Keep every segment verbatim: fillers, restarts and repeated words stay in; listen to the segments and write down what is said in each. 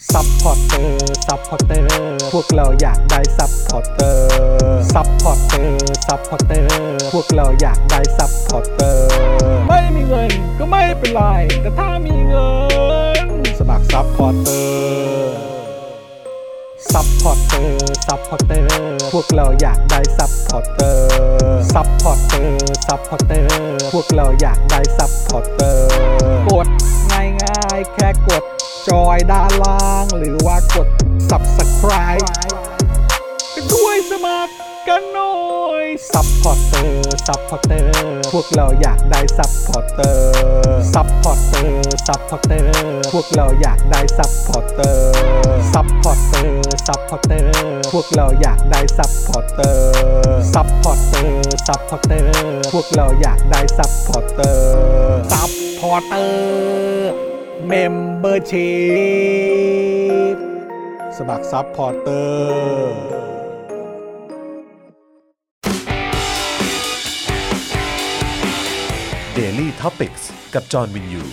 ซัพพอร์เตอร์ซัพพอร์เตอร์พวกเราอยากได้ซัพพอร์เตอร์ซัพพอร์เตอร์ซัพพอร์เตอร์พวกเราอยากได้ซัพพอร์เตอร์ไม่มีเงินก็ไม่เป็นไรแต่ถ้ามีเงินสมัครซัพพอร์เตอร์ซัพพอร์เตอร์ซัพพอร์เตอร์พวกเราอยากได้ซัพพอร์เตอร์ซัพพอร์เตอร์ซัพพอร์เตอร์พวกเราอยากได้ซัพพอร์เตอร์กดง่ายๆแค่กดจอยด้านล่างหรือว่ากด ซับสไครบ์ ไปด้วยสมัครกันหน่อยซัพพอร์เตอร์ซัพพอร์เตอร์พวกเราอยากได้ซัพพอร์เตอร์ซัพพอร์เตอร์ซัพพอร์เตอร์พวกเราอยากได้ซัพพอร์เตอร์ซัพพอร์เตอร์ซัพพอร์เตอร์พวกเราอยากได้ซัพพอร์เตอร์ซัพพอร์เตอร์ซัพพอร์เตอร์พวกเราอยากได้ซัพพอร์เตอร์ซัพพอร์เตอร์เมมเบอร์ชีพสมัครซัพพอร์เตอร์ Daily Topics กับจอห์นวินยู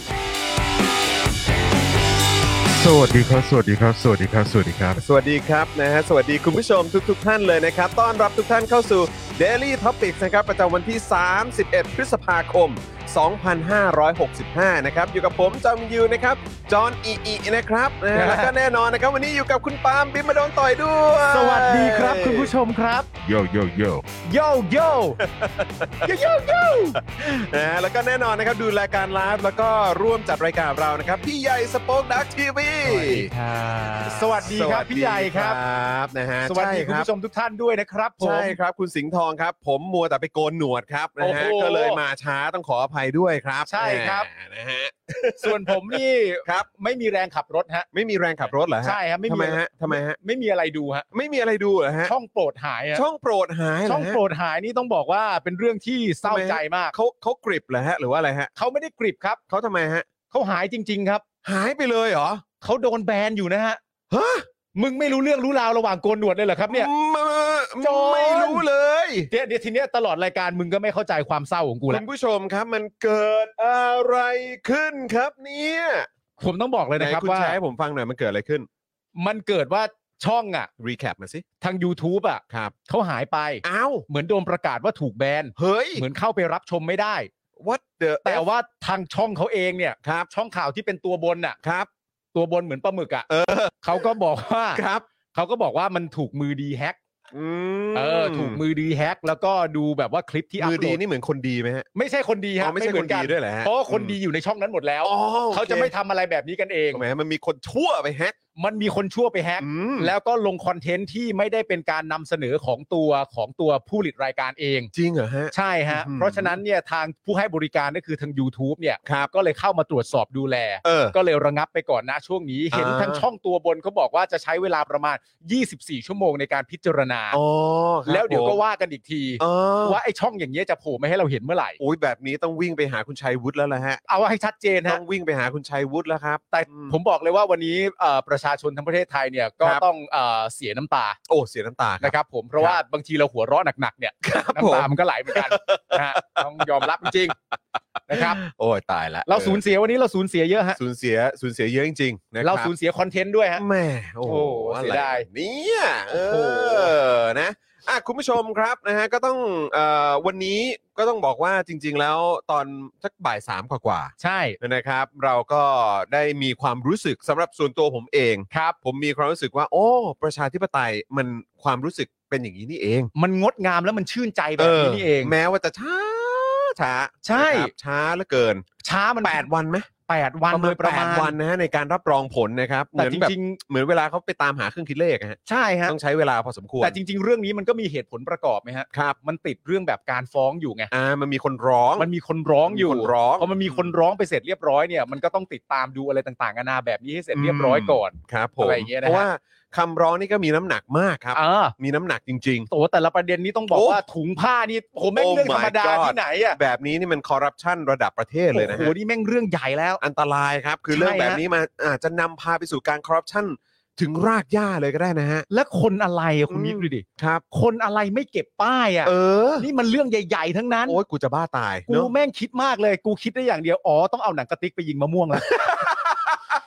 สวัสดีครับสวัสดีครับสวัสดีครับสวัสดีครับสวัสดีครับนะฮะสวัสดีคุณผู้ชมทุกๆท่านเลยนะครับต้อนรับทุกท่านเข้าสู่ Daily Topics นะครับประจำวันที่สามสิบเอ็ดพฤษภาคมสองพันห้าร้อยหกสิบห้านะครับอยู่กับผมจอห์นวินยูนะครับจอห์นอีอีนะครับนะฮะแล้วก็แน่นอนนะครับวันนี้อยู่กับคุณปาล์มบิมมาโดนต่อยด้วยสวัสดีครับคุณผู้ชมครับโยโยโยโยโยโยโยโยนะฮะแล้วก็แน่นอนนะครับดูรายการไลฟ์แล้วก็ร่วมจัดรายการเรานะครับพี่ใหญ่สป็อคดักทีวีสวัสดีครับพี่ใหญ่ครับนะฮะสวัสดีคุณผู้ชมทุกท่านด้วยนะครับผมใช่ครับคุณสิงห์ทองครับผมมัวแต่ไปโกนหนวดครับนะฮะก็เลยมาช้าต้องขออภัยด้วยครับใช่ครับนะฮะส่วนผมนี่ครับไม่มีแรงขับรถฮะไม่มีแรงขับรถเหรอฮะใช่ครับไม่มีทำไมฮะทำไมฮะไม่มีอะไรดูฮะไม่มีอะไรดูเหรอฮะช่องโปรดหายช่องโปรดหายช่องโปรดหายนี่ต้องบอกว่าเป็นเรื่องที่เศร้าใจมากเขาเขากริบเหรอฮะหรือว่าอะไรฮะเขาไม่ได้กริบครับเขาทำไมฮะเขาหายจริงๆครับหายไปเลยเหรอเขาโดนแบนอยู่นะฮะฮะมึงไม่รู้เรื่องรู้ราวระหว่างโกนหนวดเลยเหรอครับเนี่ยไม่รู้เลยเดี๋ยวทีเนี้ยตลอดรายการมึงก็ไม่เข้าใจความเศร้าของกูแล้วคุณผู้ชมครับมันเกิดอะไรขึ้นครับเนี่ยผมต้องบอกเลยนะครับว่าคุณแชร์ให้ผมฟังหน่อยมันเกิดอะไรขึ้นมันเกิดว่าช่องอ่ะรีแคปมาสิทาง YouTube อ่ะครับเขาหายไปอ้าวเหมือนโดนประกาศว่าถูกแบนเฮ้ยเหมือนเข้าไปรับชมไม่ได้ What the แต่ว่าทางช่องเขาเองเนี่ยครับช่องข่าวที่เป็นตัวบนอ่ะครับตัวบนเหมือนปลาหมึกอ่ะเออเขาก็บอกว่าครับเขาก็บอกว่ามันถูกมือดีแฮกเออถูกมือดีแฮกแล้วก็ดูแบบว่าคลิปที่อัพโหลดมือดีนี่เหมือนคนดีไหมฮะไม่ใช่คนดีฮะไม่ใช่คนดีด้วยแหละเพราะคนดีอยู่ในช่องนั้นหมดแล้วเขาจะไม่ทำอะไรแบบนี้กันเองแหมมันมีคนชั่วไปแฮกมันมีคนชั่วไปแฮกแล้วก็ลงคอนเทนต์ที่ไม่ได้เป็นการนำเสนอของตัวของตัวผู้ผลิตรายการเองจริงเหรอฮะใช่ฮะเพราะฉะนั้นเนี่ยทางผู้ให้บริการก็คือทาง YouTube เนี่ยก็เลยเข้ามาตรวจสอบดูแลก็เลยระงับไปก่อนนะช่วงนี้เห็นทั้งช่องตัวบนเขาบอกว่าจะใช้เวลาประมาณยี่สิบสี่ชั่วโมงในการพิจารณาแล้วเดี๋ยวก็ว่ากันอีกทีว่าไอ้ช่องอย่างเงี้ยจะโผล่มาให้เราเห็นเมื่อไหร่โอ้ยแบบนี้ต้องวิ่งไปหาคุณชัยวุฒิแล้วล่ะฮะเอาให้ชัดเจนฮะต้องวิ่งไปหาคุณชัยวุฒิแล้วครับแต่ผมบอกเลยว่าวันนี้ประชาชนทั้งประเทศไทยเนี่ยก็ต้องเสียน้ำตาโอ้เสียน้ำตานะครับผมเพราะว่าบางทีเราหัวเราะหนักๆเนี่ยน้ำตามันก็ไหลเหมือนกันนะฮะต้องยอมรับจริงนะครับโอ้ยตายละเราสูญเสียวันนี้เราสูญเสียเยอะฮะสูญเสียสูญเสียเยอะจริงๆนะครับเราสูญเสียคอนเทนต์ด้วยฮะแม่โอ้โหเสียดายเนี่ยเออนะอ่ะคุณผู้ชมครับนะฮะก็ต้องเอ่อวันนี้ก็ต้องบอกว่าจริงๆแล้วตอนสักบ่ายสามกว่าๆใช่นะครับเราก็ได้มีความรู้สึกสำหรับส่วนตัวผมเองครับผมมีความรู้สึกว่าโอ้ประชาธิปไตยมันความรู้สึกเป็นอย่างนี้นี่เองมันงดงามแล้วมันชื่นใจแบบนี้นี่เองแม้ว่าจะช้าช้าใช่ช้าเหลือเกินช้ามันแปดวันไหมแปดวันโดยประมาณแปดวันนะฮะในการรับรองผลนะครับเหมือนแบบเหมือนเวลาเขาไปตามหาเครื่องคิดเลขฮะใช่ฮะต้องใช้เวลาพอสมควรแต่จริงๆเรื่องนี้มันก็มีเหตุผลประกอบไหมฮะครับมันติดเรื่องแบบการฟ้องอยู่ไงอ่ามันมีคนร้องมันมีคนร้องอยู่พอมันมีคนร้องไปเสร็จเรียบร้อยเนี่ยมันก็ต้องติดตามดูอะไรต่างๆนานาแบบนี้ให้เสร็จเรียบร้อยก่อนครับผมอะไรอย่างเงี้ยนะเพราะว่าคำร้องนี่ก็มีน้ำหนักมากครับมีน้ำหนักจริงๆโอ้แต่ละประเด็นนี้ต้องบอกว่าถุงผ้านี่โหแม่งเรื่องธรรมดาที่ไหนอ่ะแบบนี้นี่มันคอร์รัปชันระดับประเทศเลยนะฮะโอ้โหนี่แม่งเรื่องใหญ่แล้วอันตรายครับคือเรื่องแบบนี้มาอาจจะนำพาไปสู่การคอร์รัปชันถึงรากหญ้าเลยก็ได้นะฮะและคนอะไรอ่ะคุณนิกดูดิครับคนอะไรไม่เก็บป้ายอ่ะเออนี่มันเรื่องใหญ่ๆทั้งนั้นโอ้ยกูจะบ้าตายกูแม่งคิดมากเลยกูคิดได้อย่างเดียวอ๋อต้องเอาหนังกระติกไปยิงมะม่วงแล้ว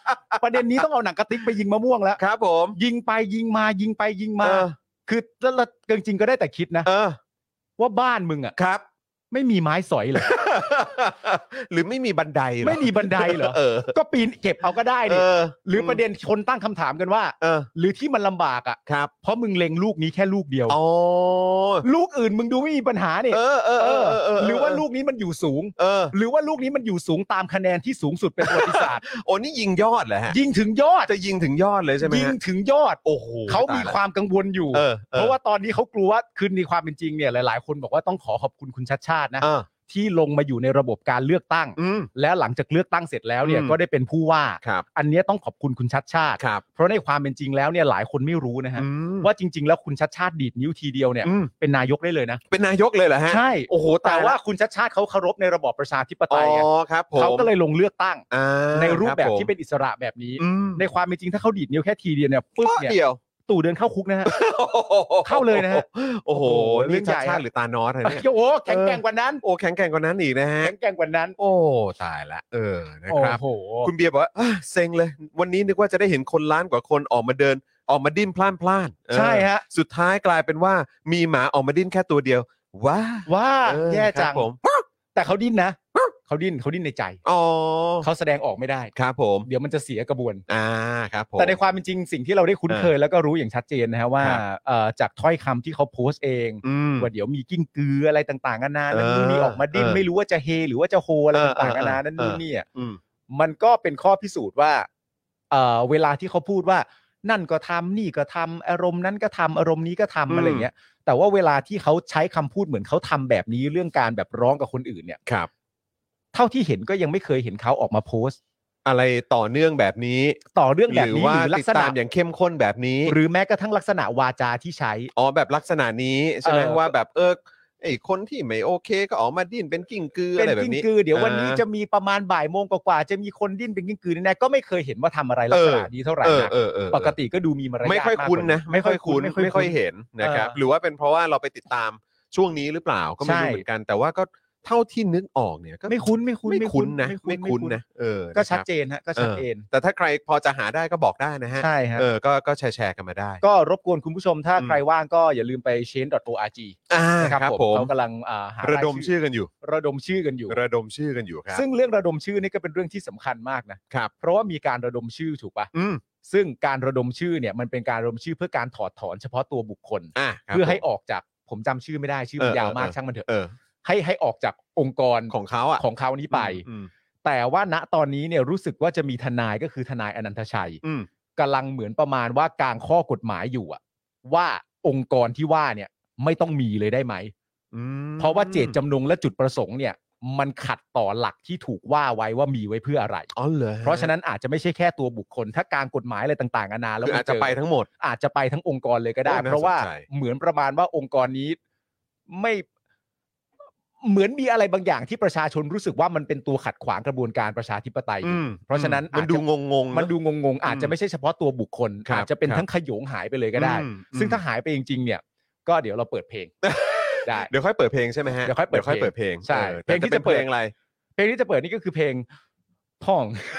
ประเด็นนี้ต้องเอาหนังกระติกไปยิงมะม่วงแล้วครับผมยิงไปยิงมายิงไปยิงมาเออคือแล้วจริงๆก็ได้แต่คิดนะเออว่าบ้านมึงอ่ะครับไม่มีไม้สอยเหรอหรือไม่มีบันไดเหรอไม่มีบันไดเหรอเออก็ปีนเก็บเอาก็ได้เอนี่อหรือประเด็นคนตั้งคำถามกันว่าเออหรือที่มันลำบากอ่ะครับเพราะมึงเล็งลูกนี้แค่ลูกเดียวอ๋อลูกอื่นมึงดูไม่มีปัญหาเนี่ยเออเออเออเออหรือว่าลูกนี้มันอยู่สูงเออหรือว่าลูกนี้มันอยู่สูงตามคะแนนที่สูงสุดเป็นประวัติศาสตร์โอ้นี่ยิงยอดเหรอฮะยิงถึงยอดจะยิงถึงยอดเลยใช่ไหมยิงฮะถึงยอดโอ้โหเขามีความกังวลอยู่เออเพราะว่าตอนนี้เขากลัวว่าคือในความเป็นจริงเนี่ยหลายๆคนบอกว่าต้องขอขอบคุณคุณชัดชาตินะเออที่ลงมาอยู่ในระบบการเลือกตั้งอืมและหลังจากเลือกตั้งเสร็จแล้วเนี่ยอืมก็ได้เป็นผู้ว่าครับอันเนี้ยต้องขอบคุณคุณชัดชาติครับเพราะในความเป็นจริงแล้วเนี่ยหลายคนไม่รู้นะฮะอืมว่าจริง ๆ แล้วคุณชัดชาติดีดนิ้วทีเดียวเนี่ยอืมเป็นนายกได้เลยนะเป็นนายกเลยเหรอฮะใช่โอ้โหแต่ตายว่าละคุณชัดชาติเขาเคารพในระบอบประชาธิปไตอ๋อยไงครับผมเขาก็เลยลงเลือกตั้งอ่าในรูปแบบคผมที่เป็นอิสระแบบนี้อืมในความเป็นจริงถ้าเขาดีดนิ้วแค่ทีเดียวเนี่ยปึ๊บเนี่ยเดียวตู่เดินเข้าคุกนะฮะ เข้าเลยนะฮะโอ้โหโอ้โหนี่เรื่องใหญ่ชาติหรือตานอสอะไรเนี่ยโอ้โหแข็งแกร่งกว่านั้นโอ้แข็งแกร่งกว่านั้นอีกนะฮะแข็งแกร่งกว่านั้นโอ้ตายละเออนะครับโอ้โหคุณเบียร์บอกว่าอ่ะเซ็งเลย วันนี้นึกว่าจะได้เห็นคนล้านกว่าคนออกมาเดิน ออกมาดิ้นพล่านพล่านเออใช่ฮะสุดท้ายกลายเป็นว่ามีหมาออกมาดิ้นแค่ตัวเดียวว้าว่าเออแย่จังครับผมแต่เขาดิ้นนะเขาดิ้นเขาดิ้นในใจอ๋อเขาแสดงออกไม่ได้ครับผมเดี๋ยวมันจะเสียกระบวนอ่าครับผมแต่ในความเป็นจริงสิ่งที่เราได้คุ้นเคยแล้วก็รู้อย่างชัดเจนนะฮะว่าครับเอ่อจากถ้อยคำที่เขาโพสต์เองอืมว่าเดี๋ยวมีกิ้งกืออะไรต่างๆนานาเออนั่นนู่นนี่ออกมาดิ้นเออไม่รู้ว่าจะเฮหรือว่าจะโฮอะไรเออต่างๆนานาเออนั่นนู่นนี่อ่ะอืมมันก็เป็นข้อพิสูจน์ว่าเอ่อเวลาที่เขาพูดว่านั่นก็ทำนี่ก็ทำอารมณ์นั้นก็ทำอารมณ์นี้ก็ทำอืมอะไรเงี้ยแต่ว่าเวลาที่เขาใช้คำพูดเหมือนเขาทำแบบนี้เรื่องการแบบร้องกับคนอื่นเนี่ยครับเท่าที่เห็นก็ยังไม่เคยเห็นเขาออกมาโพสต์อะไรต่อเนื่องแบบนี้ต่อเรื่องแบบหรือนี้ว่าหรือลัติกดษณะตามอย่างเข้มข้นแบบนี้หรือแม้กระทั่งลักษณะวาจาที่ใช้อ๋อแบบลักษณะนี้ใช่ไหมเออว่าแบบเออไอ้คนที่ไม่โอเคก็ออกมาดิ้นเป็นกิ้งกือเป็อะนไรแบบกิ้งนี้กือเดี๋ยววันนี้อ่าจะมีประมาณบ่ายโมงกว่าๆจะมีคนดิ้นเป็นกิ้งกือแน่ๆก็ไม่เคยเห็นว่าทำอะไรลักษณะนี้เท่าไหร่เออนักเออเออปกติก็ดูมีมารยาทไม่ค่อยคุ้นนะมากกว่าไม่ค่อยคุ้นไม่ค่อยเห็นนะครับเออหรือว่าเป็นเพราะว่าเราไปติดตามช่วงนี้หรือเปล่าก็ไม่รู้ใช่เหมือนกัน แต่ว่าก็เท่าที่นึกออกเนี่ยก็ไม่คุ้นไม่คุ้นไม่คุ้นนะไม่ไม่คุ้นนะเออก็ะครับชัดเจนฮะก็ชัดเจนออแต่ถ้าใครพอจะหาได้ก็บอกได้นะฮะใช่ฮะเออก็ก็แชร์แชร์กันมาได้ก็รบกวนคุณผู้ชมถ้าอืมใครว่างก็อย่าลืมไป เชน ดอท โอ อาร์ จีอ่านะครับครับผมผมเขากำลังอ่าหาระดมรายชื่อกันอยู่ระดมชื่อกันอยู่ระดมชื่อกันอยู่ครับซึ่งเรื่องระดมชื่อนี่ก็เป็นเรื่องที่สำคัญมากนะครับ เพราะว่ามีการระดมชื่อถูกปะอืมซึ่งการระดมชื่อเนี่ยมันเป็นการระดมชื่อเพื่อการถอดถอนเฉพาะตัวบุคคลอ่าครับเพื่อให้ผมออกจากผมจำชื่อไม่ได้ชื่อมันเออยาวมากเออช่างมันเถอะเออให้ให้ออกจากองค์กรของเขาอ่ะของเขานี้ไปอืมแต่ว่าณตอนนี้เนี่ยรู้สึกว่าจะมีทนายก็คือทนายอนันตชัยอืมกำลังเหมือนประมาณว่ากางข้อกฎหมายอยู่อะว่าองค์กรที่ว่าเนี่ยไม่ต้องมีเลยได้ไหมอืมเพราะว่าเจตจำนงและจุดประสงค์เนี่ยมันขัดต่อหลักที่ถูกว่าไว้ว่ามีไว้เพื่ออะไรอ๋อเหรอฮเพราะฉะนั้นอาจจะไม่ใช่แค่ตัวบุคคล ถ้าการกฎหมายอะไรต่างๆนานาแล้วคือมันอาจจะไปทั้งหมดอาจจะไปทั้งองค์กรเลยก็ได้โอ้น่าเพราะว่าสนใจเหมือนประมาณว่าองค์กรนี้ไม่เหมือนมีอะไรบางอย่างที่ประชาชนรู้สึกว่ามันเป็นตัวขัดขวางกระบวนการประชาธิปไตยอยู่อืมเพราะฉะนั้นมันดูอาจจะงงๆมันดูงงๆ อาจจะไม่ใช่เฉพาะตัวบุคคลครับอาจจะเป็นครับทั้งขโยงหายไปเลยก็ได้อืมซึ่งอืมถ้าหายไปจริงๆเนี่ย ก็เดี๋ยวเราเปิดเพลง ได้เดี๋ยวค่อยเปิดเพลงใช่ไหมฮะเดี๋ยวค่อยเปิดเปิดเพลงใช่ออเพลงที่แต่จะเปิดเพลงอะไรเพลงที่จะเปิดนี่ก็คือเพลงพ่อง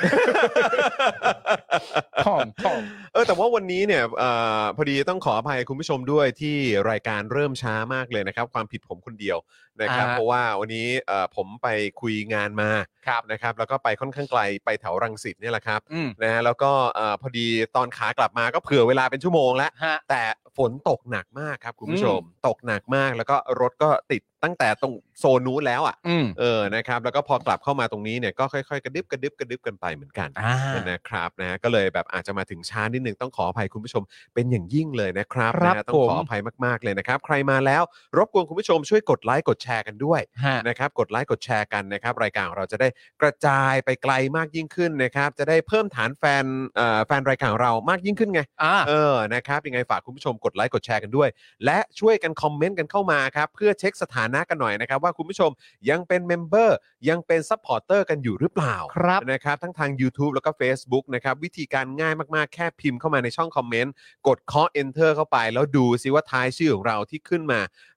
พ่องพ่องเออแต่ว่าวันนี้เนี่ยเอ่อพอดีต้องขออภัยคุณผู้ชมด้วยที่รายการเริ่มช้ามากเลยนะครับ ความผิดผมคนเดียวนะครับอ่าเพราะว่าวันนี้เอ่อผมไปคุยงานมาครับนะครับ แล้วก็ไปค่อนข้างไกลไปแถวรังสิตเนี่ยแหละครับอืมนะฮะแล้วก็เอ่อพอดีตอนขากลับมาก็เผื่อเวลาเป็นชั่วโมงแล้วฮะแต่ฝนตกหนักมากครับคุณผู้ชม ตกหนักมากแล้วก็รถก็ติดตั้งแต่ตรงโซนนู้นแล้วอ่ะอืมเออนะครับแล้วก็พอกลับเข้ามาตรงนี้เนี่ยก็ค่อยๆกระดึบกระดึบกระดึบกันไปเหมือนกันอ่านะครับนะก็เลยแบบอาจจะมาถึงช้านิดนึงต้องขออภัยคุณผู้ชมเป็นอย่างยิ่งเลยนะครับครับนะต้องขอผมอภัยมากๆเลยนะครับ ใครมาแล้วรบกวนคุณผู้ชมช่วยกดไลค์กดแชร์กันด้วยฮะนะครับกดไลค์กดแชร์กันนะครับรายการของเราจะได้กระจายไปไกลมากยิ่งขึ้นนะครับจะได้เพิ่มฐานแฟนเอ่อแฟนรายการของเรามากยิ่งขึ้นไงอ่าเออ นะครับ ยังไงฝากคุณผู้ชมกดไลค์ กดแชร์กันด้วย และช่วยกันคอมเมนต์กันเข้ามาครับ เพื่อเช็คสถานะกันหน่อยนะครับ ว่าคุณผู้ชมยังเป็นเมมเบอร์ ยังเป็นซัพพอร์เตอร์กันอยู่หรือเปล่าครับนะครับ ทั้งทาง YouTube แล้วก็ Facebook นะครับ วิธีการง่ายมากๆ แค่พิมพ์เข้ามาในช่องคอมเมนต์ กดเคาะ enter เข้าไป แล้วดูซิว่าท้ายชื่อของเราที่ขึ้นมา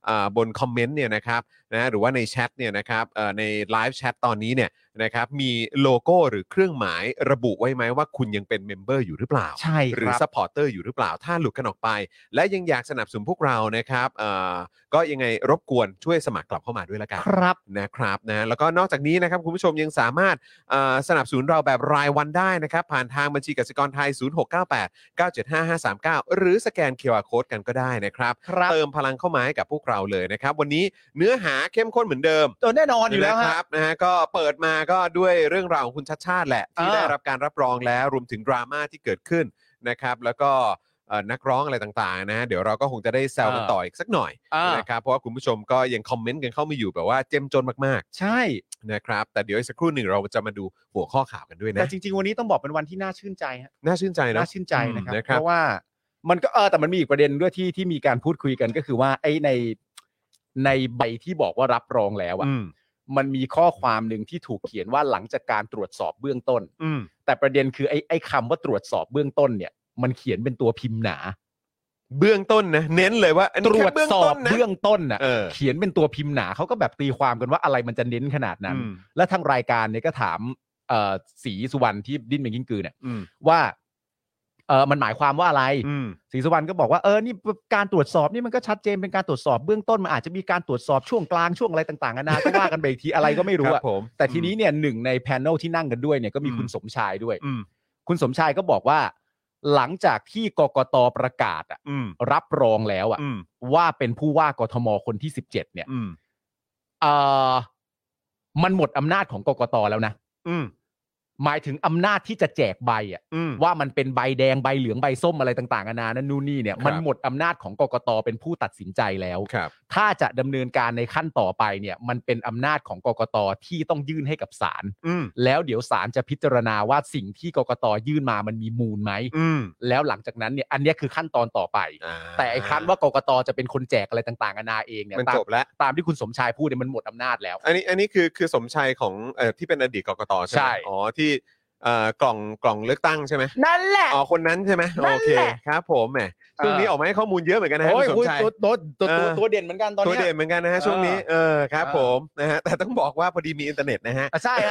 อ่าบนคอมเมนต์เนี่ยนะครับนะหรือว่าในแชทเนี่ยนะครับเอ่อในไลฟ์แชทตอนนี้เนี่ยนะครับมีโลโก้หรือเครื่องหมายระบุไว้ไหมว่าคุณยังเป็นเมมเบอร์อยู่หรือเปล่าใช่หรือซัพพอร์เตอร์อยู่หรือเปล่าถ้าหลุดกันออกไปและยังอยากสนับสนุนพวกเรานะครับเอ่อก็ยังไงรบกวนช่วยสมัครกลับเข้ามาด้วยละกันครับนะครับนะแล้วก็นอกจากนี้นะครับคุณผู้ชมยังสามารถเอ่อสนับสนุนเราแบบรายวันได้นะครับผ่านทางบัญชีกสิกรไทยศูนย์ หก เก้า แปด เก้า เจ็ด ห้า ห้า สาม เก้าหรือสแกน คิว อาร์ Code กันก็ได้นะครับครับเติมพลังเข้ามาให้กับพวกเราเลยนะครับวันนี้เนื้อหาเข้มข้นเหมือนเดิมตัวแน่นอนอยู่แล้วนะคฮะรับนะฮะก็เปิดมาก็ด้วยเรื่องราวของคุณชัดชาติแหละที่อ่าได้รับการรับรองแล้วรวมถึงดราม่าที่เกิดขึ้นนะครับแล้วก็เอ่อนักร้องอะไรต่างๆนะเดี๋ยวเราก็คงจะได้แซวกันต่ออีกสักหน่อยอ่านนะครับเพราะว่าคุณผู้ชมก็ยังคอมเมนต์กันเข้ามาอยู่แบบว่าเจ้มจนมากใช่ๆนะครับแต่เดี๋ยวอีกสักครู่หนึ่งเราจะมาดูหัวข้อข่าวกันด้วยนะแต่จริงๆวันนี้ต้องบอกเป็นวันที่น่าชื่นใจฮะน่าชื่นใจเนอะน่าชื่นใจนะครับอืมนะคเพรับราะว่ามันก็เออแต่มันมีอีกประเด็นด้วยที่ที่มีการพูดคุยกันก็คือว่าไอ้ในในใบที่บอกว่ารับรองแล้วอ่ะอืมมันมีข้อความหนึ่งที่ถูกเขียนว่าหลังจากการตรวจสอบเบื้องต้นอืมแต่ประเด็นคือไอ้ไอ้คำว่าตรวจสอบเบื้องต้นเนี่ยมันเขียนเป็นตัวพิมพ์หนาเบื้องต้นนะเน้นเลยว่าอันตนี้รแค่วจเบื้องสอต้บนนะเบื้องต้นน่ะเออเขียนเป็นตัวพิมพ์หนาเขาก็แบบตีความกันว่าอะไรมันจะเน้นขนาดนั้นอืมและทางรายการเนี่ยก็ถามเอ่อศรีสุวรรณที่ดิ้นเป็นกิ้งกือเนี่ยอืมว่าเออมันหมายความว่าอะไรอืมศรีสุวรรณก็บอกว่าเออนี่การตรวจสอบนี่มันก็ชัดเจนเป็นการตรวจสอบเบื้องต้นมันอาจจะมีการตรวจสอบช่วงกลางช่วงอะไรต่างๆนานาก็ว่ากันไปอีกทีอะไรก็ไม่รู้คอะบผมแต่ทีนี้เนี่ยหนึ่งในแพนเนลที่นั่งกันด้วยเนี่ยก็มีอืมคุณสมชายด้วยอืมคุณสมชายก็บอกว่าหลังจากที่กกตประกาศอะอืมรับรองแล้วอะอืมว่าเป็นผู้ว่ากทมคนที่สิบเจ็ดเนี่ยอืมเอ่อมันหมดอำนาจของกกตแล้วนะอืมหมายถึงอำนาจที่จะแจกใบอ่ะอืมว่ามันเป็นใบแดงใบเหลืองใบส้มอะไรต่างๆนานานั่นนู่นนี่เนี่ยครับมันหมดอำนาจของกกตเป็นผู้ตัดสินใจแล้วครับถ้าจะดำเนินการในขั้นต่อไปเนี่ยมันเป็นอำนาจของกกตที่ต้องยื่นให้กับศาลอืมแล้วเดี๋ยวศาลจะพิจารณาว่าสิ่งที่กกตยื่นมามันมีมูลไหมอืมแล้วหลังจากนั้นเนี่ยอันเนี้ยคือขั้นตอนต่อไปอ่าแต่ไอ้ครั้นว่ากกตจะเป็นคนแจกอะไรต่างๆนานาเองเนี่ยมันตามจบแล้วตามที่คุณสมชายพูดเนี่ยมันหมดอำนาจแล้วอันนี้อันนี้คือคือสมชัยของเอ่อที่เป็นอดีตกกตใช่ไหมใช่อ๋อที่เอ่อกล่องกล่องเลือกตั้งใช่ไหมนั่นแหละอ๋อคนนั้นใช่ไหมนั่โอนเคแหละครับผมแหมช่วงนี้ออกมาให้ข้อมูลเยอะเหมือนกันนะฮะโอ้ยคุณสมชัยตัวตัวตัวเอตัวอตัวเด่นเหมือนกันตอนตัวเนี้ยเด่นเหมือนกันนะฮะเออช่วงนี้เออครับเออผมนะฮะแต่ต้องบอกว่าพอดีมีอินเทอร์เน็ตนะฮะอ่ะใช่ฮะ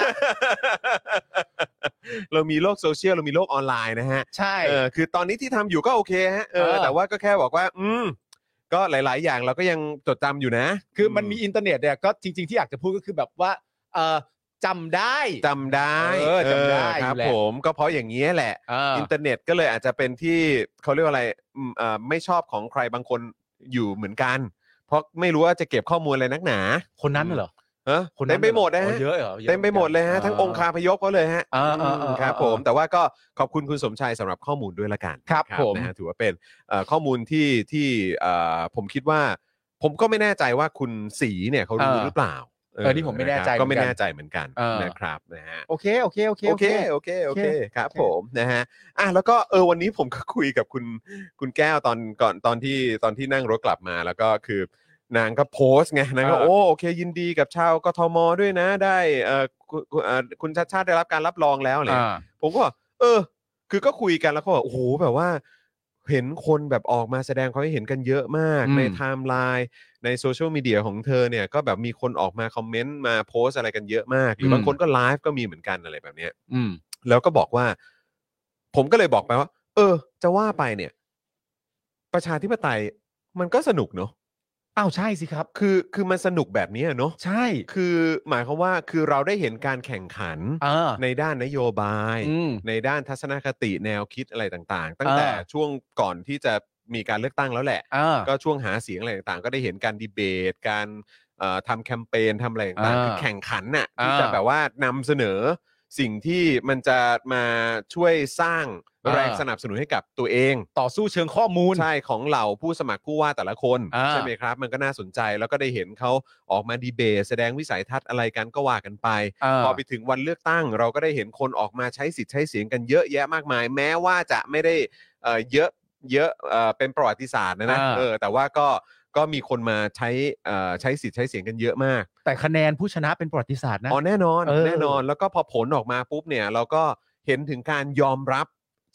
เรามีโลกโซเชียลเรามีโลกออนไลน์นะฮะใช่เออคือตอนนี้ที่ทำอยู่ก็โอเคฮะเออเออแต่ว่าก็แค่บอกว่า อืมก็หลาย ๆ อย่างเราก็ยังจดจำอยู่นะคือมันมีอินเทอร์เน็ตเนี่ยก็จริง ๆ ที่อยากจะพูดก็คือแบบว่าเออจำได้จำได้เออจำได้เออครับอยู่แหละผมก็เพราะอย่างนี้ยแหละเอออินเทอร์เน็ตก็เลยอาจจะเป็นที่เขาเรียกว่าอะไรอืมเอ่อไม่ชอบของใครบางคนอยู่เหมือนกัน เพราะไม่รู้ว่าจะเก็บข้อมูลอะไรนักหนาคนนั้นน่ะเหรอเออคนนั้นเต็มไปหมดนะอ๋ฮะอเยอะเหรออะเต็มไปหมดเลยฮะอ่าทั้งองค์คาพยพเขาเลยฮะอ่าอ่าอ่าครับผมแต่ว่าก็ขอบคุณคุณสมชัยสำหรับข้อมูลด้วยละกันครับนะผมนะฮะถือว่าเป็นเอ่อข้อมูลที่ที่เอ่อผมคิดว่า ผมก็ไม่แน่ใจว่าคุณศรีเนี่ยเขารู้หรือเปล่าเออนี่ผมไม่แน่ใจะครับก็ไม่เหมือนกันแน่ใจเหมือนกันเออนะครับนะฮะโอเคโอเคโอเคโอเคโอเคโอเคครับผมนะฮะอ่ะแล้วก็เออวันนี้ผมก็คุยกับคุณคุณแก้วตอนก่อนตอนที่ตอนที่นั่งรถกลับมาแล้วก็คือนางก็โพสต์ไงนางก็เออโอ้โอเคยินดีกับชาวกทมด้วยนะได้เออคุณคุณเอ่อคุณชาติชาติได้รับการรับรองแล้วอะไรอ่าผมก็บอกเออ คือก็คุยกันแล้วก็บอกโอ้โหแบบว่า เห็นคนแบบออกมาแสดงความคิดเห็นกันเยอะมากอืมในไทม์ไลน์ในโซเชียลมีเดียของเธอเนี่ยก็แบบมีคนออกมาคอมเมนต์มาโพสต์อะไรกันเยอะมาก หรือบางคนก็ไลฟ์ก็มีเหมือนกันอะไรแบบเนี้ยอืมแล้วก็บอกว่า ผมก็เลยบอกไปว่า เออ จะว่าไปเนี่ย ประชาธิปไตยมันก็สนุกเนอะอ้าวใช่สิครับคือคือมันสนุกแบบนี้อะเนอะใช่คือหมายความว่าคือเราได้เห็นการแข่งขันเออในด้านนโยบายอืมในด้านทัศนคติแนวคิดอะไรต่างๆ ตั้งแต่เออช่วงก่อนที่จะมีการเลือกตั้งแล้วแหละเออก็ช่วงหาเสียงอะไรต่างๆ ก็ได้เห็นการดีเบต การเอ่อทำแคมเปญทำอะไรต่างๆอ่าคือแข่งขันน่ะอ่าที่จะแบบว่านำเสนอสิ่งที่มันจะมาช่วยสร้างอ่าแรงสนับสนุนให้กับตัวเองต่อสู้เชิงข้อมูลใช่ของเหล่าผู้สมัครผู้ว่าแต่ละคนอ่าใช่ไหมครับ มันก็น่าสนใจแล้วก็ได้เห็นเขาออกมาดีเบต แสดงวิสัยทัศน์อะไรกันก็ว่ากันไปเออพอไปถึงวันเลือกตั้ง เราก็ได้เห็นคนออกมาใช้สิทธิ์ใช้เสียงกันเยอะแยะมากมาย แม้ว่าจะไม่ได้เอ่อเยอะเยอะเอ่อเป็นประวัติศาสตร์นะนะอ่าเออแต่ว่าก็ก็มีคนมาใช้เอ่อใช้สิทธิ์ใช้เสียงกันเยอะมากแต่คะแนนผู้ชนะเป็นประวัติศาสตร์นะอ๋อแน่นอนเออแน่นอนแล้วก็พอผลออกมาปุ๊บเนี่ยเราก็เห็นถึงการยอมรับ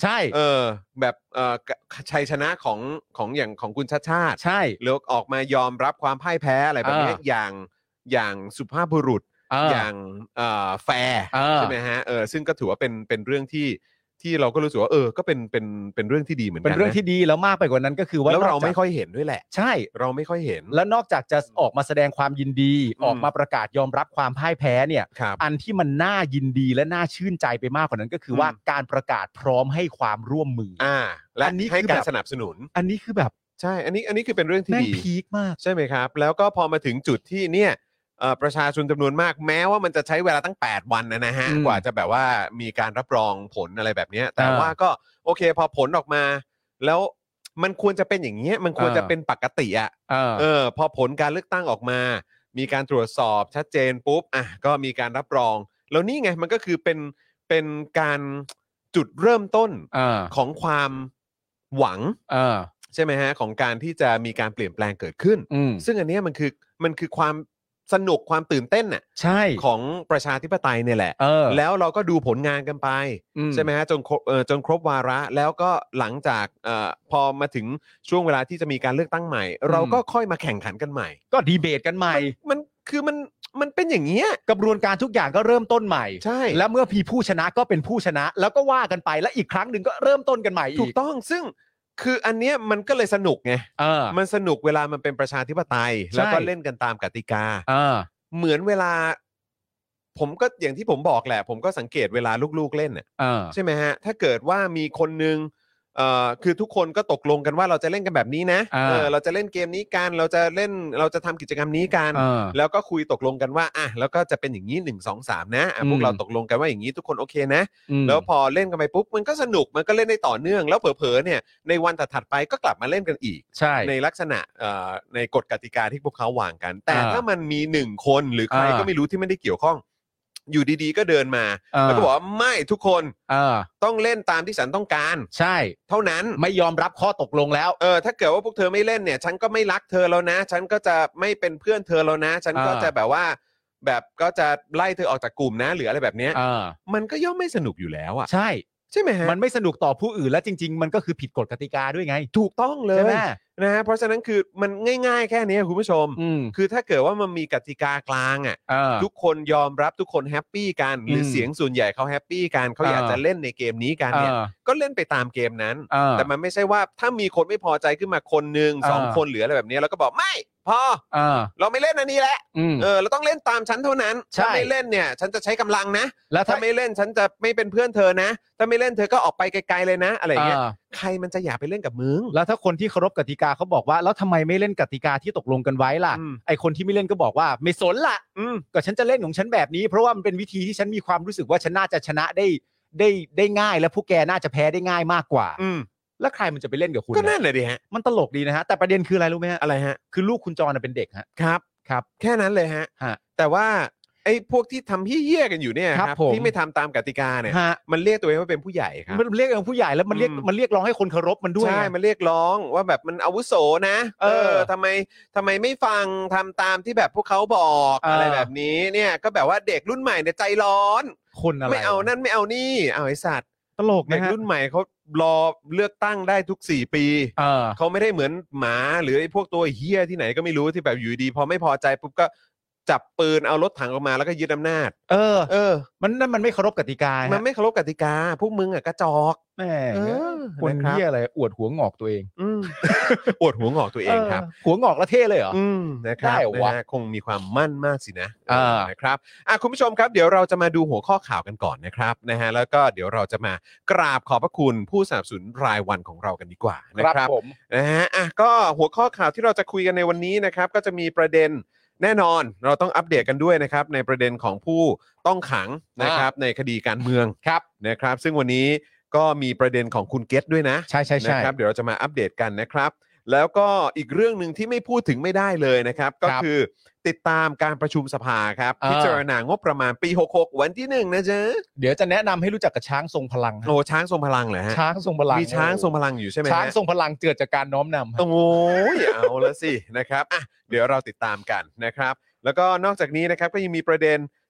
ใช่เออแบบเอ่อชัยชนะของของอย่างของคุณชาติชาติใช่หรือออกมายอมรับความพ่ายแพ้อะไรแบบนี้เอออย่างอย่างสุภาพบุรุษเอออย่างเอ่อแฟร์เออใช่ไหมฮะเออซึ่งก็ถือว่าเป็นเป็นเรื่องที่ที่เราก็รู้สึกว่าเออก็เป็นเป็นเป็นเรื่องที่ดีเหมือนกันเป็นเรื่องนะที่ดีแล้วมากไปกว่านั้นก็คือว่าแล้วเรานอกจกไม่ค่อยเห็นด้วยแหละใช่เราไม่ค่อยเห็นแล้วนอกจากจะออกมาแสดงความยินดีอืมออกมาประกาศยอมรับความพ่ายแพ้เนี่ยครับอันที่มันน่ายินดีและน่าชื่นใจไปมากกว่านั้นก็คือมว่าการประกาศพร้อมให้ความร่วมมือออ่าและอันนี้ให้คือการแบบสนับสนุนอันนี้คือแบบใช่อันนี้อันนี้คือเป็นเรื่องที่แม่งดีพีคมากใช่ไหมครับ แล้วก็พอมาถึงจุดที่เนี่ยเอ่อประชาชนจำนวนมากแม้ว่ามันจะใช้เวลาตั้งแปดวันนะนะฮะอืมกว่าจะแบบว่ามีการรับรองผลอะไรแบบเนี้ยแต่อ่าว่าก็โอเคพอผลออกมา แล้วมันควรจะเป็นอย่างเงี้ยมันควรอ่าจะเป็นปกติอ่ะเออเออพอผลการเลือกตั้งออกมา มีการตรวจสอบชัดเจนปุ๊บอ่ะก็มีการรับรอง แล้วนี่ไงมันก็คือเป็นเป็นการจุดเริ่มต้นเออของความหวังเออใช่ไหมฮะของการที่จะมีการเปลี่ยนแปลงเกิดขึ้นอืมซึ่งอันเนี้ยมันคือมันคือความสนุกความตื่นเต้นน่ะใช่ของประชาธิปไตยเนี่ยแหละเออแล้วเราก็ดูผลงานกันไปอืมใช่ไหมฮะจนครบเอ่อจนครบวาระแล้วก็หลังจากเอ่อพอมาถึงช่วงเวลาที่จะมีการเลือกตั้งใหม่ เราก็ค่อยมาแข่งขันกันใหม่ก็ดีเบตกันใหม่มันคือมันมันเป็นอย่างเงี้ยกระบวนการทุกอย่างก็เริ่มต้นใหม่ใช่แล้วเมื่อมีผู้ชนะก็เป็นผู้ชนะ แล้วก็ว่ากันไปแล้วอีกครั้งหนึ่งก็เริ่มต้นกันใหม่ถูอีกกต้องซึ่งคืออันเนี้ยมันก็เลยสนุกไงเออมันสนุกเวลามันเป็นประชาธิปไตย แล้วก็เล่นกันตามกติกาเออเหมือนเวลา ผมก็อย่างที่ผมบอกแหละ ผมก็สังเกตเวลาลูกๆเล่นน่ะเออใช่ไหมฮะถ้าเกิดว่ามีคนนึงเอ่อคือทุกคนก็ตกลงกันว่าเราจะเล่นกันแบบนี้นะอ่าเออเราจะเล่นเกมนี้กันเราจะเล่นเราจะทำกิจกรรมนี้กันเออแล้วก็คุยตกลงกันว่าอ่ะแล้วก็จะเป็นอย่างนี้หนึ่ง สอง สามนะอ่ะอืมพวกเราตกลงกันว่าอย่างนี้ทุกคนโอเคนะอืมแล้วพอเล่นกันไปปุ๊บมันก็สนุกมันก็เล่นได้ต่อเนื่องแล้วเผลอๆเนี่ยในวันถัดๆไปก็กลับมาเล่นกันอีกใช่ในลักษณะเอ่อในกฎกติกาที่พวกเขาวางกัน แต่อ่าถ้ามันมีหนึ่งคนหรือใครอ่าก็ไม่รู้ที่ไม่ได้เกี่ยวข้อง อยู่ดีๆก็เดินมาเออแล้วก็บอกว่าไม่ทุกคนเออต้องเล่นตามที่ฉันต้องการใช่เท่านั้นไม่ยอมรับข้อตกลงแล้วเออถ้าเกิดว่าพวกเธอไม่เล่นเนี่ย ฉันก็ไม่รักเธอแล้วนะ ฉันก็จะไม่เป็นเพื่อนเธอแล้วนะ ฉันก็อ่าจะแบบว่า แบบก็จะไล่เธอออกจากกลุ่มนะหรืออะไรแบบเนี้ยเออมันก็ย่อมไม่สนุกอยู่แล้วอ่ะใช่ใช่ไหมฮะมันไม่สนุกต่อผู้อื่นและจริง ๆ มันก็คือผิดกฎกติกาด้วยไงถูกต้องเลใช่ยไหมนะฮะเพราะฉะนั้นคือมันง่าย ๆ แค่นี้คุณผู้ชมอืมคือถ้าเกิดว่ามันมีกติกากลางอ่ะเออทุกคนยอมรับทุกคนแฮปปี้กันหรืออมเสียงส่วนใหญ่เขาแฮปปี้กันเขาอยากเออจะเล่นในเกมนี้กันเอเนี่ยอก็เล่นไปตามเกมนั้นเออแต่มันไม่ใช่ว่าถ้ามีคนไม่พอใจขึ้นมาคนหนึ่งเออสองคนหรืออะไรแบบนี้แล้วก็บอกไม่พอเออเราไม่เล่นอันนี้แหละอืมเออเราต้องเล่นตามฉันเท่านั้นใช่ถ้าไม่เล่นเนี่ย ฉันจะใช้กำลังนะแล้วถ้าถ้าไม่เล่นฉันจะไม่เป็นเพื่อนเธอนะ ถ้าไม่เล่นเธอก็ออกไปไกลๆเลยนะ อะไรอย่างเงี้ยเออใครมันจะอยากไปเล่นกับมึงแล้วถ้าคนที่เคารพกติกาเขาบอกว่าแล้วทำไมไม่เล่นกติกาที่ตกลงกันไว้ล่ะอืมไอคนที่ไม่เล่นก็บอกว่าไม่สนละอืมก็ฉันจะเล่นของฉันแบบนี้ เพราะว่ามันเป็นวิธีที่ฉันมีความรู้สึกว่าฉันน่าจะชนะได้ได้ได้ง่าย และพวกแกน่าจะแพ้ได้ง่ายมากกว่าอืมแล้วใครมันจะไปเล่นกับคุณก็นั่นะนเลยดิฮะมันตลกดีนะฮะแต่ประเด็นคืออะไรรู้ไหมฮะอะไรฮะคือลูกคุณจรน่ะเป็นเด็กฮะครับครับแค่นั้นเลยฮะฮะแต่ว่าไอ้พวกที่ทำเหี้ยๆกันอยู่เนี่ยครับครับผมที่ไม่ทำตามกติกาเนี่ยฮะมันเรียกตัวเองว่าเป็นผู้ใหญ่ครับมันเรียกเป็นผู้ใหญ่แล้วมันเรียกอืมมันเรียกร้องให้คนเคารพมันด้วยใช่ไงมันเรียกร้องว่าแบบมันอาวุโสนะเออทำไมทำไมไม่ฟังทำตามที่แบบพวกเขาบอกเออออะไรแบบนี้เนี่ยก็แบบว่าเด็กรุ่นใหม่เนี่ยใจร้อนคนอะไรไม่เอานั่นไม่เอานี่เอาไอ้สัตว์ตลกเด็นะกฮะรุ่นใหม่เขารอเลือกตั้งได้ทุกสี่ปีเออเขาไม่ได้เหมือนหมาหรือไอ้พวกตัวเฮี้ยที่ไหนก็ไม่รู้ที่แบบอยู่ดีพอไม่พอใจปุ๊บก็จับปืนเอารถถังออกมาแล้วก็ยึดอำนาจเออเออมันนั่นมันไม่เคารพกติกามัมันไม่เคารพกติกา พวกมึงอ่ะกระจอกแม่เออคนนะครับเหี้ยอะไรอวดหัวงอกตัวเองอืม ปวดหัวงอกตัวเองครับหัวงอกแล้วเท่เลยเหรออืมนะครับได้เหรอวะนะฮะคงมีความมั่นมากสินะอ่าเออนะครับอ่ะคุณผู้ชมครับเดี๋ยวเราจะมาดูหัวข้อข่าวกันก่อนนะครับนะฮะแล้วก็เดี๋ยวเราจะมากราบขอบพระคุณผู้สนับสนุนรายวันของเรากันดีกว่านะครับผมนะฮะอ่ะก็หัวข้อข่าวที่เราจะคุยกันในวันนี้นะครับก็จะมีประเด็นแน่นอนเราต้องอัปเดตกันด้วยนะครับในประเด็นของผู้ต้องขังนะครับในคดีการเมืองครับนะครับซึ่งวันนี้ก็มีประเด็นของคุณเกตด้วยนะใช่ใช่ใช่นะครับเดี๋ยวเราจะมาอัปเดตกันนะครับ แล้วก็อีกเรื่องหนึ่งที่ไม่พูดถึงไม่ได้เลยนะครับ ก็ครับคือติดตามการประชุมสภาครับอ่าพิจารณางบประมาณปีหกหกวันที่หนึ่งนะจ๊ะเดี๋ยวจะแนะนำให้รู้จักกับช้างทรงพลังฮะโอ้ช้างทรงพลังเหรอฮะช้างทรงพลังมีช้างทรงพลังอยู่ใช่ไหมฮะช้างทรงพลังเกิดจากการน้อมนำฮะโอ้ยเอาละสินะครับอ่ะเดี๋ยวเราติดตามกันนะครับ แล้วก็นอกจากนี้นะครับก็ยังมีประเด็น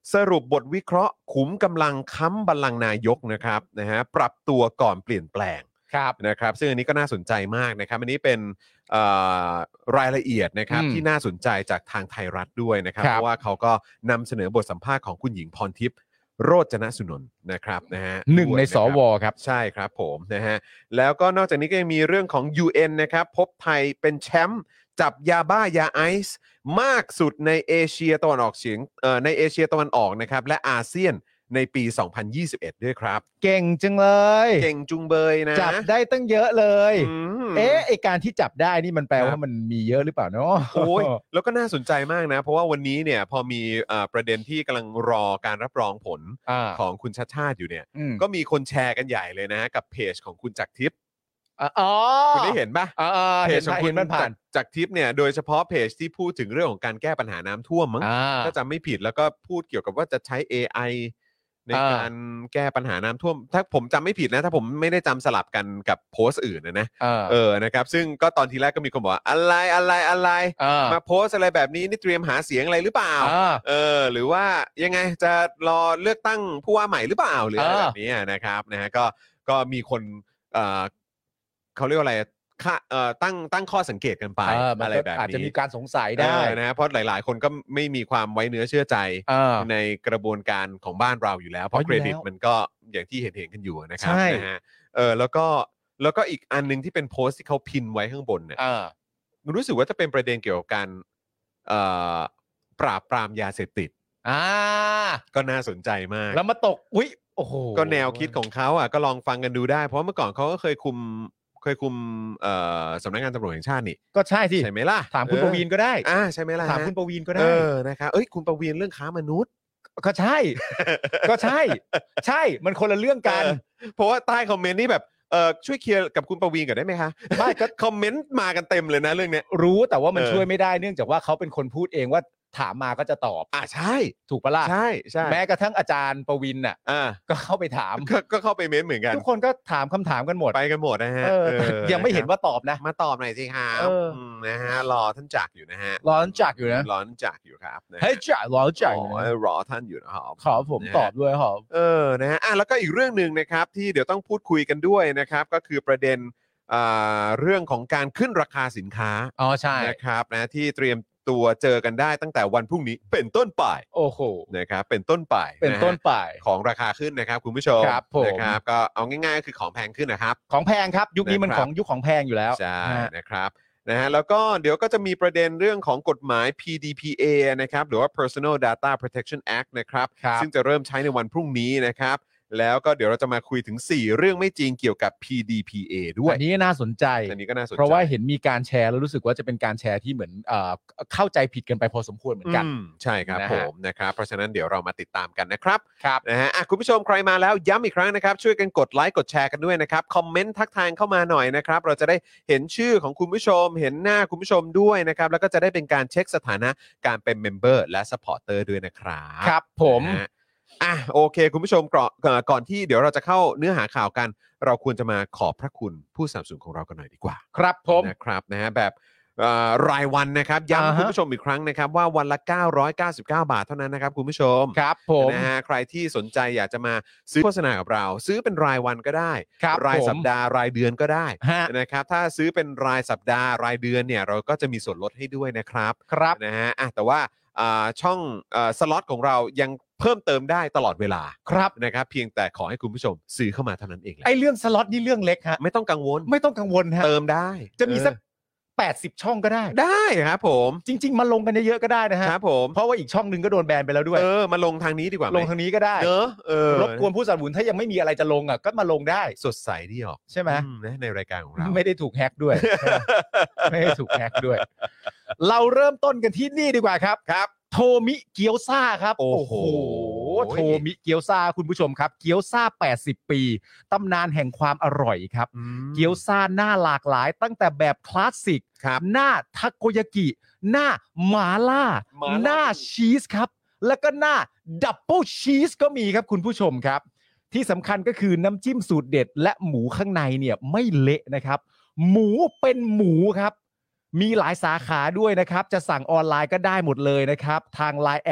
สรุปบทวิเคราะห์ขุมกำลังค้ำบัลลังก์นายกนะครับนะฮะปรับตัวก่อนเปลี่ยนแปลงครับนะครับซึ่งอันนี้ก็น่าสนใจมากนะครับอันนี้เป็นเอ่อรายละเอียดนะครับอืมที่น่าสนใจจากทางไทยรัฐด้วยนะครับครับเพราะว่าเขาก็นำเสนอบทสัมภาษณ์ของคุณหญิงพรทิพย์โรจนสุนนท์นะครับนะฮะหนึ่งในด้วยะสครับวครับใช่ครับผมนะฮะแล้วก็นอกจากนี้ก็ยังมีเรื่องของ ยู เอ็น นะครับพบไทยเป็นแชมป์จับยาบ้ายาไอซ์มากสุดในเอเชียตะวันออกเฉียงเอ่อในเอเชียตะวันออกนะครับและอาเซียนในปี สองพันยี่สิบเอ็ด ด้วยครับเก่งจังเลยเก่งจุงเบยนะจับได้ตั้งเยอะเลยอืมเอ๊ะไอการที่จับได้นี่มันแปลครัว่าบมันมีเยอะหรือเปล่าเนาะโอ้ยแล้วก็น่าสนใจมากนะ เพราะว่าวันนี้เนี่ยพอมีเอ่อประเด็นที่กำลังรอการรับรองผลอ่าของคุณชัดชาติอยู่เนี่ยอืมก็มีคนแชร์กันใหญ่เลยนะ กับเพจของคุณจักรทิพย์อ่ะอ๋อคุณได้เห็นปะอ่าๆเพเห็จนของผ่านคุเห็ณนมันผ่านจักรทิพย์เนี่ยโดยเฉพาะเพจที่พูดถึงเรื่องของการแก้ปัญหาน้ำท่วมมั้งอ่าถ้าจำไม่ผิดแล้วก็พูดเกี่ยวกับว่าจะใช้ เอ ไอ ในอ่าการแก้ปัญหาน้ำท่วม ถ้าผมจำไม่ผิดนะ ถ้าผมไม่ได้จำสลับกันกับโพสต์อื่นนะนะเออเออนะครับซึ่งก็ตอนทีแรกก็มีคนบอกว่าอะไรอะไรอะไรเออมาโพสต์อะไรแบบนี้นี่เตรียมหาเสียงอะไรหรือเปล่าอ่าเออหรือว่ายังไงจะรอเลือกตั้งผู้ว่าใหม่หรือเปล่าหรืออะไรอ่าแบบนี้นะครับนะฮะก็ก็มีคนเอ่อเขาเรียกว่าอะไรค่าเอ่อตั้งตั้งข้อสังเกตกันไปเออมันอะไรก็แบบนี้อาจจะมีการสงสัยได้เออนะฮะเพราะหลาย ๆ คนก็ไม่มีความไว้เนื้อเชื่อใจเออในกระบวนการของบ้านเราอยู่แล้วเพอ๋ราะออยู่เครดิตแล้วมันก็อย่างที่เห็นเห็นๆกันอยู่นะครับใช่นะฮะเออแล้วก็แล้วก็อีกอันหนึงที่เป็นโพสต์ที่เขาพินไว้ข้างบนเนี่ยเออรู้สึกว่าจะเป็นประเด็นเกี่ยวกับการเอ่อปราบปรามยาเสพติดอ่าก็น่าสนใจมากแล้วมาตกอุ้ยโอ้โหก็แนวคิดของเขาอ่ะก็ลองฟังกันดูได้ เพราะว่าเมื่อก่อนเขาก็เคยคุมเคยคุมเอ่อสำนักงานตำรวจแห่งชาตินี่ก็ใช่สิใช่ไหมล่ะถามคุณเอปอวีณก็ได้อ่าใช่ไหมล่ะถามฮะคุณปวีณก็เอได้อนะครับเอ้ยคุณประวีณเรื่องค้ามนุษย์ก็ใช่ ก็ใช่ ใช่มันคนละเรื่องกันเออเพราะว่าใต้คอมเมนต์นี่แบบเออช่วยเคลียร์กับคุณประวีณก่อนได้ไหมคะไม่ก็คอมเมนต์มากันเต็มเลยนะเรื่องเนี้ยรู้แต่ว่ามันเออช่วยไม่ได้เนื่องจากว่าเขาเป็นคนพูดเองว่าถามมาก็จะตอบอ่าใช่ถูกปะล่ะใช่ใช่แม้กระทั่งอาจารย์ประวินน่ะอ่าก็เข้าไปถามก็ก็เข้าไปเม้นต์เหมือนกันทุกคนก็ถามคำถามกันหมดไปกันหมดนะฮะเออเออยังไม่เห็นว่าตอบนะมาตอบหน่อยสิครับเออมนะฮะรอท่านจักรอยู่นะฮะร้อนจักอยู่นะรอท่านจักรอยู่ครับนะฮะเฮ้ยจักร้อนจักอ๋อรอท่านอยู่นะครับขอผมนะฮะตอบด้วยขอเออนะฮะอ่ะแล้วก็อีกเรื่องหนึ่งนะครับที่เดี๋ยวต้องพูดคุยกันด้วยนะครับก็คือประเด็นอ่าเรื่องของการขึ้นราคาสินค้าอ๋อใช่นะครับนะที่เตรียมตัวเจอกันได้ตั้งแต่วันพรุ่งนี้เป็นต้นไปโอ้โหนะครับเป็นต้นไปเป็นต้นนะฮะไปของราคาขึ้นนะครับคุณผู้ชมครับผมนะครับก็เอาง่ายๆก็คือของแพงขึ้นนะครับของแพงครับ ยุคนี้มันนะครับของยุคของแพงอยู่แล้วใช่นะฮะนะครับนะฮะแล้วก็เดี๋ยวก็จะมีประเด็นเรื่องของกฎหมาย พี ดี พี เอ นะครับหรือว่า Personal Data Protection Act นะครับครับซึ่งจะเริ่มใช้ในวันพรุ่งนี้นะครับแล้วก็เดี๋ยวเราจะมาคุยถึง สี่ เรื่องไม่จริงเกี่ยวกับ พี ดี พี เอ ด้วยอันนี้น่าสนใจอันนี้ก็น่าสนใจเพราะว่าเห็นมีการแชร์แล้วรู้สึกว่าจะเป็นการแชร์ที่เหมือนเอ่อเข้าใจผิดกันไปพอสมควรเหมือนกันอืมใช่ครับนะฮะผมนะครับเพราะฉะนั้นเดี๋ยวเรามาติดตามกันนะครับครับนะฮะอ่ะคุณผู้ชมใครมาแล้วย้ำอีกครั้งนะครับช่วยกันกดไลค์กดแชร์กันด้วยนะครับคอมเมนต์ทักทายเข้ามาหน่อยนะครับเราจะได้เห็นชื่อของคุณผู้ชม เห็นหน้าคุณผู้ชมด้วยนะครับแล้วก็จะได้เป็นการเช็คสถานะการเป็นเมมเบอร์และสปอร์เตอร์ด้วยนะครับครับผมนะฮะอ่ะโอเค คุณผู้ชมก่อนเอ่อก่อนที่เดี๋ยวเราจะเข้าเนื้อหาข่าวกัน เราควรจะมาขอบพระคุณผู้สนับสนุนของเรากันหน่อยดีกว่าครับผมนะครับนะฮะแบบเอ่อรายวันนะครับอ่าย้ำฮะคุณผู้ชมอีกครั้งนะครับว่าวันละ เก้าร้อยเก้าสิบเก้า บาทเท่านั้นนะครับคุณผู้ชมครับผมนะฮะใครที่สนใจอยากจะมาซื้อโฆษณากับเรา ซื้อเป็นรายวันก็ได้ครับรายผมสัปดาห์รายเดือนก็ได้ฮะนะครับถ้าซื้อเป็นรายสัปดาห์รายเดือนเนี่ยเราก็จะมีส่วนลดให้ด้วยนะครับครับนะฮะอ่ะแต่ว่าอ่าช่องเอ่อสล็อตของเรายังเพิ่มเติมได้ตลอดเวลาครับนะครับเพียงแต่ขอให้คุณผู้ชมซื้อเข้ามาเท่านั้นเองแหละไอ้เรื่องสล็อตนี่เรื่องเล็กฮะไม่ต้องกังวลไม่ต้องกังวลฮะเติมได้จะมีสักเออแปดสิบช่องก็ได้ได้ครับผมจริง ๆ มาลงกันเยอะๆก็ได้นะฮะครับผมเพราะว่าอีกช่องหนึงก็โดนแบนไปแล้วด้วยเออมาลงทางนี้ดีกว่าไหมลงทางนี้ก็ได้เนอะเออรบกวนผู้สนับสนุนถ้ายังไม่มีอะไรจะลงอ่ะก็มาลงได้สดใสดีออกใช่ไหมอืนะในรายการของเราไม่ได้ถูกแฮ็กด้วย ไม่ได้ถูกแฮ็กด้วย เราเริ่มต้นกันที่นี่ดีกว่าครับครับโทมิเกียวซ่าครับโอ้โหโทมิเกียวซ่าคุณผู้ชมครับ เกียวซ่าแปดสิบปีตำนานแห่งความอร่อยครับอืมเกียวซ่าหน้าหลากหลายตั้งแต่แบบคลาสสิกครับหน้าทาโกยากิ หน้าหมาล่าหมาล่าหน้าชีสครับ แล้วก็หน้าดับเบิลชีสก็มีครับคุณผู้ชมครับ ที่สำคัญก็คือน้ำจิ้มสูตรเด็ด และหมูข้างในเนี่ยไม่เละนะครับ หมูเป็นหมูครับ มีหลายสาขาด้วยนะครับ จะสั่งออนไลน์ก็ได้หมดเลยนะครับ ทาง ไลน์ แอด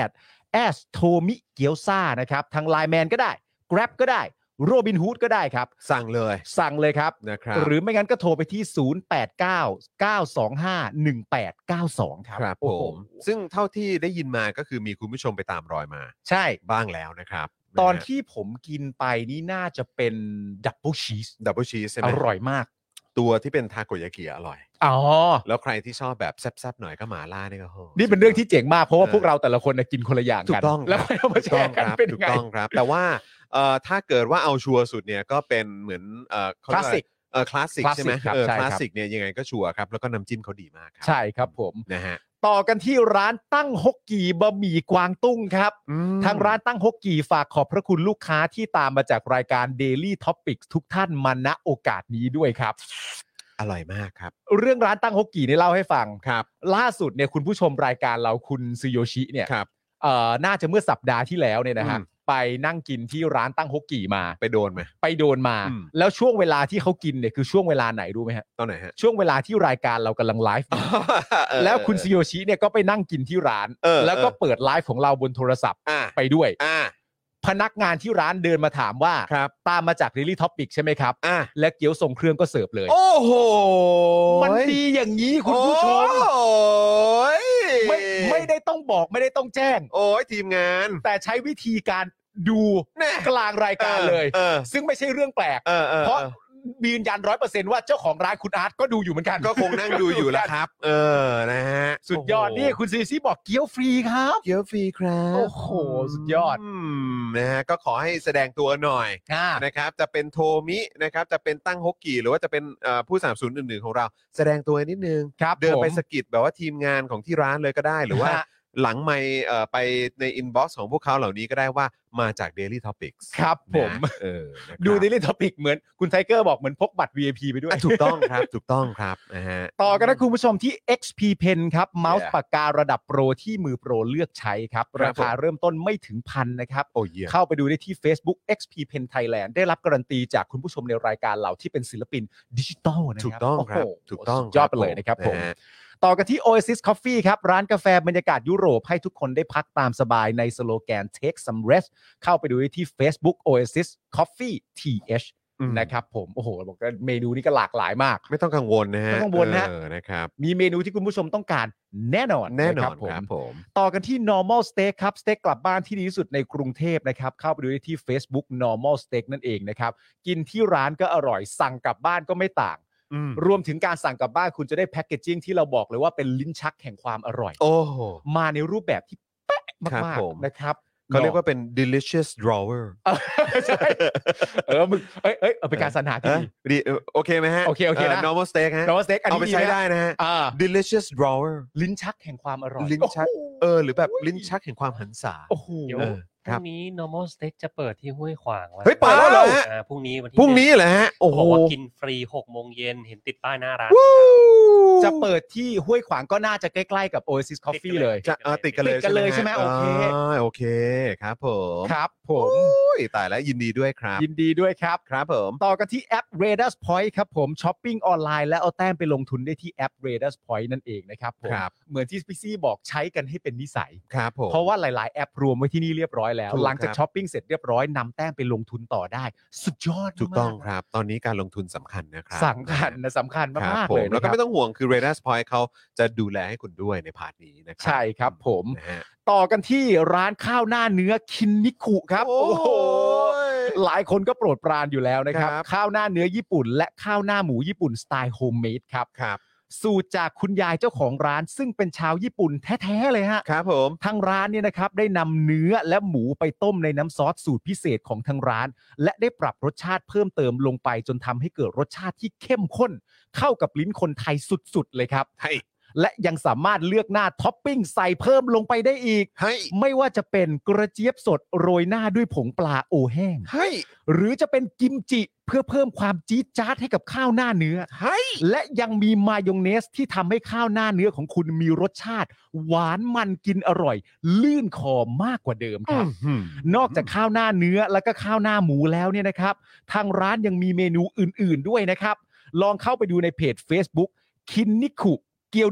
แอสโทมิเกียวซ่านะครับทาง ไลน์ แมน ก็ได้ Grab ก็ได้โรบินฮูดก็ได้ครับสั่งเลยสั่งเลยครับนะครับหรือไม่งั้นก็โทรไปที่ศูนย์ แปด เก้า เก้า สอง ห้า หนึ่ง แปด เก้า สองครับครับผมซึ่งเท่าที่ได้ยินมาก็คือมีคุณผู้ชมไปตามรอยมาใช่บ้างแล้วนะครับตอนที่ผมกินไปนี่น่าจะเป็นดับเบิลชีสดับเบิลชีสใช่ไหมอร่อยมากตัวที่เป็นทาโกยากิอร่อยอ๋อแล้วใครที่ชอบแบบแซ่บๆหน่อยก็หม่าล่านี่ก็โหนี่เป็นเรื่องที่เจ๋งมากเพราะว่าพวกเราแต่ละคนกินคนละอย่างกันแล้วเอามาแชร์กันเป็นยังไงถูกต้องครับแต่ว่าเอ่อถ้าเกิดว่าเอาชัวร์สุดเนี่ยก็เป็นเหมือนเอ่อคลาสสิกเออคลาสสิกใช่ไหมเออคลาสสิกเนี่ยยังไงก็ชัวร์ครับแล้วก็น้ำจิ้มเขาดีมากครับใช่ครับผมนะฮะต่อกันที่ร้านตั้งฮกกีบะหมี่กวางตุ้งครับทางร้านตั้งฮกกีฝากขอบพระคุณลูกค้าที่ตามมาจากรายการ Daily Topics ทุกท่านมาณโอกาสนี้ด้วยครับอร่อยมากครับเรื่องร้านตั้งฮกกีนี่เล่าให้ฟังครับล่าสุดเนี่ยคุณผู้ชมรายการเราคุณซึโยชิเนี่ยเอ่อน่าจะเมื่อสัปดาห์ที่แล้วเนี่ยนะฮะไปนั่งกินที่ร้านตั้งฮกกีมาไปโดนไหมไปโดนมาแล้วช่วงเวลาที่เขากินเนี่ยคือช่วงเวลาไหนรู้ไหมฮะตอนไหนฮะช่วงเวลาที่รายการเรากำลังไลฟ์แล้วคุณซึโยชิเนี่ยก็ไปนั่งกินที่ร้านแล้วก็เปิดไลฟ์ของเราบนโทรศัพท์ไปด้วยพนักงานที่ร้านเดินมาถามว่าตามมาจาก Daily Topic ใช่ไหมครับและเกี๊ยวทรงเครื่องก็เสิร์ฟเลยโอ้โหมันดีอย่างนี้คุณผู้ชมไม่ไม่ได้ต้องบอกไม่ได้ต้องแจ้งโอ้ยทีมงานแต่ใช้วิธีการดูกลางรายการเลยซึ่งไม่ใช่เรื่องแปลกเพราะยืนยัน ร้อยเปอร์เซ็นต์ ว่าเจ้าของร้านคุณอาร์ตก็ดูอยู่เหมือนกันก็คงนั่งดูอยู่แล้วครับเออนะฮะสุดยอดนี่คุณซีซีบอกเกี๊ยวฟรีครับเกี๊ยวฟรีครับโอ้โหสุดยอดนะฮะก็ขอให้แสดงตัวหน่อยนะครับจะเป็นโทมินะครับจะเป็นตั้งฮกกี้หรือว่าจะเป็นผู้สนับสนุนอื่นๆของเราแสดงตัวนิดนึงเดินไปสกิดแบบว่าทีมงานของที่ร้านเลยก็ได้หรือว่าหลังไมค์ไปในอินบ็อกซ์ของพวกเขาเหล่านี้ก็ได้ว่ามาจาก Daily Topics ครับผมเออดู Daily Topics เหมือนคุณไทเกอร์บอกเหมือนพกบัตร วี ไอ พี ไปด้วยถูกต้องครับถูกต้องครับนะฮะต่อกันนะคุณผู้ชมที่ เอ็กซ์ พี Pen ครับเมาส์ปากการะดับโปรที่มือโปรเลือกใช้ครับราคาเริ่มต้นไม่ถึงพันนะครับเข้าไปดูได้ที่ Facebook เอ็กซ์ พี Pen Thailand ได้รับการันตีจากคุณผู้ชมในรายการเราที่เป็นศิลปินดิจิตอลนะครับถูกต้องครับถูกต้องยอดไปเลยนะครับผมต่อกันที่ Oasis Coffee ครับร้านกาแฟบรรยากาศยุโรปให้ทุกคนได้พักตามสบายในสโลแกน Take some rest เข้าไปดูได้ที่ Facebook Oasis Coffee ที เอช นะครับผมโอ้โหบอกว่าเมนูนี้ก็หลากหลายมากไม่ต้องกังวลนะฮะไม่ต้องกังวลนะนะครับมีเมนูที่คุณผู้ชมต้องการแน่นอนแน่นอนครับผมต่อกันที่ normal steak ครับสเต็กกลับบ้านที่ดีที่สุดในกรุงเทพนะครับเข้าไปดูได้ที่ Facebook normal steak นั่นเองนะครับกินที่ร้านก็อร่อยสั่งกลับบ้านก็ไม่ต่างรวมถึงการสั่งกลับบ้านคุณจะได้แพ็คเกจจิ้งที่เราบอกเลยว่าเป็นลิ้นชักแห่งความอร่อยโอ้มาในรูปแบบที่เป๊ะมากๆนะครับเขาเรียกว่าเป็น delicious drawer ใช่เออมึงเอ้ยเอ้ยเป็นการสรรหาที่ดีโอเคไหมฮะโอเคโอเคนะ normal steak ฮะ normal steak เอาไปใช้ได้นะฮะ delicious drawer ลิ้นชักแห่งความอร่อยลิ้นชักเออหรือแบบลิ้นชักแห่งความหันษาโอ้โหพรุ่งนี้ normal steak จะเปิดที่ห้วยขวางเฮ้ยเปิดแล้วเหรอฮะพรุ่งนี้วันที่พรุ่งนี้เหรอฮะโอ้โหกินฟรีหกโมงเย็นเห็นติดป้ายหน้าร้านจะเปิดที่ห้วยขวางก็น่าจะใกล้ๆกับ Oasis Coffee เลยจะเออติดกันเลยติดกันเลยใช่ไหมโอเคโอเคครับผมครับผมตายแล้วยินดีด้วยครับยินดีด้วยครับครับผมต่อกันที่แอป Raiders Point ครับผมช้อปปิ้งออนไลน์และเอาแต้มไปลงทุนได้ที่แอป Raiders Point นั่นเองนะครับผมเหมือนที่พี่ซี่บอกใช้กันให้เป็นนิสัยครับผมเพราะว่าหลายๆแอปรวมไว้ที่นี่เรียบร้อยแล้วหลังจากช้อปปิ้งเสร็จเรียบร้อยนำแต้มไปลงทุนต่อได้สุดยอดถูกต้องครับตอนนี้การลงทุนสำคัญนะครับสำคัญนะสำคัญมากๆเลยแล้วก็ไม่ต้องห่วงคือ Raiders Point เขาจะดูแลให้คุณด้วยในพาร์ทนี้นะครับใช่ครับผมต่อกันที่ร้านข้าวหน้าเนื้อคินนิคุครับโอ้โหหลายคนก็โปรดปรานอยู่แล้วนะครับข้าวหน้าเนื้อญี่ปุ่นและข้าวหน้าหมูญี่ปุ่นสไตล์โฮมเมดครับครับสูตรจากคุณยายเจ้าของร้านซึ่งเป็นชาวญี่ปุ่นแท้ๆเลยฮะครับผมทางร้านเนี่ยนะครับได้นำเนื้อและหมูไปต้มในน้ำซอสสูตรพิเศษของทางร้านและได้ปรับรสชาติเพิ่มเติมลงไปจนทำให้เกิดรสชาติที่เข้มข้นเข้ากับลิ้นคนไทยสุดๆเลยครับและยังสามารถเลือกหน้าท็อปปิ้งใส่เพิ่มลงไปได้อีกไม่ว่าจะเป็นกระเจี๊ยบสดโรยหน้าด้วยผงปลาโอแห้งหรือจะเป็นกิมจิเพื่อเพิ่มความจี๊ดจ๊าดให้กับข้าวหน้าเนื้อและยังมีมายองเนสที่ทำให้ข้าวหน้าเนื้อของคุณมีรสชาติหวานมันกินอร่อยลื่นคอมากกว่าเดิมครับนอกจากข้าวหน้าเนื้อแล้วก็ข้าวหน้าหมูแล้วเนี่ยนะครับทางร้านยังมีเมนูอื่นๆด้วยนะครับลองเข้าไปดูในเพจ Facebook คินนิคุเกียวด้ง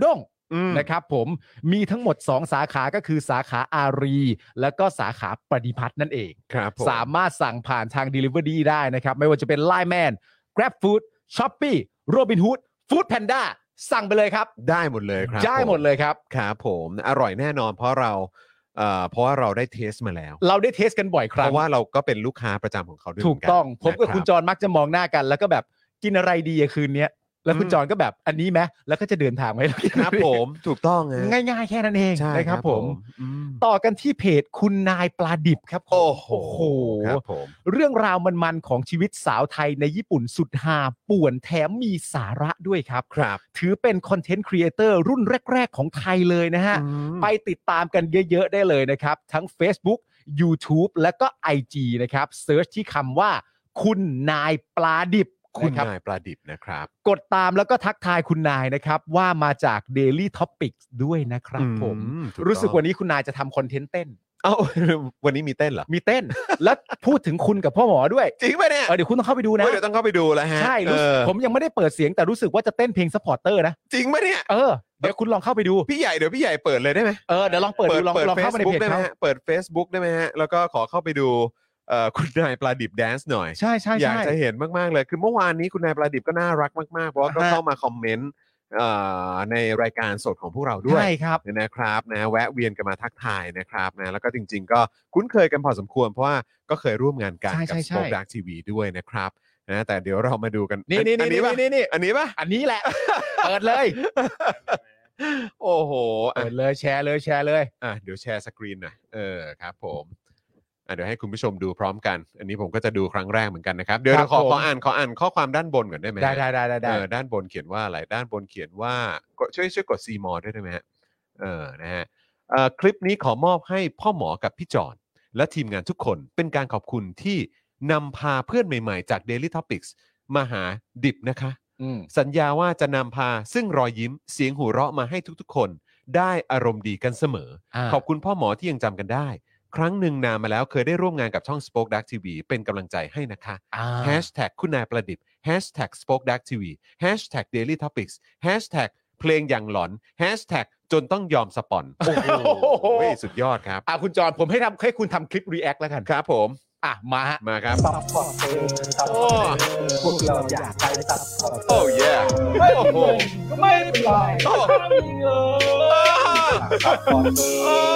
นะครับผมมีทั้งหมดสองสาขาก็คือสาขาอารีแล้วก็สาขาปฏิพัฒน์นั่นเองครับผมสามารถสั่งผ่านทาง Delivery ได้นะครับไม่ว่าจะเป็น ไลน์ แมน GrabFood Shopee Robinhood Foodpanda สั่งไปเลยครับได้หมดเลยครับได้หมดเลยครับครับผมอร่อยแน่นอนเพราะเราเอ่อเพราะว่าเราได้เทสมาแล้วเราได้เทสกันบ่อยครั้งเพราะว่าเราก็เป็นลูกค้าประจำของเขาด้วยถูกต้องผมกับคุณจรมักจะมองหน้ากันแล้วก็แบบกินอะไรดีคืนนี้แล้วคุณจรก็แบบอันนี้ไหมแล้วก็จะเดินทางไปครับผมถูกต้องง่ายๆแค่นั้นเองนะครับผมต่อกันที่เพจคุณนายปลาดิบครับโอ้โหครับผมเรื่องราวมันๆของชีวิตสาวไทยในญี่ปุ่นสุดฮาป่วนแถมมีสาระด้วยครับครับถือเป็นคอนเทนต์ครีเอเตอร์รุ่นแรกๆของไทยเลยนะฮะไปติดตามกันเยอะๆได้เลยนะครับทั้ง Facebook YouTube และก็ ไอ จี นะครับเซิร์ชที่คำว่าคุณนายปลาดิบคุณนายปลาดิบนะครับกดตามแล้วก็ทักทายคุณนายนะครับว่ามาจาก Daily Topics ด้วยนะครับผมรู้สึกวันนี้คุณนายจะทำคอนเทนต์เต้นเอ้าวันนี้มีเต้นเหรอมีเต้นแล้วพูดถึงคุณกับพ่อหมอด้วยจริงป่ะเนี่ยเดี๋ยวคุณต้องเข้าไปดูนะเดี๋ยวต้องเข้าไปดูแล้วฮะใช่ผมยังไม่ได้เปิดเสียงแต่รู้สึกว่าจะเต้นเพลงซัพพอร์เตอร์นะจริงป่ะเนี่ยเออเดี๋ยวคุณลองเข้าไปดูพี่ใหญ่เดี๋ยวพี่ใหญ่เปิดเลยได้ไหมเออเดี๋ยวลองเปิดดูลองลองเข้าไปในเพจได้ไหมฮะเปิด Facebook ได้ไหมฮะแล้วก็ขอเข้าไปดูเอ่อคุณนายปลาดิบแดนซ์หน่อยใช่ใช่อยากจะเห็นมากๆเลยคือเมื่อวานนี้คุณนายปลาดิบก็น่ารักมากๆเพราะว่าก็เข้ามาคอมเมนต์เอ่อในรายการสดของพวกเราด้วยใช่ครับนะครับนะแวะเวียนกันมาทักทายนะครับนะแล้วก็จริงๆก็คุ้นเคยกันพอสมควรเพราะว่าก็เคยร่วมงานกันกับ Spoke Dark ที วี ด้วยนะครับนะแต่เดี๋ยวเรามาดูกันนี่นี่นี่นี่นี่อันนี้ป่ะอันนี้แหละเปิดเลยโอ้โหเปิดเลยแชร์เลยแชร์เลยอ่ะเดี๋ยวแชร์สกรีนหน่อยเออครับผมเดี๋ยวให้คุณผู้ชมดูพร้อมกันอันนี้ผมก็จะดูครั้งแรกเหมือนกันนะครับเดี๋ยวขอขออ่านขออ่านข้อความด้านบนก่อนได้ไหมได้ได้ได้ได้ด้านบนเขียนว่าอะไรด้านบนเขียนว่าช่วยช่วยกดซีมอด้วยได้ไหมฮะเออนะฮะคลิปนี้ขอมอบให้พ่อหมอกับพี่จอนและทีมงานทุกคนเป็นการขอบคุณที่นำพาเพื่อนใหม่ๆจาก Daily Topics มาหาดิบนะคะสัญญาว่าจะนำพาซึ่งรอยยิ้มเสียงหัวเราะมาให้ทุกๆคนได้อารมณ์ดีกันเสมอขอบคุณพ่อหมอที่ยังจำกันได้ครั้งหนึ่งนานมาแล้วเคยได้ร่วมงานกับช่อง Spoke Dark ที วี เป็นกำลังใจให้นะคะ Hashtag คุณนายประดิษฐ์ Hashtag Spoke Dark ที วี Hashtag Daily Topics Hashtag เพลงอย่างหลอน Hashtag จนต้องยอมสปอนโอ้โหสุดยอดครับอ่ะคุณจอนผมให้ทำให้คุณทำคลิป React แล้วกันครับผมอ่ะมาฮะมาครับซัพพอร์ตเตอร์ซัพพอร์ตเตอร์พวกเราอยากได้ซัพพอร์ตโอ้ยไม่โอ้โหก็ไม่เป็นไรถ้ามีเงินซัพพอร์ตเตอ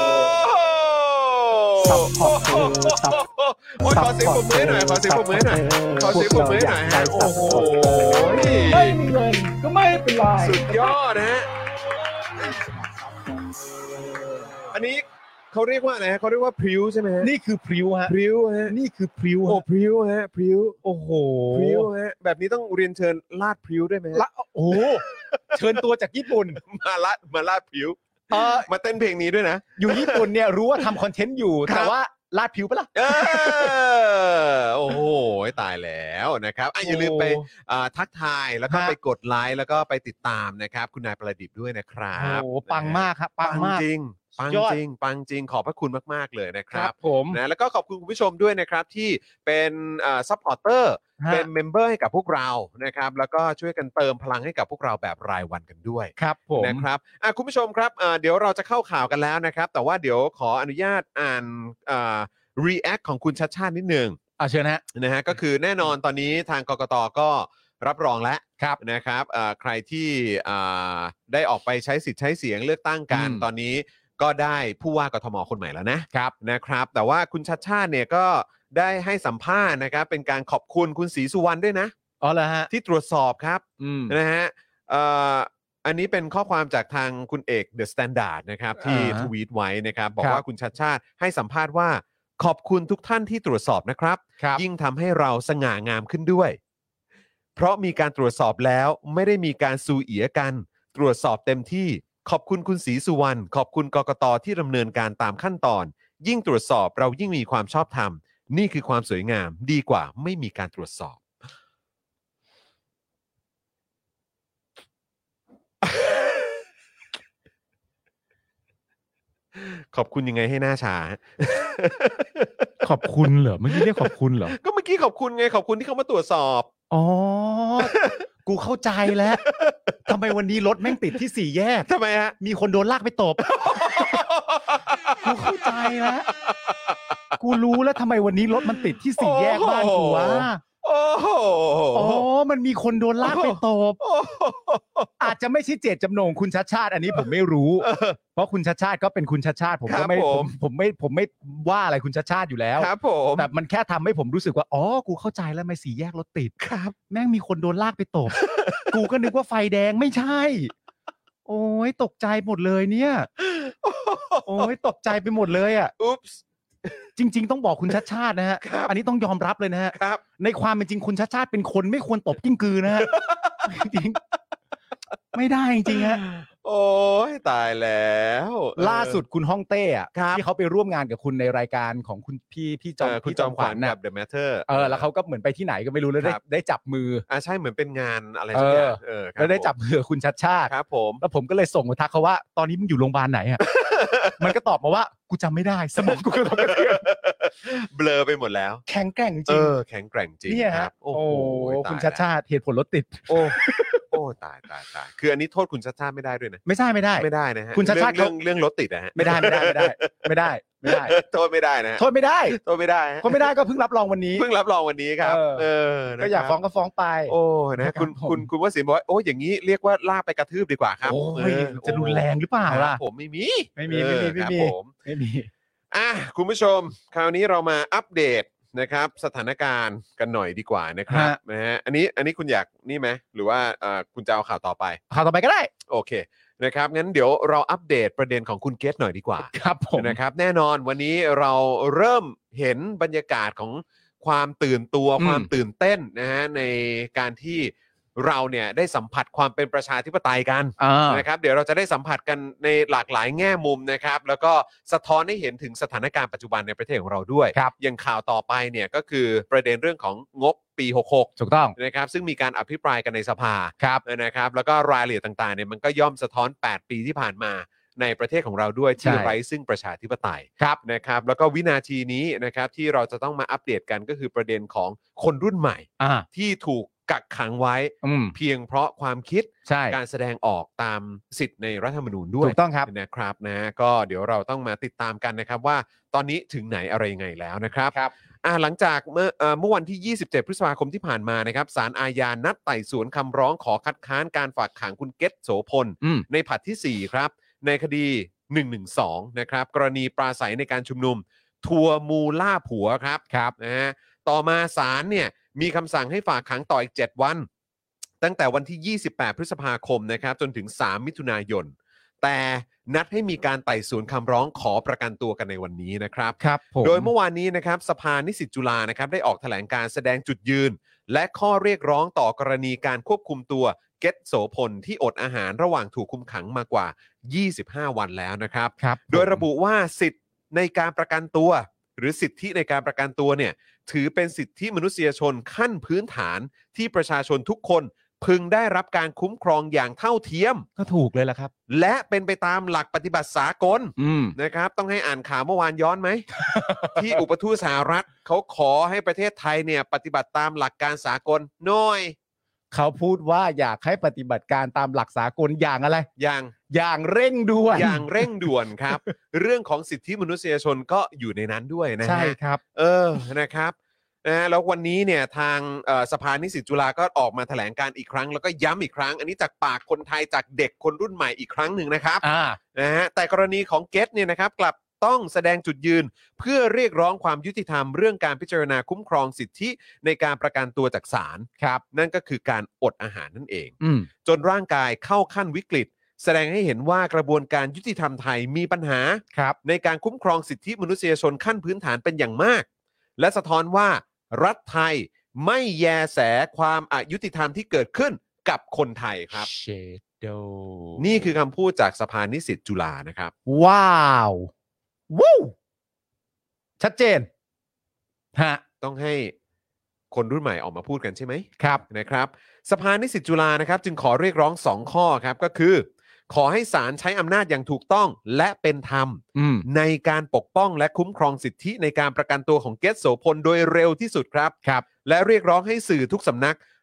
ร์ซัพพอร์ตเตอร์ซัพขอเสียงปรบมือหน่อยขอเสียงปรบมือหน่อยขอเสียงปรบมือหน่อยฮะโอ้โหไม่มีเงินก็ไม่เป็นไรสุดยอดนะฮะอันนี้เขาเรียกว่าอะไรฮะเขาเรียกว่าพริ้วใช่ไหมฮะนี่คือพริ้วฮะพริ้วฮะนี่คือพริ้วโอ้พริ้วฮะพริ้วโอ้โหพริ้วฮะแบบนี้ต้องเรียนเชิญลาดพริ้วได้ไหมละโอ้เชิญตัวจากญี่ปุ่นมาลาดมาลาดพริ้วมาเต้นเพลงนี้ด้วยนะอยู่ญี่ปุ่นเนี่ยรู้ว่าทำคอนเทนต์อยู่แต่ว่าลาดผิวปะล่ะโอ้โหตายแล้วนะครับอย่าลืมไปทักทายแล้วก็ไปกดไลค์แล้วก็ไปติดตามนะครับคุณนายประดิษฐ์ด้วยนะครับโอ้ปังมากครับปังมากจริงปังจริงปังจริงขอบพระคุณมากๆเลยนะครับผมนะแล้วก็ขอบคุณคุณผู้ชมด้วยนะครับที่เป็นซัพพอร์เตอร์เป็นเมมเบอร์ให้กับพวกเรานะครับแล้วก็ช่วยกันเติมพลังให้กับพวกเราแบบรายวันกันด้วยครับผมนะครับคุณผู้ชมครับเดี๋ยวเราจะเข้าข่าวกันแล้วนะครับแต่ว่าเดี๋ยวขออนุญาตอ่านreact ของคุณชัชชาตินิดนึงอ่ะเชิญฮะนะฮะก็คือแน่นอนตอนนี้ทางกกต.ก็รับรองแล้วนะครับใครที่ได้ออกไปใช้สิทธิ์ใช้เสียงเลือกตั้งกันตอนนี้ก็ได้ผู้ว่ากทมคนใหม่แล้วนะครับนะครับแต่ว่าคุณชัชชาติเนี่ยก็ได้ให้สัมภาษณ์นะครับเป็นการขอบคุณคุณศรีสุวรรณด้วยนะอ๋อเหรอฮะที่ตรวจสอบครับนะฮะอันนี้เป็นข้อความจากทางคุณเอกเดอะสแตนดาร์ดนะครับที่ทวีตไว้นะครับบอกว่าคุณชัชชาติให้สัมภาษณ์ว่าขอบคุณทุกท่านที่ตรวจสอบนะครับยิ่งทำให้เราสง่างามขึ้นด้วยเพราะมีการตรวจสอบแล้วไม่ได้มีการซูเอียกันตรวจสอบเต็มที่ขอบคุณคุณศรีสุวรรณขอบคุณกกต.ที่ดำเนินการตามขั้นตอนยิ่งตรวจสอบเรายิ่งมีความชอบธรรมนี่คือความสวยงามดีกว่าไม่มีการตรวจสอบขอบคุณยังไงให้หน้าชาขอบคุณเหรอเมื่อกี้เรียกขอบคุณเหรอก็เมื่อกี้ขอบคุณไงขอบคุณที่เขามาตรวจสอบอ๋อกูเข้าใจแล้วทำไมวันนี้รถแม่งติดที่สี่แยกทำไมฮะมีคนโดนลากไปตบ กูเข้าใจแล้วกูรู้แล้วทำไมวันนี้รถมันติดที่สี่แยกบ้านกูวะโอ้โหอ๋อมันมีคนโดนลากไปตบอาจจะไม่ใช่เจตจำนงคุณชัดชาติอันนี้ผมไม่รู้เพราะคุณชัดชาติก็เป็นคุณชัดชาติผมก็ไม่ผมผมไม่ผมไม่ว่าอะไรคุณชัดชาติอยู่แล้วครับผมแต่มันแค่ทำให้ผมรู้สึกว่าอ๋อกูเข้าใจแล้วไม่สี่แยกรถติดครับแม่งมีคนโดนลากไปตบ กูก็นึกว่าไฟแดงไม่ใช่โอ้ยตกใจหมดเลยเนี่ยโอ้ยตกใจไปหมดเลยอ่ะอุ๊ปส์จริงๆต้องบอกคุณชัดชาตินะฮะ อันนี้ต้องยอมรับเลยนะฮะครับในความเป็นจริงคุณชัดชาติเป็นคนไม่ควรตบกิ้งกือนะฮะ จริงไม่ได้จริงๆฮะโอ้ยตายแล้วเออล่าสุดคุณฮ่องเต้อะครับที่เขาไปร่วมงานกับคุณในรายการของคุณพี่พี่จอมเออคุณพี่จอมขวัญน่ะกับ The Matter เออแล้วเขาก็เหมือนไปที่ไหนก็ไม่รู้แล้วได้ครับได้จับมืออ่าใช่เหมือนเป็นงานอะไรสักอย่างเออครับแล้วได้จับมือคุณชัดชาติครับผมแล้วผมก็เลยส่งมาทักเขาว่าตอนนี้มึงอยู่โรงพยาบาลไหนอ่ะ มันก็ตอบมาว่ากูจำไม่ได้สมองกูกระทบกระเทือนเบลอไปหมดแล้วแข็งแกร่งจเอริงอแข็งแกร่งจริงเนี่ยคฮะรับโอ้โอ้โหคุณตยชัดชาติเหตุผลรถติดโอ้โอ้ตายตายตายคืออันนี้โทษคุณชัดชาติไม่ได้ด้วยนะไม่ใช่ไม่ได้ไม่ได้นะฮะคุณชัดชาติเรื่องเรื่องเรื่องรถติดนะฮะไม่ได้ไม่ได้ไม่ได้ไม่ได้ไม่ได้โทษไม่ได้นะฮะโทษไม่ได้โทษไม่ได้ฮะโทษไม่ได้ก็เพิ่งรับรองวันนี้เพิ่งรับรองวันนี้ครับเออเออนะก็อยากครับฟ้องก็ฟ้องไปโอ้นะคุณครับผมคุณคุณวสินทร์บอกว่าโอ้อย่างนี้เรียกว่าลากไปกระทืบดีกว่าครับโอ้ยเออจะรุนแรงหรือเปล่าครับล่ะผมไม่มีไม่มีไม่มีเออไม่ครับมีผมไม่มีอ่ะคุณผู้ชมคราวนี้เรามาอัปเดตนะครับสถานการณ์กันหน่อยดีกว่านะครับฮะนะฮะอันนี้อันนี้คุณอยากนี่ไหมหรือว่าเอ่อคุณจะเอาข่าวต่อไปข่าวต่อไปก็ได้โอเคนะครับงั้นเดี๋ยวเราอัปเดตประเด็นของคุณเกตหน่อยดีกว่าครับผมนะครับแน่นอนวันนี้เราเริ่มเห็นบรรยากาศของความตื่นตัวอืมความตื่นเต้นนะฮะในการที่เราเนี่ยได้สัมผัสความเป็นประชาธิปไตยกันอ่านะครับเดี๋ยวเราจะได้สัมผัสกันในหลากหลายแง่มุมนะครับแล้วก็สะท้อนให้เห็นถึงสถานการณ์ปัจจุบันในประเทศของเราด้วยครับอย่างข่าวต่อไปเนี่ยก็คือประเด็นเรื่องของงบปีหกหกถูกต้องนะครับซึ่งมีการอภิปรายกันในสภาครับนะครับแล้วก็รายละเอียดต่างๆเนี่ยมันก็ย่อมสะท้อนแปดปีที่ผ่านมาในประเทศของเราด้วยที่ใช่ไร้ซึ่งประชาธิปไตยครับนะครับแล้วก็วินาทีนี้นะครับที่เราจะต้องมาอัปเดตกันก็คือประเด็นของคนรุ่นใหม่อ่าที่ถูกกักขังไว้อืมเพียงเพราะความคิดใช่การแสดงออกตามสิทธิ์ในรัฐธรรมนูญด้วยถูกต้องครับนะครับนะก็เดี๋ยวเราต้องมาติดตามกันนะครับว่าตอนนี้ถึงไหนอะไรยังไงแล้วนะครับครับอ่าหลังจากเมื่อเอ่อเมื่อวันที่ ยี่สิบเจ็ด พฤษภาคมที่ผ่านมานะครับศาลอาญานัดไต่สวนคำร้องขอคัดค้านการฝากขังคุณเกตโสพลอืมในผลัดที่ สี่ ครับ ในคดี หนึ่งหนึ่งสอง นะครับกรณีปราศัยในการชุมนุม ทัวร์มูล่าผัวครับครับนะฮะต่อมาศาลเนี่ยมีคำสั่งให้ฝากขังต่ออีก เจ็ด วัน ตั้งแต่วันที่ ยี่สิบแปด พฤษภาคมนะครับจนถึง สาม มิถุนายน แต่นัดให้มีการไต่สวนคำร้องขอประกันตัวกันในวันนี้นะครับครับผมโดยเมื่อวานนี้นะครับสภานิสิตจุฬานะครับได้ออกแถลงการแสดงจุดยืน และข้อเรียกร้องต่อกรณีการควบคุมตัวเกตโสพลที่อดอาหารระหว่างถูกคุมขังมากว่า ยี่สิบห้า วันแล้วนะครับครับโดยระบุว่าสิทธิ์ในการประกันตัว หรือสิทธิในการประกันตัวเนี่ยถือเป็นสิทธิมนุษยชนขั้นพื้นฐานที่ประชาชนทุกคนพึงได้รับการคุ้มครองอย่างเท่าเทียมก็ถูกเลยละครับและเป็นไปตามหลักปฏิบัติสากลอืมนะครับต้องให้อ่านข่าวเมื่อวานย้อนไหม ที่อุปทูตสหรัฐเขาขอให้ประเทศไทยเนี่ยปฏิบัติตามหลักการสากลหน่อยเขาพูดว่าอยากให้ปฏิบัติการตามหลักสากลอย่างอะไรอย่างอย่างเร่งด่วนอย่างเร่งด่วนครับ เรื่องของสิทธิมนุษยชนก็อยู่ในนั้นด้วยนะฮะใช่ครับเออนะครับนะแล้ววันนี้เนี่ยทางเอ่อสภานิสิตจุฬาก็ออกมาแถลงการอีกครั้งแล้วก็ย้ำอีกครั้ง อันนี้จากปากคนไทยจากเด็กคนรุ่นใหม่อีกครั้งหนึ่งนะครับอ่านะฮะแต่กรณีของเกตเนี่ยนะครับกลับต้องแสดงจุดยืน เพื่อเรียกร้องความยุติธรรมเรื่องการพิจารณาคุ้มครองสิทธิในการประกันตัวจากศาลครับนั่นก็คือการอดอาหารนั่นเองอืมจนร่างกายเข้าขั้นวิกฤต แสดงให้เห็นว่ากระบวนการยุติธรรมไทยมีปัญหาครับในการคุ้มครองสิทธิมนุษยชนขั้นพื้นฐานเป็นอย่างมาก และสะท้อนว่ารัฐไทยไม่แยแสความอายุติธรรมที่เกิดขึ้นกับคนไทยครับเชโดนี่คือคำพูดจากสภานิสิตจุฬานะครับว้าววู้ชัดเจนฮะต้องให้คนรุ่นใหม่ออกมาพูดกันใช่ไหมครับนะครับสภานิสิตจุฬานะครับจึงขอเรียกร้องสองข้อครับก็คือ ขอให้ศาลใช้อำนาจอย่างถูกต้องและเป็นธรรมอืมในการปกป้องและคุ้มครองสิทธิในการประกันตัวของเกตโสพลโดยเร็วที่สุดครับครับและเรียกร้องให้สื่อทุกสำนัก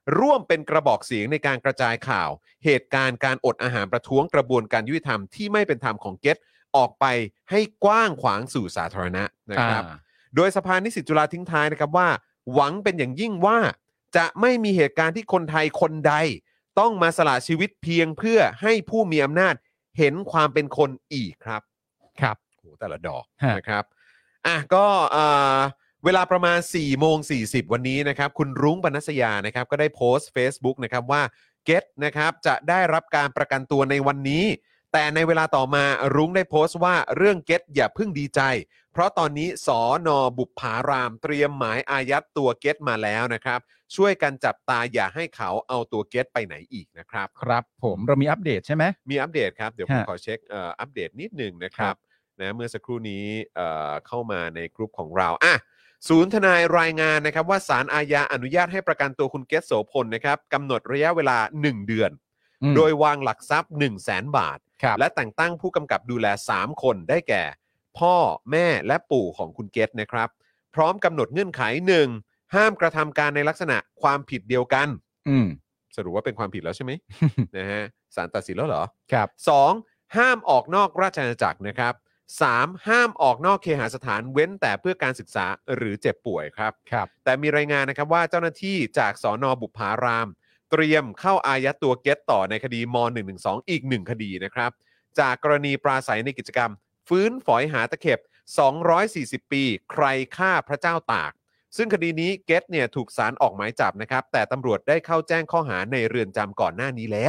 ร่วมเป็นกระบอกเสียงในการกระจายข่าวเหตุการณ์การอดอาหารประท้วงกระบวนการยุติธรรมที่ไม่เป็นธรรมของเก็ตออกไปให้กว้างขวางสู่สาธารณะนะครับโดยสภานิสิตจุฬาทิ้งท้ายนะครับว่าหวังเป็นอย่างยิ่งว่าจะไม่มีเหตุการณ์ที่คนไทยคนใดต้องมาสละชีวิตเพียงเพื่อให้ผู้มีอำนาจเห็นความเป็นคนอีกครับครับโหแต่ละดอกนะครับอ่ะก็อ่าเวลาประมาณ สี่โมงสี่สิบ วันนี้นะครับคุณรุ้งปนัสยานะครับก็ได้โพสต์ Facebook นะครับว่าเก็ตนะครับจะได้รับการประกันตัวในวันนี้แต่ในเวลาต่อมารุ้งได้โพสต์ว่าเรื่องเก็ตอย่าเพิ่งดีใจเพราะตอนนี้สน.บุปผารามเตรียมหมายอายัดตัวเก็ตมาแล้วนะครับช่วยกันจับตาอย่าให้เขาเอาตัวเก็ตไปไหนอีกนะครับครับผมเรามีอัปเดตใช่ไหมมีอัปเดตครับเดี๋ยวผมขอเช็คเอ่ออัปเดตนิดนึงนะครับนะเมื่อสักครู่นี้เอ่อเข้ามาในกลุ่มของเราอ่ะศูนย์ทนายรายงานนะครับว่าศาลอาญาอนุญาตให้ประกันตัวคุณเกษโสพลนะครับกำหนดระยะเวลาหนึ่งเดือนโดยวางหลักทรัพย์ หนึ่งแสน บาทและแต่งตั้งผู้กำกับดูแลสามคนได้แก่พ่อแม่และปู่ของคุณเกษนะครับพร้อมกำหนดเงื่อนไขหนึ่งห้ามกระทำการในลักษณะความผิดเดียวกันสรุปว่าเป็นความผิดแล้วใช่ไหม นะฮะศาลตัดสินแล้วเหรอครับสองห้ามออกนอกราชอาณาจักรนะครับสามห้ามออกนอกเคหสถานเว้นแต่เพื่อการศึกษาหรือเจ็บป่วยครับครับแต่มีรายงานนะครับว่าเจ้าหน้าที่จากสน.บุปผารามเตรียมเข้าอายัดตัวเก็ตต่อในคดีม หนึ่งหนึ่งสอง อีกหนึ่งคดีนะครับจากกรณีปราศัยในกิจกรรมฟื้นฝอยหาตะเข็บสองร้อยสี่สิบปีใครฆ่าพระเจ้าตากซึ่งคดีนี้เก็ตเนี่ยถูกศาลออกหมายจับนะครับแต่ตำรวจได้เข้าแจ้งข้อหาในเรือนจำก่อนหน้านี้แล้ว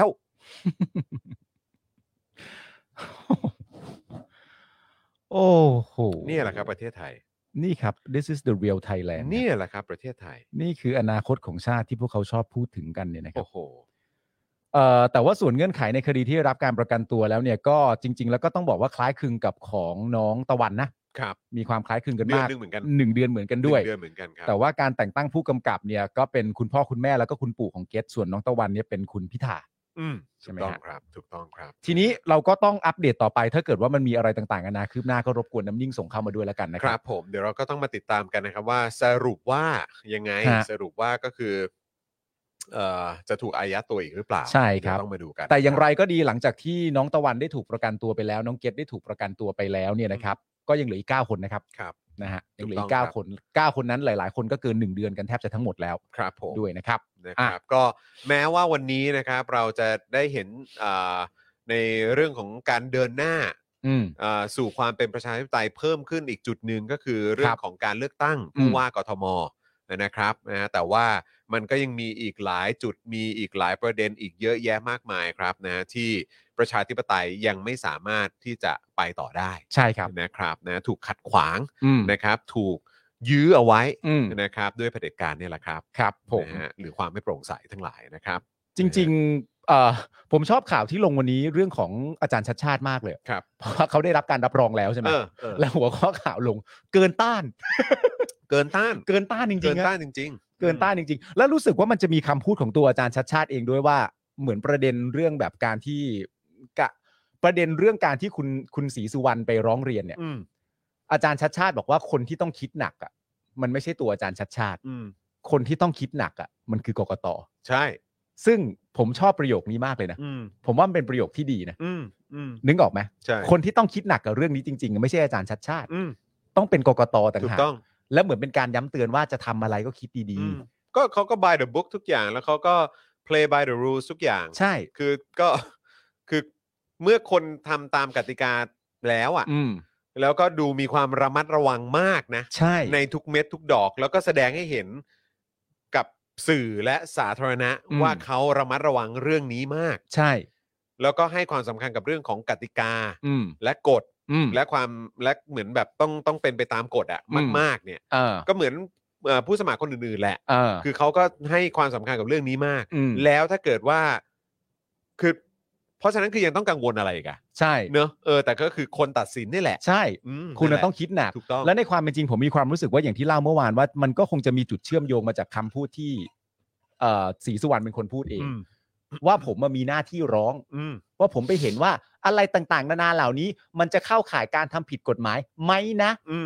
โอ้โหนี่แหละครับประเทศไทยนี่ครับ this is the real Thailand นี่แหละครับประเทศไทยนี่คืออนาคตของชาติที่พวกเขาชอบพูดถึงกันเนี่ยนะครับโอ้โหเอ่อแต่ว่าส่วนเงื่อนไขในคดีที่รับการประกันตัวแล้วเนี่ยก็จริงๆแล้วก็ต้องบอกว่าคล้ายคลึงกับของน้องตะวันนะครับมีความคล้ายคลึงกันมากหนึ่งเดือนเหมือนกันหนึ่งเดือนเหมือนกันด้วยเดือนเหมือนกันครับแต่ว่าการแต่งตั้งผู้กำกับเนี่ยก็เป็นคุณพ่อคุณแม่แล้วก็คุณปู่ของเกตส่วนน้องตะวันเนี่ยเป็นคุณพิธาอืมใช่ไหมครับถูกต้องครับทีนี้เราก็ต้องอัปเดตต่อไปถ้าเกิดว่ามันมีอะไรต่างๆนานาคืบหน้าก็รบกวนน้ำนิ่งส่งเข้ามาด้วยแล้วกันนะครับครับผมเดี๋ยวเราก็ต้องมาติดตามกันนะครับว่าสรุปว่ายังไงสรุปว่าก็คือเอ่อจะถูกอายัดตัวอีกหรือเปล่าใช่ครับต้องมาดูกันแต่อย่างไรก็ดีหลังจากที่น้องตะวันได้ถูกประกันตัวไปแล้วน้องเกตได้ถูกประกันตัวไปแล้วเนี่ยนะครับก็ยังเหลืออีกเก้าคนนะครับครับนะฮะยังเหลืออีกเก้าคนเก้าคนนั้นหลายๆคนก็เกินหนึ่งเดือนกันแทบจะทั้งหมดแล้วครับผมด้วยนะครับนะครับก็แม้ว่าวันนี้นะครับเราจะได้เห็นในเรื่องของการเดินหน้าสู่ความเป็นประชาธิปไตยเพิ่มขึ้นอีกจุดหนึ่งก็คือเรื่องของการเลือกตั้งผู้ว่ากทมนะครับนะแต่ว่ามันก็ยังมีอีกหลายจุดมีอีกหลายประเด็นอีกเยอะแยะมากมายครับนะที่ประชาธิปไตยยังไม่สามารถที่จะไปต่อได้ใช่ครับนะครับนะถูกขัดขวางนะครับถูกยื้อเอาไว้นะครับด้วยเผด็จการเนี่ยแหละครับครับผมนะฮะหรือความไม่โปร่งใสทั้งหลายนะครับจริงๆเอ่อผมชอบข่าวที่ลงวันนี้เรื่องของอาจารย์ชัชชาติมากเลยครับเพราะว่าเขาได้รับการรับรองแล้วใช่ไหมแล้วหัวข้อข่าวลงเกินต้านเกินต้านเกินต้านจริงๆเกินต้านจริงๆเกินต้านจริงๆแล้วรู้สึกว่ามันจะมีคำพูดของตัวอาจารย์ชัชชาติเองด้วยว่าเหมือนประเด็นเรื่องแบบการที่กะประเด็นเรื่องการที่คุณคุณศรีสุวรรณไปร้องเรียนเนี่ยอาจารย์ชัชชาติบอกว่าคนที่ต้องคิดหนักอ่ะมันไม่ใช่ตัวอาจารย์ชัชชาติคนที่ต้องคิดหนักอ่ะมันคือกกต. ใช่ซึ่งผมชอบประโยคนี้มากเลยนะผมว่ามันเป็นประโยคที่ดีนะนึกออกไหมคนที่ต้องคิดหนักกับเรื่องนี้จริงๆไม่ใช่อาจารย์ชัชชาติต้องเป็นกกต.ต่างหากแล้วเหมือนเป็นการย้ำเตือนว่าจะทำอะไรก็คิดดีๆก็เขาก็ by the book ทุกอย่างแล้วเขาก็ play by the rules ทุกอย่างใช่คือก็คือเมื่อคนทำตามกติกาแล้วอ่ะแล้วก็ดูมีความระมัดระวังมากนะใช่ในทุกเม็ดทุกดอกแล้วก็แสดงให้เห็นกับสื่อและสาธารณะว่าเขาระมัดระวังเรื่องนี้มากใช่แล้วก็ให้ความสำคัญกับเรื่องของกติกาและกฎและความและเหมือนแบบต้องต้องเป็นไปตามกฎอะมากๆเนี่ยก็เหมือนผู้สมัครคนอื่นๆแหละคือเขาก็ให้ความสำคัญกับเรื่องนี้มากแล้วถ้าเกิดว่าคือเพราะฉะนั้นคือยังต้องกังวลอะไรอีกอะใช่เนอะเออแต่ก็คือคนตัดสินนี่แหละใช่คุณต้องคิดหนักและในความเป็นจริงผมมีความรู้สึกว่าอย่างที่เล่าเมื่อวานว่ามันก็คงจะมีจุดเชื่อมโยงมาจากคำพูดที่ศรีสุวรรณเป็นคนพูดเองว่าผมมีหน้าที่ร้องว่าผมไปเห็นว่าอะไรต่างๆนานาเหล่านี้มันจะเข้าข่ายการทำผิดกฎหมายไหมนะ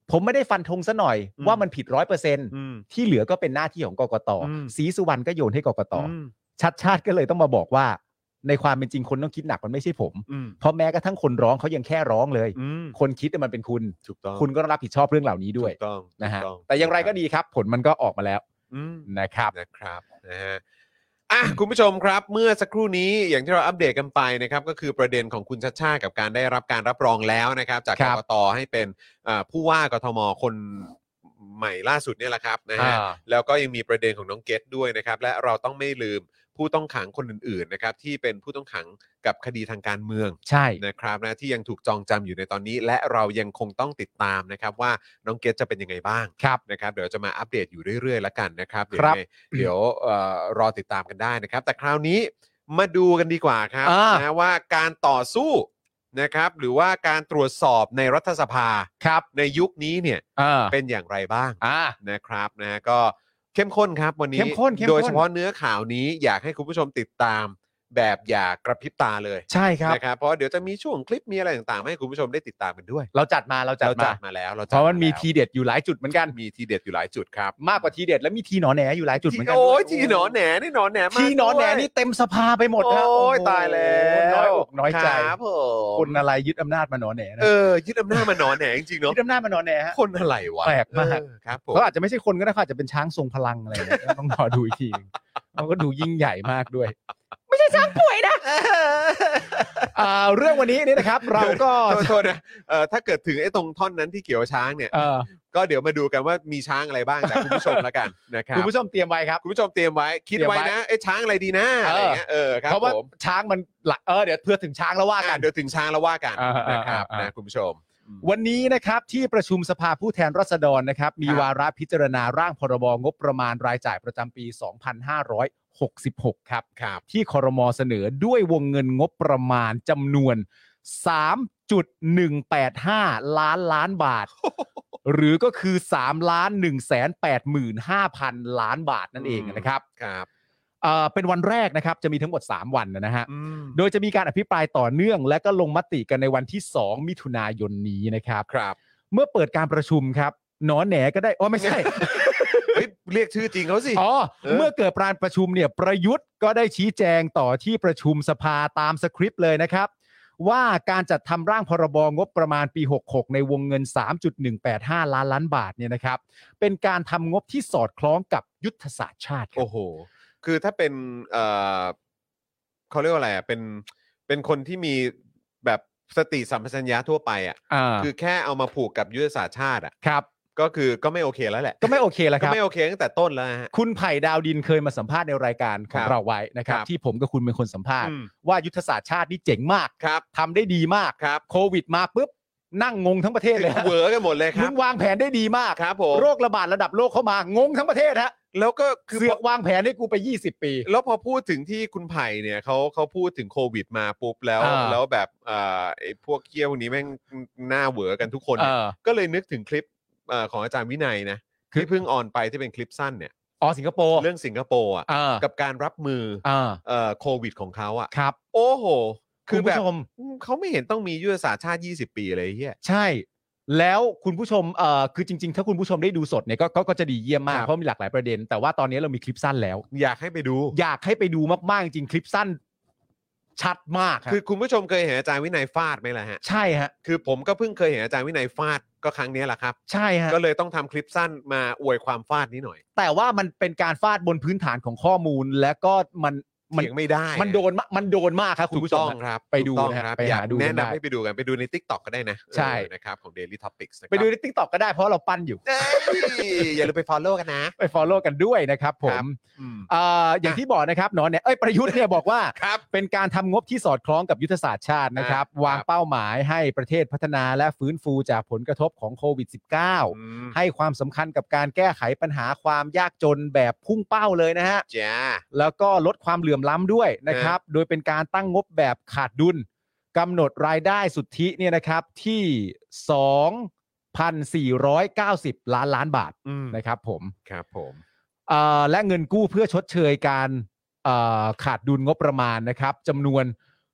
ผมไม่ได้ฟันธงซะหน่อยว่ามันผิดร้อยเปอร์เซ็นต์ที่เหลือก็เป็นหน้าที่ของกกต.ศรีสุวรรณก็โยนให้กกต.ชัดชาติก็เลยต้องมาบอกว่าในความเป็นจริงคนต้องคิดหนักมันไม่ใช่ผมเพราะแม้กระทั่งคนร้องเขายังแค่ร้องเลยคนคิดมันเป็นคุณคุณก็ต้องรับผิดชอบเรื่องเหล่านี้ด้วยนะฮะแต่อย่างไรก็ดีครับผลมันก็ออกมาแล้วนะครับนะครับนะฮะอ่ะคุณผู้ชมครับเมื่อสักครู่นี้อย่างที่เราอัปเดตกันไปนะครับก็คือประเด็นของคุณชัชชาติกับการได้รับการรับรองแล้วนะครับจากกกต.ให้เป็นผู้ว่ากทม.คนใหม่ล่าสุดเนี่ยแหละครับนะฮะแล้วก็ยังมีประเด็นของน้องเกตด้วยนะครับและเราต้องไม่ลืมผู้ต้องขังคนอื่นๆนะครับที่เป็นผู้ต้องขังกับคดีทางการเมืองใช่นะครับนะที่ยังถูกจองจำอยู่ในตอนนี้และเรายังคงต้องติดตามนะครับว่าน้องเกตจะเป็นยังไงบ้างนะครับเดี๋ยวจะมาอัปเดตอยู่เรื่อยๆแล้วกันนะครับเดี๋ยวเดี๋ยวรอติดตามกันได้นะครับแต่คราวนี้มาดูกันดีกว่าครับนะว่าการต่อสู้นะครับหรือว่าการตรวจสอบในรัฐสภาในยุคนี้เนี่ยเป็นอย่างไรบ้างนะครับนะก็เข้มข้นครับวันนี้โดยเฉพาะเนื้อข่าวนี้อยากให้คุณผู้ชมติดตามแบบอย่ากระพริบตาเลยใช่ครับนะครับเพราะเดี๋ยวจะมีช่วงคลิปมีอะไรต่างๆให้คุณผู้ชมได้ติดตามกันด้วยเราจัดมาเราจัดมามาแล้วเพราะมันมีทีเด็ดอยู่หลายจุดเหมือนกันมีทีเด็ดอยู่หลายจุดครับมากกว่าทีเด็ดแล้วมีทีหนอแหนอยู่หลายจุดเหมือนกันโอ้ยทีหนอแหนนี่หนอแหนทีหนอแหนนี่เต็มสภาไปหมดนะโอ้ยตายแล้วน้อยอกน้อยใจคนอะไรยึดอำนาจมาหนอแหนเออยึดอำนาจมาหนอแหนจริงๆเนาะยึดอำนาจมาหนอแหนฮะคนอะไรวะแปลกมากครับเขาอาจจะไม่ใช่คนก็ได้เขาอาจจะเป็นช้างทรงพลังอะไรเนี่ยต้องรอดูอีกทีนึงมันก็ดูยิ่งใหญ่มากด้วยไม่ใช่ช้างป่วยนะเรื่องวันนี้นี่นะครับเราก็โทษนะถ้าเกิดถึงไอ้ตรงท่อนนั้นที่เกี่ยวช้างเนี่ยก็เดี๋ยวมาดูกันว่ามีช้างอะไรบ้างจากคุณผู้ชมแล้วกันนะครับคุณผู้ชมเตรียมไว้ครับคุณผู้ชมเตรียมไว้คิดไว้นะไอ้ช้างอะไรดีนะอะไรเงี้ยเออครับเพราะว่าช้างมันเออเดี๋ยวเพื่อถึงช้างแล้วว่ากันเดี๋ยวถึงช้างแล้วว่ากันนะครับนะคุณผู้ชมวันนี้นะครับที่ประชุมสภาผู้แทนราษฎรนะครับมีวาระพิจารณาร่างพรบงบประมาณรายจ่ายประจำปีสองพันห้าร้อยหกสิบหกครับที่ครม.เสนอด้วยวงเงินงบประมาณจำนวน สามจุดหนึ่งแปดห้า ล้านล้านบาท หรือก็คือ สามล้านหนึ่งแสนแปดหมื่นห้าพัน ล้านบาทนั่นเองนะครับครับเอ่อเป็นวันแรกนะครับจะมีทั้งหมดสามวันนะฮะโดยจะมีการอภิปรายต่อเนื่องและก็ลงมติกันในวันที่สองมิถุนายนนี้นะครับครับเมื่อเปิดการประชุมครับหนอแหนก็ได้อ๋อไม่ใช่เรียกชื่อจริงเขาสิอ๋อเมื่อเกิดการประชุมเนี่ยประยุทธ์ก็ได้ชี้แจงต่อที่ประชุมสภาตามสคริปต์เลยนะครับว่าการจัดทำร่างพรบงบประมาณปีหกสิบหกในวงเงิน สามจุดหนึ่งแปดห้า ล้านล้านบาทเนี่ยนะครับเป็นการทำงบที่สอดคล้องกับยุทธศาสตร์ชาติโอ้โหคือถ้าเป็นเอ่อเขาเรียกว่าอะไรอ่ะเป็นเป็นคนที่มีแบบสติสัมปชัญญะทั่วไปอ่ะคือแค่เอามาผูกกับยุทธศาสตร์ชาติอ่ะครับก็คือก็ไม่โอเคแล้วแหละก็ไม่โอเคแล้วครับก็ไม่โอเคตั้งแต่ต้นแล้วฮะคุณไผ่ดาวดินเคยมาสัมภาษณ์ในรายการของเราไว้นะครับที่ผมกับคุณเป็นคนสัมภาษณ์ว่ายุทธศาสตร์ชาตินี่เจ๋งมากทำได้ดีมากโควิดมาปุ๊บนั่งงงทั้งประเทศเลยเวอร์กันหมดเลยครับมึงวางแผนได้ดีมากครับผมโรคระบาดระดับโลกเข้ามางงทั้งประเทศฮะแล้วก็คือเสือกวางแผนให้กูไปยี่สิบปีแล้วพอพูดถึงที่คุณไผ่เนี่ยเขาเขาพูดถึงโควิดมาปุ๊บแล้วแล้วแบบเอ่อไอ้พวกเกี้ยวพวกนี้แม่งหน้าเวอร์กันทุกคนก็เลยนึกถึงคลิปของอาจารย์วินัยนะที่เพิ่งออนไปที่เป็นคลิปสั้นเนี่ยอ๋อสิงคโปร์เรื่องสิงคโปร์อ่ะกับการรับมือเอ่อโควิดของเขาอ่ะครับโอ้โหคือแบบเขาไม่เห็นต้องมียุทธศาสตร์ชาติยี่สิบปีเลยเฮียใช่แล้วคุณผู้ชมเอ่อคือจริงๆถ้าคุณผู้ชมได้ดูสดเนี่ยก็ก็จะดีเยี่ยมมากเพราะมีหลากหลายประเด็นแต่ว่าตอนนี้เรามีคลิปสั้นแล้วอยากให้ไปดูอยากให้ไปดูมากๆจริงคลิปสั้นชัดมากคือคุณผู้ชมเคยเห็นอาจารย์วินัยฟาดไหมล่ะฮะใช่ฮะคือผมก็เพิ่งเคยเห็นอาจารย์วินัยฟาดก็ครั้งนี้แหละครับใช่ฮะก็เลยต้องทำคลิปสั้นมาอวยความฟาดนี้หน่อยแต่ว่ามันเป็นการฟาดบนพื้นฐานของข้อมูลและก็มันมันไม่ได้มันโดนมันโดนมากครับคุณผู้ชมครับไปดูนะครับไปหาดูแนะนำให้ไปดูกันไปดูใน TikTok ก็ได้นะใช่นะครับของ Daily Topics ไปดูใน TikTok ก็ได้เพราะเราปั้นอยู่อย่าลืมไป follow กันนะไป follow กันด้วยนะครับผมอ่าอย่างที่บอกนะครับเนาะเนี่ยเอ้ยประยุทธ์เนี่ยบอกว่าเป็นการทำงบที่สอดคล้องกับยุทธศาสตร์ชาตินะครับวางเป้าหมายให้ประเทศพัฒนาและฟื้นฟูจากผลกระทบของโควิด สิบเก้า ให้ความสำคัญกับการแก้ไขปัญหาความยากจนแบบพุ่งเป้าเลยนะฮะแล้วก็ลดความเหลื่อมล้ำด้วยนะครับโดยเป็นการตั้งงบแบบขาดดุลกำหนดรายได้สุทธิเนี่ยนะครับที่ สองพันสี่ร้อยเก้าสิบ ล้านล้านบาทนะครับผมครับผมและเงินกู้เพื่อชดเชยการขาดดุลงบประมาณนะครับจำนวน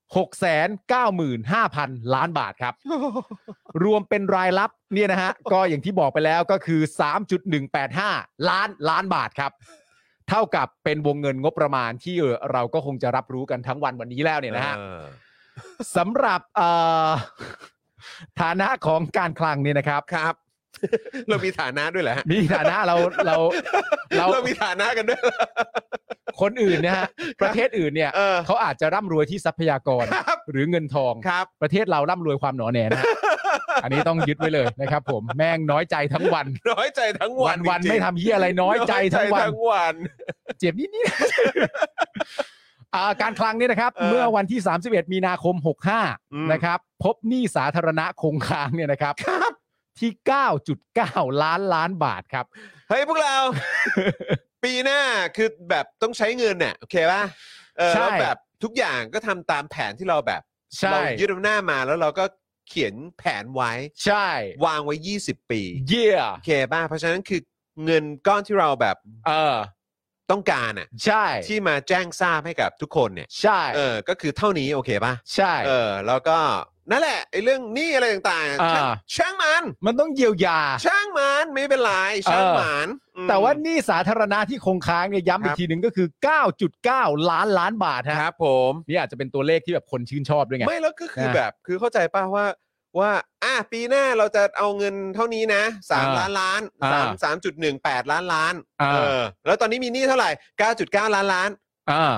หกแสนเก้าหมื่นห้าพัน ล้านบาทครับ รวมเป็นรายรับเนี่ยนะฮะ ก็อย่างที่บอกไปแล้วก็คือ สามจุดหนึ่งแปดห้า ล้านล้านบาทครับ เท่ากับเป็นวงเงินงบประมาณที่เราก็คงจะรับรู้กันทั้งวันวันนี้แล้วเนี่ยนะฮะเออสำหรับเอ่อฐานะของการคลังเนี่ยนะครับครับ เรามีฐานะด้วยเหรอฮะมีฐานะเราเราเราเรามีฐานะกันด้วยเหรอคนอื่นนะฮะประเทศอื่นเนี่ยเออเขาอาจจะร่ำรวยที่ทรัพยากรครับหรือเงินทองครับประเทศเราร่ำรวยความหนอแหนนะฮะ อันนี้ต้องยึดไว้เลยนะครับผมแม่งน้อยใจทั้งวันน้อยใจทั้งวัวัน นวันจริงๆไม่ทำเฮียอะไรน้อยใจทั้งวันน้อยใจทั้งวันเจ็บนิดนิด อ่าการคลังเนี่ยนะครับเออเมื่อวันที่สามสิบเอ็ดมีนาคมหกสิบห้าอืมนะครับ พบหนี้สาธารณะคงค้างเนี่ยนะครับ ที่ เก้าจุดเก้า ล้านล้านบาทครับเฮ้ยพวกเรา ปีหน้าคือแบบต้องใช้เงินเนี่ยโอเคป่ะเออใช่แล้วแบบทุกอย่างก็ทำตามแผนที่เราแบบใช่เรายึดอำนาจมาแล้วเราก็เขียนแผนไว้ใช่วางไว้ยี่สิบปีเยี่ยโอเคป่ะเพราะฉะนั้นคือเงินก้อนที่เราแบบเออต้องการอ่ะใช่ที่มาแจ้งทราบให้กับทุกคนเนี่ยใช่เออก็คือเท่านี้โอเคป่ะใช่เออแล้วก็นั่นแหละไอ้เรื่องหนี้อะไรต่างๆอ่าช่างช่างมันมันต้องเยียวยาช่างมันไม่เป็นไรช่างมันอืมแต่ว่าหนี้สาธารณะที่คงค้างเนี่ยย้ำอีครักบทีหนึ่งก็คือ เก้าจุดเก้า ล้านล้านบาทฮะครับผมนี่อาจจะเป็นตัวเลขที่แบบคนชื่นชอบด้วยไงไม่แล้วก็คือนะแบบคือเข้าใจป่ะว่าว่าอ่ะปีหน้าเราจะเอาเงินเท่านี้นะสามอ่าล้านล้านอ่าสามสามจุดหนึ่งแปดล้านล้านอ่าเออแล้วตอนนี้มีหนี้เท่าไหร่เก้าจุดเก้าล้านล้านอ่า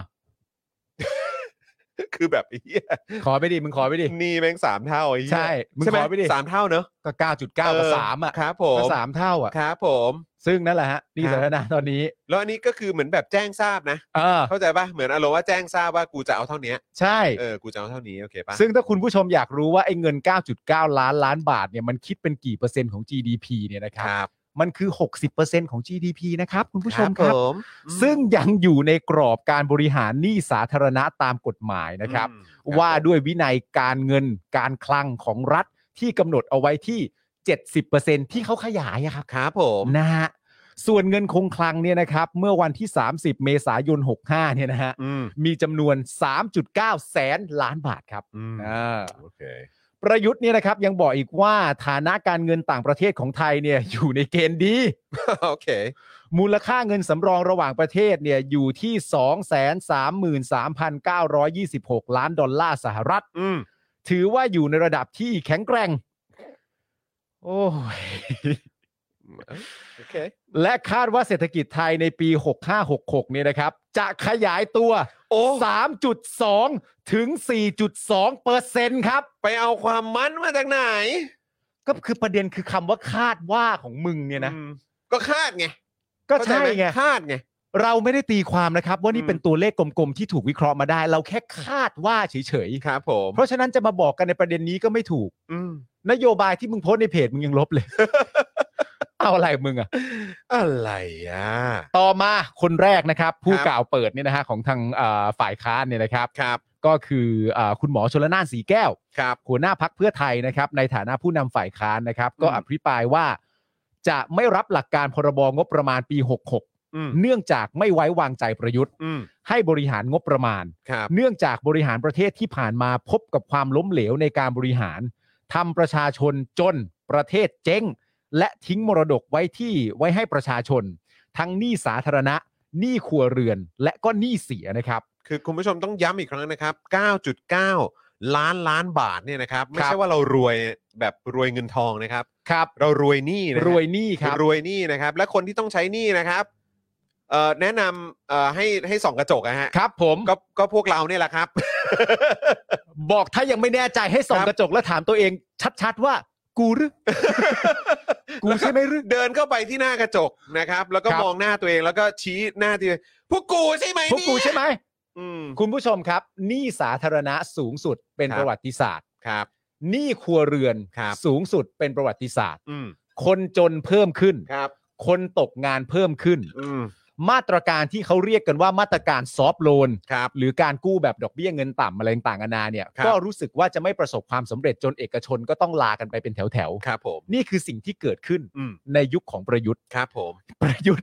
คือแบบเหี้ยขอไปดิมึงขอไปดิหนี้แม่งสามเท่าไอ้เหี้ยใช่มึงใช่ไหมขอไปดิสามเท่าเนอะก็ เก้าจุดเก้า กับสามอ่ะครับผก็มสามเท่าอ่ะครับผมซึ่งนั่นแหละฮะหนี่ครับสาธารณะตอนนี้แล้วอันนี้ก็คือเหมือนแบบแจ้งทราบนะเออเข้าใจป่ะเหมือนอารมณ์ว่าแจ้งทราบว่ากูจะเอาเท่านี้ใช่เออกูจะเอาเท่านี้โอเคป่ะซึ่งถ้าคุณผู้ชมอยากรู้ว่าไอ้เงิน เก้าจุดเก้า ล้านล้านบาทเนี่ยมันคิดเป็นกี่เปอร์เซ็นต์ของ จี ดี พี เนี่ยนะครัครับมันคือ หกสิบเปอร์เซ็นต์ ของ จี ดี พี นะครับคุณผู้ชมคครัรับบ ผมอืมซึ่งยังอยู่ในกรอบการบริหารหนี้สาธารณะตามกฎหมายนะครับอืมว่าครับผมด้วยวินัยการเงินการคลังของรัฐที่กำหนดเอาไว้ที่ เจ็ดสิบเปอร์เซ็นต์ ที่เขาขยายอะครับครับผมนะฮะส่วนเงินคงคลังเนี่ยนะครับเมื่อวันที่ สามสิบ เมษายน หกสิบห้า เนี่ยนะฮะอืมมีจำนวน สามจุดเก้า แสนล้านบาทครับอืมอ่าโอเคประยุทธ์เนี่ยนะครับยังบอกอีกว่าฐานะการเงินต่างประเทศของไทยเนี่ย อยู่ในเกณฑ์ดีโอเคมูลค่าเงินสำรองระหว่างประเทศเนี่ยอยู่ที่ สองแสนสามหมื่นสามพันเก้าร้อยยี่สิบหก ล้านดอลลาร์สหรัฐอืมถือว่าอยู่ในระดับที่แข็งแกร่ง โอ้ยโอเคและคาดว่าเศรษฐกิจไทยในปี หกสิบห้า หกสิบหก เนี่ยนะครับ จะขยายตัวโอ้สามจุดสอง ถึง สี่จุดสอง เปอร์เซ็นต์ครับไปเอาความมันมาจากไหนก็คือประเด็นคือคำว่าคาดว่าของมึงเนี่ยนะอืมก็คาดไงก็เข้าจใช่หมไงคาดไงเราไม่ได้ตีความนะครับว่านี่อืมเป็นตัวเลขกลมๆที่ถูกวิเคราะห์มาได้ เราแค่คาดว่าเฉยครับผมๆ เพราะฉะนั้นจะมาบอกกันในประเด็นนี้ก็ไม่ถูกอืมนโยบายที่มึงโพสต์ในเพจมึงยังลบเลย เอาอะไรมึงอะอะไรอ่ะต่อมาคนแรกนะครับ ผู้ครับกล่าวเปิดเนี่ยนะฮะของทางอ่าฝ่ายค้านเนี่ยนะครับครับก็คืออ่าคุณหมอชลน่านสีแก้วครับหัวหน้าพักเพื่อไทยนะครับในฐานะผู้นำฝ่ายค้านนะครับ ก็อืมอภิปรายว่า จะไม่รับหลักการพรบงบประมาณปี หกสิบหกอืมเนื่องจากไม่ไว้วางใจประยุทธ์อืมให้บริหารงบประมาณครับเนื่องจากบริหารประเทศที่ผ่านมาพบกับความล้มเหลวในการบริหารทำประชาชนจนประเทศเจ๊ง และทิ้งมรดกไว้ที่ไว้ให้ประชาชน ทั้งหนี้สาธารณะหนี้ครัวเรือน และก็หนี้เสียนะครับคือคุณผู้ชมต้องย้ำอีกครั้งนะครับ เก้าจุดเก้า ล้านล้านบาทเนี่ยนะครับ ไม่ครัใช่บว่าเรารวยแบบรวยเงินทองนะครับครับเรารวยหนี้นะคบรวยหนี้ครับรวยหนี้นะครับ และคนที่ต้องใช้หนี้นะครับเอ่อแนะนำเอ่อให้ให้ส่องกระจกนะฮะครับผมก็ก็พวกเราเนี่ยแหละครับบอกถ้ายังไม่แน่ใจให้ส่องครับกระจกแล้วถามตัวเองชัดๆว่ากูหรือ กูใช่ไหมหรือเดินเข้าไปที่หน้ากระจกนะครับ แล้วก็ครับมองหน้าตัวเองแล้วก็ชี้หน้าตัวเองพวกกูใช่ไหมพวกกูเนี่ยใช่ไหมอืมคุณผู้ชมครับหนี้สาธารณะสูงสุดเป็นครับประวัติศาสตร์ครับหนี้ครัวเรือนครับสูงสุดเป็นประวัติศาสตร์อืมคนจนเพิ่มขึ้นครับคนตกงานเพิ่มขึ้นอืมมาตรการที่เขาเรียกกันว่ามาตรการซอฟท์โลนครับหรือการกู้แบบดอกเบี้ยเงินต่ำอะไรต่างๆนานาเนี่ยครับก็รู้สึกว่าจะไม่ประสบความสำเร็จจนเอกชนก็ต้องลากันไปเป็นแถวครับผมๆนี่คือสิ่งที่เกิดขึ้นอืมในยุคของประยุทธ์ครับผมประยุทธ์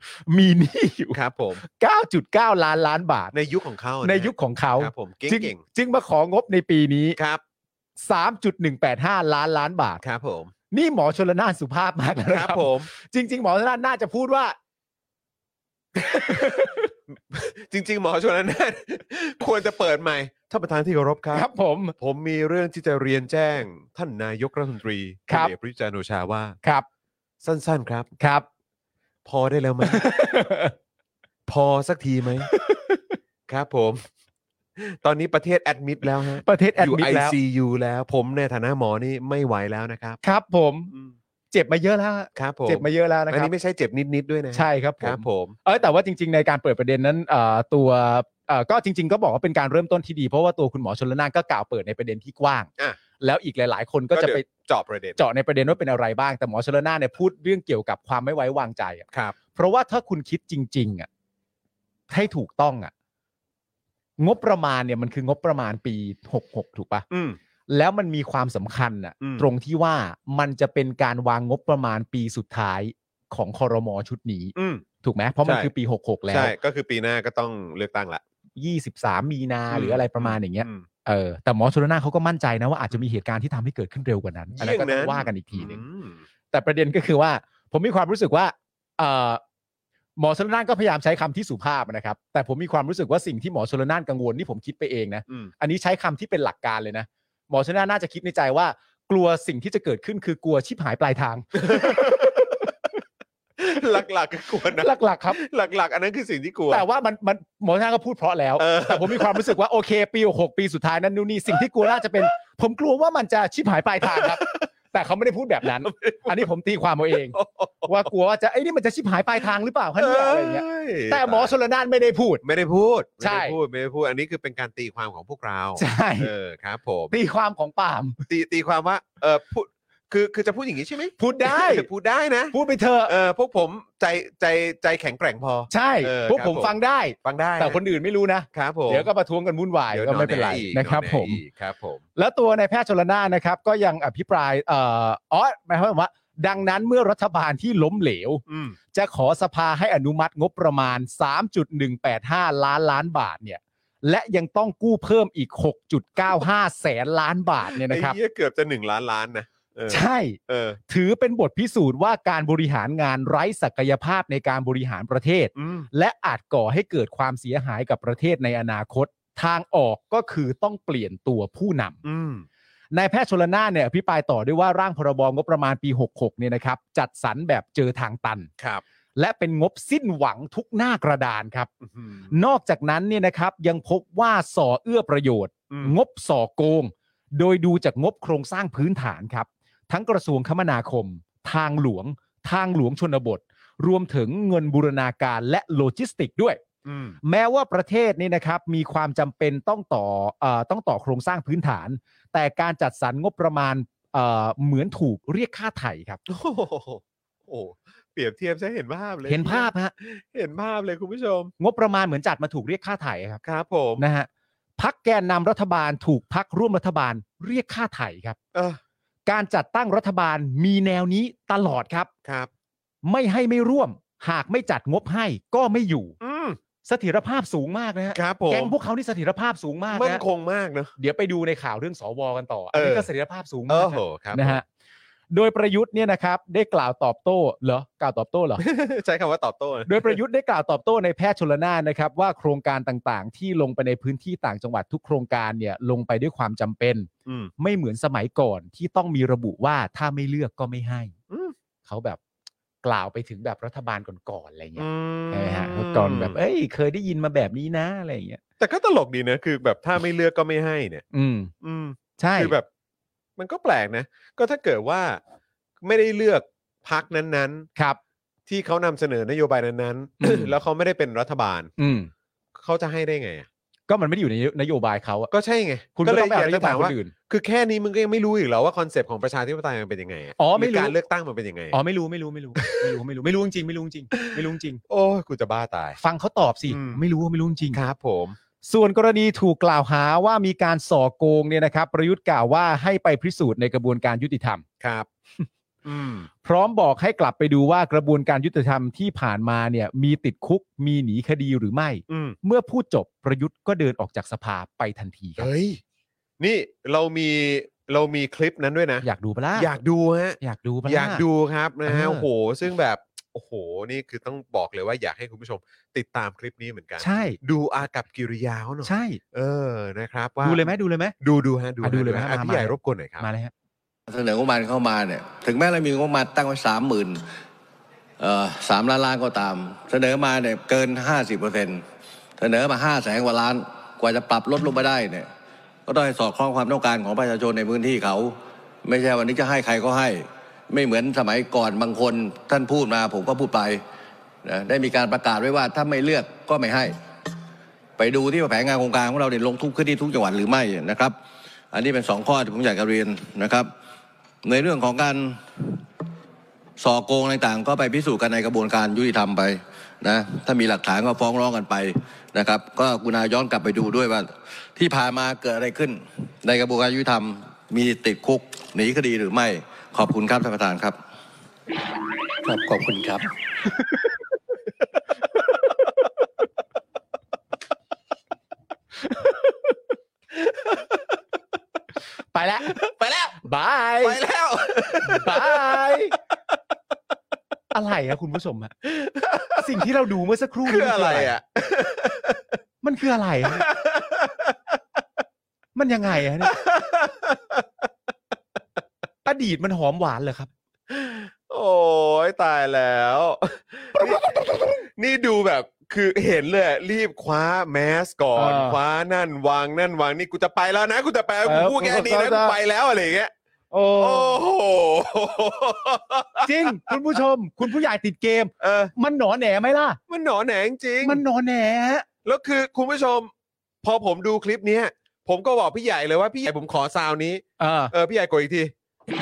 มีหนี้อยู่ครับผมเก้าจุดเก้า ล้านล้านบาทในยุคของเขาะในยุคของเขาครับผมเจึงก่งจึงมาของบในปีนี้ๆครับสามจุดหนึ่งแปดห้า ล้านล้านบาทครับผมนี่หมอชลนานสุภาพมากนะคครัรับบ ผมจริง ๆ หมอชลนานน่าจะพูดว่าจริง ๆ หมอชนน่าน ควรจะเปิดใหม่ท่านประธานที่เคารพครับครับผมผมมีเรื่องที่จะเรียนแจ้งท่านนายกรัฐมนตรีครับพลเอกประยุทธ์จันทร์โอชาว่าครับสั้นๆครับครับพอได้แล้วไหม พอสักทีไหม ครับผม ตอนนี้ประเทศแอดมิดแล้วฮะประเทศแอดอยู่มิดไอแล้วซี ยู แล้ว ผมในฐานะหมอนี่ไม่ไหวแล้วนะครับครับผมอืมเจ็บมาเยอะแล้วครับผมเจ็บมาเยอะแล้วนะอันครับนี้ไม่ใช่เจ็บนิดๆด้วยนะใช่ครับผครับมผมเออแต่ว่าจริงๆในการเปิดประเด็นนั้นเอ่อตัวเอ่อก็จริง ๆ ก็บอกว่าเป็นการเริ่มต้นที่ดีเพราะว่าตัวคุณหมอชลนานก็กล่าวเปิดในประเด็นที่กว้างอ่ะแล้วอีกหลายๆ คนก็จะไปเดี๋ยวเจาะประเด็นเจาะในประเด็นว่าเป็นอะไรบ้างแต่หมอชลนานเนี่ยพูดเรื่องเกี่ยวกับความไม่ไว้วางใจอะครับเพราะว่าถ้าคุณคิดจริงๆอ่ะให้ถูกต้องอ่ะงบประมาณเนี่ยมันคืองบประมาณปีหกสิบหกถูกปะอืมแล้วมันมีความสำคัญอ่ะอืมตรงที่ว่ามันจะเป็นการวางงบประมาณปีสุดท้ายของครม.ชุดนี้อืมถูกไหมเพราะมันใช่คือปีหกสิบหกแล้วใช่ก็คือปีหน้าก็ต้องเลือกตั้งละยี่สิบสามมีนาหรืออะไรประมาณอย่างเงี้ยอืมเออแต่หมอชลนานเขาก็มั่นใจนะว่าอาจจะมีเหตุการณ์ที่ทำให้เกิดขึ้นเร็วกว่านั้นอันนั้นก็ต้องว่ากันอีกทีหนึงอืมแต่ประเด็นก็คือว่าผมมีความรู้สึกว่าเอ่อหมอชลนานก็พยายามใช้คำที่สุภาพนะครับแต่ผมมีความรู้สึกว่าสิ่งที่หมอชลนานกังวลนี่ผมคิดไปเองนะอืมอันนี้ใช้คำที่เป็นหลักการเลยนะหมอชลนานน่าจะคิดในใจว่ากลัวสิ่งที่จะเกิดขึ้นคือกลัวชิบหายปลายทางหลักๆคือกลัวนะหลักๆครับหลักๆ อันนั้นคือสิ่งที่กลัวแต่ว่ามันมันหมอชลนานก็พูดเพราะแล้วเออแต่ผมมีความรู้สึกว่าโอเคปีหกปีสุดท้ายนั้นนู่นนี่สิ่งที่กลัวน่าจะเป็น ผมกลัวว่ามันจะชิบหายปลายทางครับ แต่เขาไม่ได้พูดแบบนั้น อันนี้ผมตีความเอาเอง ว่ากลัวว่าจะไอ้ยนี่มันจะชิบหายปลายทางหรือเปล่าคะเนี่ยอะไรอย่างเงี้ย แต่หมอชลนานไม่ได้พูดไม่ได้พูดใช่ไม่ได้พูดไม่ได้พูด อันนี้คือเป็นการตีความของพวกเราใช่เออครับผมตีความของปาล์มตีตีความว่าเออพูดคือคือจะพูดอย่างนี้ใช่ไหมพูดได้พูดได้นะพูดไปเถอะเออพวกผมใจใจใจแข็งแกร่งพอใช่เออพวกครับผมผมฟังได้ฟังได้แต่คนอื่นไม่รู้นะครับผมเดี๋ยวก็ประท้วงกันวุ่นวายดี๋ยวก็ไม่เป็นไรออีกนะครับอแผมอีกครับผมแล้วตัวในายแพทย์ชลนานนะครับ ก็ยังอภิปรายเอ่ออ๋อหมายความว่า ดังนั้นเมื่อรัฐบาลที่ล้มเหลวอืมจะขอสภาให้อนุมัติงบประมาณ สามจุดหนึ่งแปดห้า ล้านล้านบาทเนี่ยและยังต้องกู้เพิ่มอีก หกจุดเก้าห้า แสนล้านบาทเนี่ยนะครับไอ้เหี้ยเกือบจะหนึ่งล้านล้านนะเออใช่เออถือเป็นบทพิสูจน์ว่าการบริหารงานไร้ศักยภาพในการบริหารประเทศอืมและอาจก่อให้เกิดความเสียหายกับประเทศในอนาคต ทางออกก็คือต้องเปลี่ยนตัวผู้นำอืมนายแพทย์ชลนานเนี่ยอภิปรายต่อด้วยว่าร่างพรบงบประมาณปีหกสิบหกเนี่ยนะครับจัดสรรแบบเจอทางตันครับและเป็นงบสิ้นหวังทุกหน้ากระดานครับอื้อหือนอกจากนั้นเนี่ยนะครับยังพบว่าส่อเอื้อประโยชน์อืมงบส่อโกง โดยดูจากงบโครงสร้างพื้นฐานครับ ทั้งกระทรวงคมนาคม ทางหลวง ทางหลวงชนบท รวมถึงเงินบูรณาการและโลจิสติกด้วยอืมแม้ว่าประเทศนี่นะครับมีความจำเป็นต้องต่อเอ่อต้องต่อโครงสร้างพื้นฐาน แต่การจัดสรรงบประมาณเอ่อเหมือนถูกเรียกค่าไถ่ครับโอ้โหโอ้เปรียบเทียบใช้เห็นภาพเลยเห็นภาพฮะเห็นภาพเลยคุณผู้ชมงบประมาณเหมือนจัดมาถูกเรียกค่าไถ่ครับครับผมนะฮะพักแกนนำรัฐบาลถูกพักร่วมรัฐบาลเรียกค่าไถ่ครับเออการจัดตั้งรัฐบาลมีแนวนี้ตลอดครับครับไม่ให้ไม่ร่วม หากไม่จัดงบให้ก็ไม่อยู่อืมเสถียรภาพสูงมากนะฮะครับผมแก๊งพวกเขานี่เสถียรภาพสูงมากมั่นนะคงมากเนอะเดี๋ยวไปดูในข่าวเรื่องสวกันต่ออันเอนี้อก็เสถียรภาพสูงโอ้มากโหครับนะฮะโดยประยุทธ์เนี่ยนะครับได้กล่าวตอบโต้เหรอกล่าวตอบโต้เหรอใช้คำว่าตอบโต้นะโดยประยุทธ์ได้กล่าวตอบโต้ในแพทย์ชลนานนะครับว่าโครงการต่างๆ ที่ลงไปในพื้นที่ต่างจังหวัดทุกโครงการเนี่ยลงไปด้วยความจำเป็นอืมไม่เหมือนสมัยก่อนที่ต้องมีระบุว่าถ้าไม่เลือกก็ไม่ให้อืมเขาแบบกล่าวไปถึงแบบรัฐบาลก่อนๆอะไรเงี้อืยมใช่ไหมฮะก่อนแบบเอ้ยเคยได้ยินมาแบบนี้นะอะไรเงี้ยแต่ก็ตลกดีนะคือแบบถ้าไม่เลือกก็ไม่ให้เนี่ยอืมอืมใช่คือแบบ มันก็แปลกนะ ก็ถ้าเกิดว่าไม่ได้เลือกพรรคนั้นครับๆ ที่เขานำเสนอนโยบายนั้นอืมๆ แล้วเขาไม่ได้เป็นรัฐบาลอืมเขาจะให้ได้ไงอะก็มันไม่ได้อยู่ในนโยบายเขาอะก็ใช่ไงคุณก็ต้องไปอเอายากนโยจะบายถามคนว่าอื่นคือแค่นี้มึงก็ยังไม่รู้อีกเหรอว่าคอนเซปต์ของประชาธิปไตยมันเป็นยังไงะอ๋อไม่รู้หการเลือกตั้งมันเป็นยังไงอ๋อไม่รู้ไม่รู้ไม่รู้ไม่รู้ไม่รู้ไม่รู้จริงไม่รู้จริงไม่รู้จริงโอ้ยกูจะบ้าตายฟังเขาตอบสิอืมไม่รู้ไม่รู้จริงครับผมส่วนกรณีถูกกล่าวหาว่ามีการส่อโกงเนี่ยนะครับ ประยุทธ์กล่าวว่าให้ไปพิสูจน์ในกระบวนการยุติธรรมครับพร้อมบอกให้กลับไปดูว่ากระบวนการยุติธรรมที่ผ่านมาเนี่ยมีติดคุกมีหนีคดีหรือไม่เมื่อพูดจบประยุทธ์ก็เดินออกจากสภาไปทันทีครับเฮ้ยนี่เรามีเรามีคลิปนั้นด้วยนะอยากดูปะล่ะอยากดูฮะอยากดูปะล่ะอยากดูครับนะฮะโอ้โหซึ่งแบบโอ้โหนี่คือต้องบอกเลยว่าอยากให้คุณผู้ชมติดตามคลิปนี้เหมือนกันใช่ดูอากับกิริยาเขาหน่อยใช่เออนะครับว่าดูเลยไหมดูเลยไหมดูดูฮะดูดูเลยไหมพี่ใหญ่รบกวนหน่อยครับมาเลยฮะเสนองบประมาณเข้ามาเนี่ยถึงแม้เรามีงบประมาณตั้งไว้สามหมื่นเอ่อสามล้านล้านก็ตามเสนอมาเนี่ยเกินห้าสิบเปอร์เซ็นต์เสนอมาห้าแสนกว่าล้านกว่าจะปรับลดลงมาได้เนี่ยก็ต้องให้สอดคล้องความต้องการของประชาชนในพื้นที่เขาไม่ใช่วันนี้จะให้ใครก็ให้ไม่เหมือนสมัยก่อนบางคนท่านพูดมาผมก็พูดไปนะได้มีการประกาศไว้ว่าถ้าไม่เลือกก็ไม่ให้ไปดูที่ว่าแผนงานโครงการของเราเนี่ยลงทุกพื้นที่ทุกจังหวัดหรือไม่นะครับอันนี้เป็นสองข้อที่ผมอยากจะเรียนนะครับในเรื่องของการส่อโกงต่างๆก็ไปพิสูจน์กันในกระบวนการยุติธรรมไปนะถ้ามีหลักฐานก็ฟ้องร้องกันไปนะครับก็กรุณาย้อนกลับไปดูด้วยว่าที่ผ่านมาเกิดอะไรขึ้นในกระบวนการยุติธรรมมีติดคุกหนีคดีหรือไม่ขอบคุณครับท่านประธานครับครับขอบคุณครับไปแล้วไปแล้วบายไปแล้วบายอะไรอะคุณผู้ชมอะสิ่งที่เราดูเมื่อสักครู่นี้คืออะไรอะมันคืออะไรอะมันยังไงอะเนี่ยอดีตมันหอมหวานเหรอครับโอ้ยตายแล้วนี่ดูแบบคือเห็นเลยรีบคว้าแมสก่อนคว้านั่นวางนั่นวางนี่กูจะไปแล้วนะกูจะไปกูพูดแค่นี้แล้วกูไปแล้วอะไรอย่างเงี้ยโอ้โหจริงคุณผู้ชมคุณผู้ใหญ่ติดเกมเออมันหนอแหนไหมล่ะมันหนอแหนจริงมันหนอแหนแล้วคือคุณผู้ชมพอผมดูคลิปนี้ผมก็บอกพี่ใหญ่เลยว่าพี่ใหญ่ผมขอซาวนี้เออพี่ใหญ่กดอีกที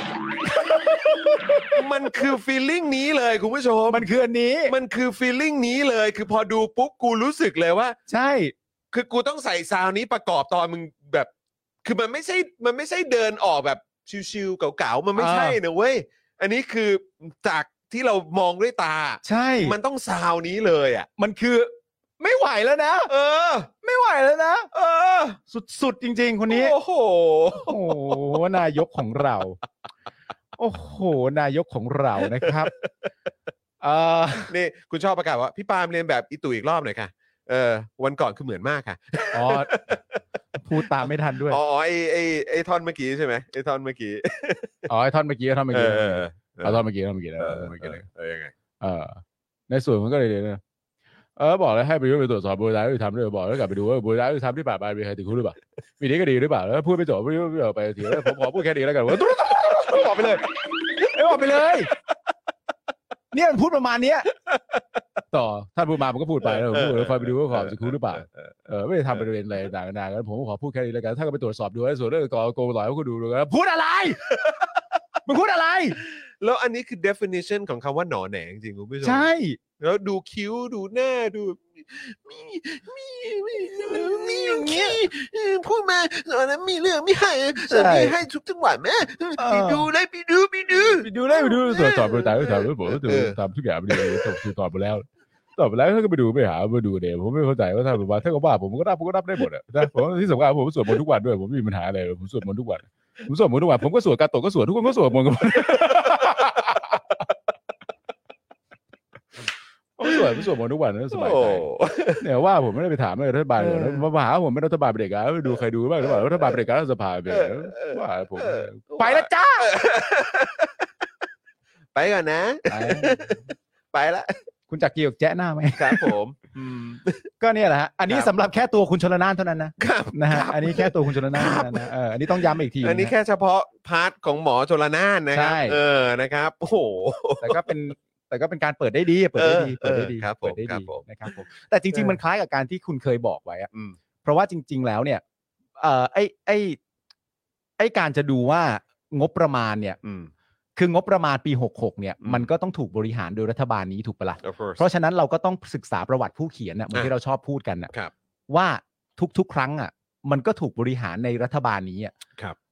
มันคือฟีลลิ่งนี้เลยคุณผู้ชมมันคืออันนี้มันคือฟีลลิ่งนี้เลยคือพอดูปุ๊บกูรู้สึกเลยว่าใช่คือกูต้องใส่ซาวนี้ประกอบตอนมึงแบบคือมันไม่ใช่มันไม่ใช่เดินออกแบบชิวๆเก๋าๆมันไม่ใช่นะเว้ยอันนี้คือจากที่เรามองด้วยตาใช่มันต้องซาวนี้เลยอ่ะมันคือไม่ไหวแล้วนะเออไม่ไหวแล้วนะเออสุดๆจริงๆคนนี้โอ้โหโอ้โหนายกของเราโอ้โหนายกของเรานะครับเออนี่คุณชอบประกาศว่าพี่ปาล์มเรียนแบบอีตู่อีกรอบหน่อยค่ะเออวันก่อนคือเหมือนมากค่ะอ๋อพูดตามไม่ทันด้วยอ๋อไอไอไอท่อนเมื่อกี้ใช่ไหมไอท่อนเมื่อกี้อ๋อไอท่อนเมื่อกี้ท่อนเมื่อกี้เอาท่อนเมื่อกี้ท่อนเมื่อกี้นะเมื่อกี้เลยเออยังไงเออในส่วนมันก็เลยเนี่ยเออบอกเลยให้ไปไปตรวจสอบบริษัทที่ทำด้วยบอกแล้วกลับไปดูว่าบริษัทที่ทำที่ผ่านมามีใครติดคุกหรือเปล่ามีนี้ก็ดีหรือเปล่าแล้วพูดไปจบไม่ไม่ไปทีแล้วผมขอพูดแค่นี้แล้วกันว่าบอกไปเลยไม่บอกไปเลยเนี่ยมันพูดประมาณนี้ต่อท่านพูดมาผมก็พูดไปแล้วผมพูดแล้วคอยไปดูว่าขอติดคุกหรือเปล่าเออไม่ได้ทำประเด็นอะไรต่างๆนานาผมขอพูดแค่นี้แล้วกันถ้าก็ไปตรวจสอบดูส่วนเรื่องกอโกงหลอยก็ดูดูกันพูดอะไรมึงพูดอะไรแล้วอันนี้คือ definition ของคำว่าหนอแหนจริงๆคุณผู้ชมใช่แล้วดูคิ้วดูหน้าดูมีมีมีมีอย่างเงี้ยพูดมาตอนนั้นมีเรื่องไม่ให้ไม่ให้ทุกจังหวัดแม่ไปดูเลยไปดูไปดูไปดูเลยไปดูตรวจสอบบริษัทถามว่าผมทำทุกอย่างไปเลยตอบไปแล้วตอบไปแล้วถ้าก็ไปดูไปหาไปดูเดี๋ยวผมไม่เข้าใจว่าถ้าแบบว่าถ้าก็ว่าผมก็รับผมก็รับได้หมดอ่ะนะผมที่สำคัญผมสวดมนต์ทุกวันด้วยผมไม่มีปัญหาอะไรผมสวดมนต์ทุกวันผมสวดมนต์ทุกวันผมก็สวดกาโตะก็สวดทุกคนก็สวดมนต์กันผมสวดผมสวดมนต์ทุกวันนะสบายใจเนี่ยว่าผมไม่ได้ไปถามเลยรัฐบาลเลยมาหาผมไม่รัฐบาลเด็กอ่ะไปดูใครดูบ้างหรือเปล่ารัฐบาลเด็กรัฐสภาไปว่าผมไปแล้วจ้าไปก่อนนะไปละคุณจักรเกียรติแจ๊ะหน้าไหมครับผมก็เนี่ยแหละฮะอันนี้สำหรับแค่ตัวคุณชลน่านเท่านั้นนะนะฮะอันนี้แค่ตัวคุณชลน่านเท่านั้นนะเอออันนี้ต้องย้ำอีกทีอันนี้แค่เฉพาะพาร์ทของหมอชลน่านนะครับเออนะครับโอ้โหแต่ก็เป็นแต่ก็เป็นการเปิดได้ดีเปิดได้ดีเปิดได้ดีเปิดได้ดีนะครับผมแต่จริงๆมันคล้ายกับการที่คุณเคยบอกไว้อะเพราะว่าจริงๆแล้วเนี่ยเอ่อไอ้ไอ้ไอ้การจะดูว่างบประมาณเนี่ยคืองบประมาณปีหกสิบหกเนี่ยมันก็ต้องถูกบริหารโดยรัฐบาลนี้ถูกปะล่ะเพราะฉะนั้นเราก็ต้องศึกษาประวัติผู้เขียนน่ะเหมือนที่เราชอบพูดกันน่ะว่าทุกๆครั้งอ่ะมันก็ถูกบริหารในรัฐบาลนี้อ่ะ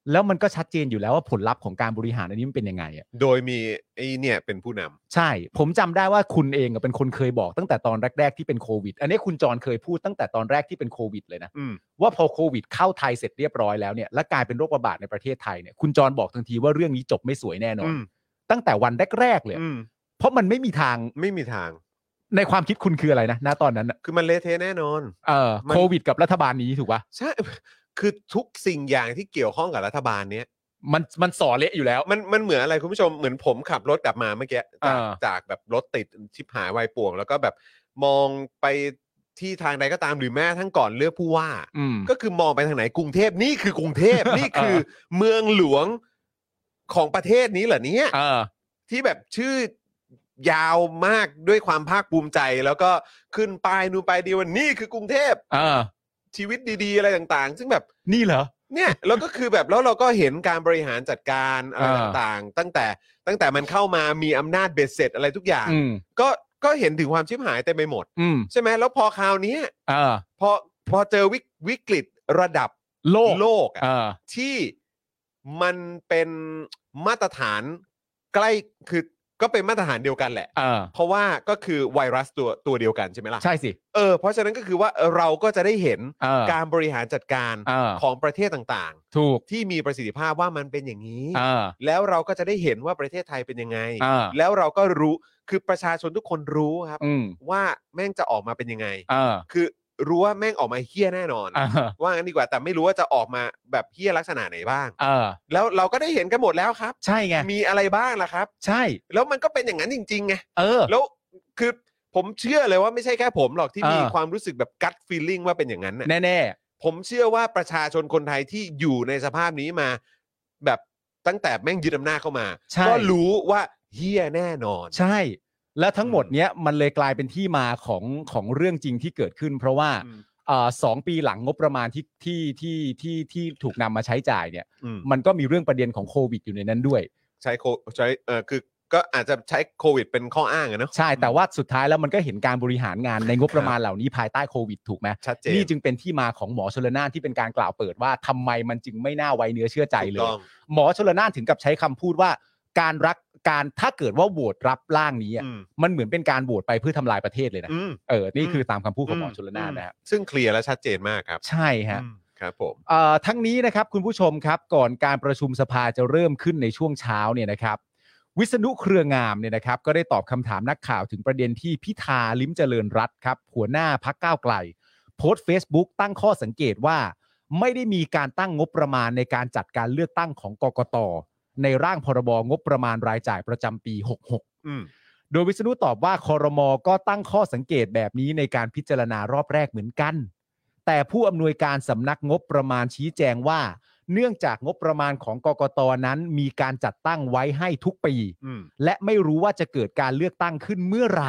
แล้วมันก็ชัดเจนอยู่แล้วว่าผลลัพธ์ของการบริหารอันนี้มันเป็นยังไงอ่ะโดยมีไอ้เนี่ยเป็นผู้นำใช่ผมจำได้ว่าคุณเองเป็นคนเคยบอกตั้งแต่ตอนแรกๆที่เป็นโควิดอันนี้คุณจรเคยพูดตั้งแต่ตอนแรกที่เป็นโควิดเลยนะว่าพอโควิดเข้าไทยเสร็จเรียบร้อยแล้วเนี่ยและกลายเป็นโรคระบาดในประเทศไทยเนี่ยคุณจรบอกทันทีว่าเรื่องนี้จบไม่สวยแน่นอนตั้งแต่วันแรกๆเลยเพราะมันไม่มีทางไม่มีทางในความคิดคุณคืออะไรนะณตอนนั้นคือมันเละเทะแน่นอนเออโควิดกับรัฐบาลนี้ถูกป่ะใช่คือทุกสิ่งอย่างที่เกี่ยวข้องกับรัฐบาลเนี้ยมันมันส่อเละอยู่แล้วมันมันเหมือนอะไรคุณผู้ชมเหมือนผมขับรถกลับมาเมื่อกี้จากจากแบบรถติดชิบหายวายป่วงแล้วก็แบบมองไปที่ทางใดก็ตามหรือแม้ทั้งก่อนเลือกผู้ว่าก็คือมองไปทางไหนกรุงเทพนี่คือกรุงเทพนี่คือเมืองหลวงของประเทศนี้เหรอเนี่ยที่แบบชื่อยาวมากด้วยความภาคภูมิใจแล้วก็ขึ้นป้ายนู่นไปดีวันนี่คือกรุงเทพชีวิตดีๆอะไรต่างๆซึ่งแบบนี่เหรอเนี่ยแล้วก็คือแบบแล้วเราก็เห็นการบริหารจัดการอะไรต่างๆตั้งแต่ตั้งแต่มันเข้ามามีอำนาจเบ็ดเสร็จอะไรทุกอย่างก็ก็เห็นถึงความชิบหายเต็มไปหมดใช่ไหมแล้วพอคราวนี้พอพอเจอวิวิกฤตระดับโลกโลกอ่ะที่มันเป็นมาตรฐานใกล้คือก็เป็นมาตรฐานเดียวกันแหละเพราะว่าก็คือไวรัสตัวตัวเดียวกันใช่ไหมล่ะใช่สิเออเพราะฉะนั้นก็คือว่าเราก็จะได้เห็นการบริหารจัดการของประเทศต่างๆถูกที่มีประสิทธิภาพว่ามันเป็นอย่างนี้แล้วเราก็จะได้เห็นว่าประเทศไทยเป็นยังไงแล้วเราก็รู้คือประชาชนทุกคนรู้ครับว่าแม่งจะออกมาเป็นยังไงคือรู้ว่าแม่งออกมาเหี้ยแน่นอนว่างั้นดีกว่าแต่ไม่รู้ว่าจะออกมาแบบเหี้ยลักษณะไหนบ้างแล้วเราก็ได้เห็นกันหมดแล้วครับใช่ไงมีอะไรบ้างล่ะครับใช่แล้วมันก็เป็นอย่างนั้นจริงๆไงเออแล้วคือผมเชื่อเลยว่าไม่ใช่แค่ผมหรอกที่มีความรู้สึกแบบ gut feeling ว่าเป็นอย่างนั้นแน่ๆผมเชื่อว่าประชาชนคนไทยที่อยู่ในสภาพนี้มาแบบตั้งแต่แม่งยึดอำนาจเข้ามาก็รู้ว่าเหี้ยแน่นอนใช่แล้วทั้งหมดเนี้ยมันเลยกลายเป็นที่มาของของเรื่องจริงที่เกิดขึ้นเพราะว่าอ่าสองปีหลังงบประมาณที่ที่ที่ที่ที่ถูกนำมาใช้จ่ายเนี่ยมันก็มีเรื่องประเด็นของโควิดอยู่ในนั้นด้วยใช้โคใช้เออคือก็อาจจะใช้โควิดเป็นข้ออ้างอะเนาะใช่แต่ว่าสุดท้ายแล้วมันก็เห็นการบริหารงานในงบประมาณเหล่านี้ภายใต้โควิดถูกไหมนี่จึงเป็นที่มาของหมอชลน่านที่เป็นการกล่าวเปิดว่าทำไมมันจึงไม่น่าไว้เนื้อเชื่อใจเลยหมอชลน่านถึงกับใช้คำพูดว่าการรักการถ้าเกิดว่าโหวตรับร่างนี้มันเหมือนเป็นการโหวตไปเพื่อทำลายประเทศเลยนะเออนี่คือตามคำพูดของหมอชลน่านนะครับซึ่งเคลียร์และชัดเจนมากครับใช่ฮะครับผมทั้งนี้นะครับคุณผู้ชมครับก่อนการประชุมสภาจะเริ่มขึ้นในช่วงเช้าเนี่ยนะครับวิษณุเครืองามเนี่ยนะครับก็ได้ตอบคำถามนักข่าวถึงประเด็นที่พิธาลิ้มเจริญรัตน์ครับหัวหน้าพรรคก้าวไกลโพสต์ Facebook ตั้งข้อสังเกตว่าไม่ได้มีการตั้งงบประมาณในการจัดการเลือกตั้งของกกต.ในร่างพรบงบประมาณรายจ่ายประจำปีหกสิบหกโดยวิษณุตอบว่าครม.ก็ตั้งข้อสังเกตแบบนี้ในการพิจารณารอบแรกเหมือนกันแต่ผู้อำนวยการสำนักงบประมาณชี้แจงว่าเนื่องจากงบประมาณของกกต.นั้นมีการจัดตั้งไว้ให้ทุกปีและไม่รู้ว่าจะเกิดการเลือกตั้งขึ้นเมื่อไหร่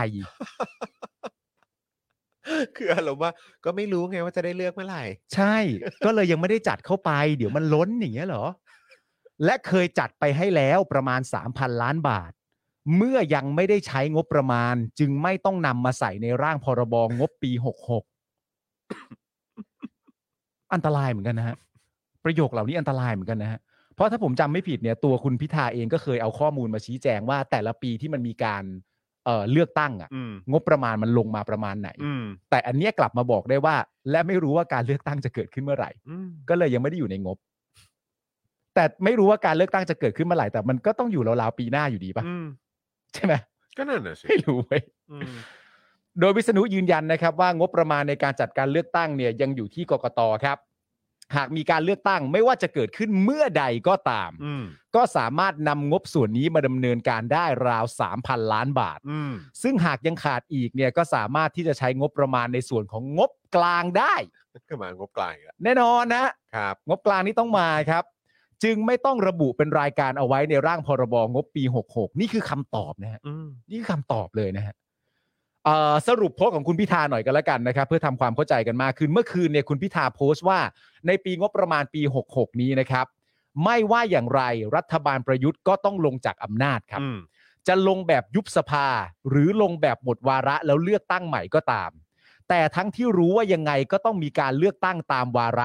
คืออารมณ์ว่าก็ไม่รู้ไงว่าจะได้เลือกเมื่อไหร่ใช่ก็เลยยังไม่ได้จัดเข้าไปเดี๋ยวมันล้นอย่างเงี้ยเหรอและเคยจัดไปให้แล้วประมาณ สามพัน ล้านบาทเมื่อยังไม่ได้ใช้งบประมาณจึงไม่ต้องนำมาใส่ในร่างพรบงบปีหกสิบหก อันตรายเหมือนกันนะฮะประโยคเหล่านี้อันตรายเหมือนกันนะฮะเพราะถ้าผมจำไม่ผิดเนี่ยตัวคุณพิธาเองก็เคยเอาข้อมูลมาชี้แจงว่าแต่ละปีที่มันมีการเอ่อเลือกตั้งอ่ะงบประมาณมันลงมาประมาณไหนแต่อันเนี้ยกลับมาบอกได้ว่าและไม่รู้ว่าการเลือกตั้งจะเกิดขึ้นเมื่อไหร่ก็เลยยังไม่ได้อยู่ในงบแต่ไม่รู้ว่าการเลือกตั้งจะเกิดขึ้นเมื่อไหร่แต่มันก็ต้องอยู่ราวๆปีหน้าอยู่ดีป่ะใช่ไหมก็นั่นน่ะสิไม่รู้เว้ยโดยวิษณุยืนยันนะครับว่างบประมาณในการจัดการเลือกตั้งเนี่ยยังอยู่ที่กกต.ครับหากมีการเลือกตั้งไม่ว่าจะเกิดขึ้นเมื่อใดก็ตามก็สามารถนำงบส่วนนี้มาดำเนินการได้ราว สามพัน ล้านบาทซึ่งหากยังขาดอีกเนี่ยก็สามารถที่จะใช้งบประมาณในส่วนของงบกลางได้ก็มางบกลางแน่นอนนะครับงบกลางนี้ต้องมาครับจึงไม่ต้องระบุเป็นรายการเอาไว้ในร่างพรบงบปีหกสิบหกนี่คือคำตอบนะฮะนี่คือคำตอบเลยนะฮะสรุปโพสต์ของคุณพิธาหน่อยกันแล้วกันนะครับเพื่อทำความเข้าใจกันมากขึ้นเมื่อคืนเนี่ยคุณพิธาโพสต์ว่าในปีงบประมาณปีหกสิบหกนี้นะครับไม่ว่าอย่างไรรัฐบาลประยุทธ์ก็ต้องลงจากอำนาจครับจะลงแบบยุบสภาหรือลงแบบหมดวาระแล้วเลือกตั้งใหม่ก็ตามแต่ทั้งที่รู้ว่ายังไงก็ต้องมีการเลือกตั้งตามวาระ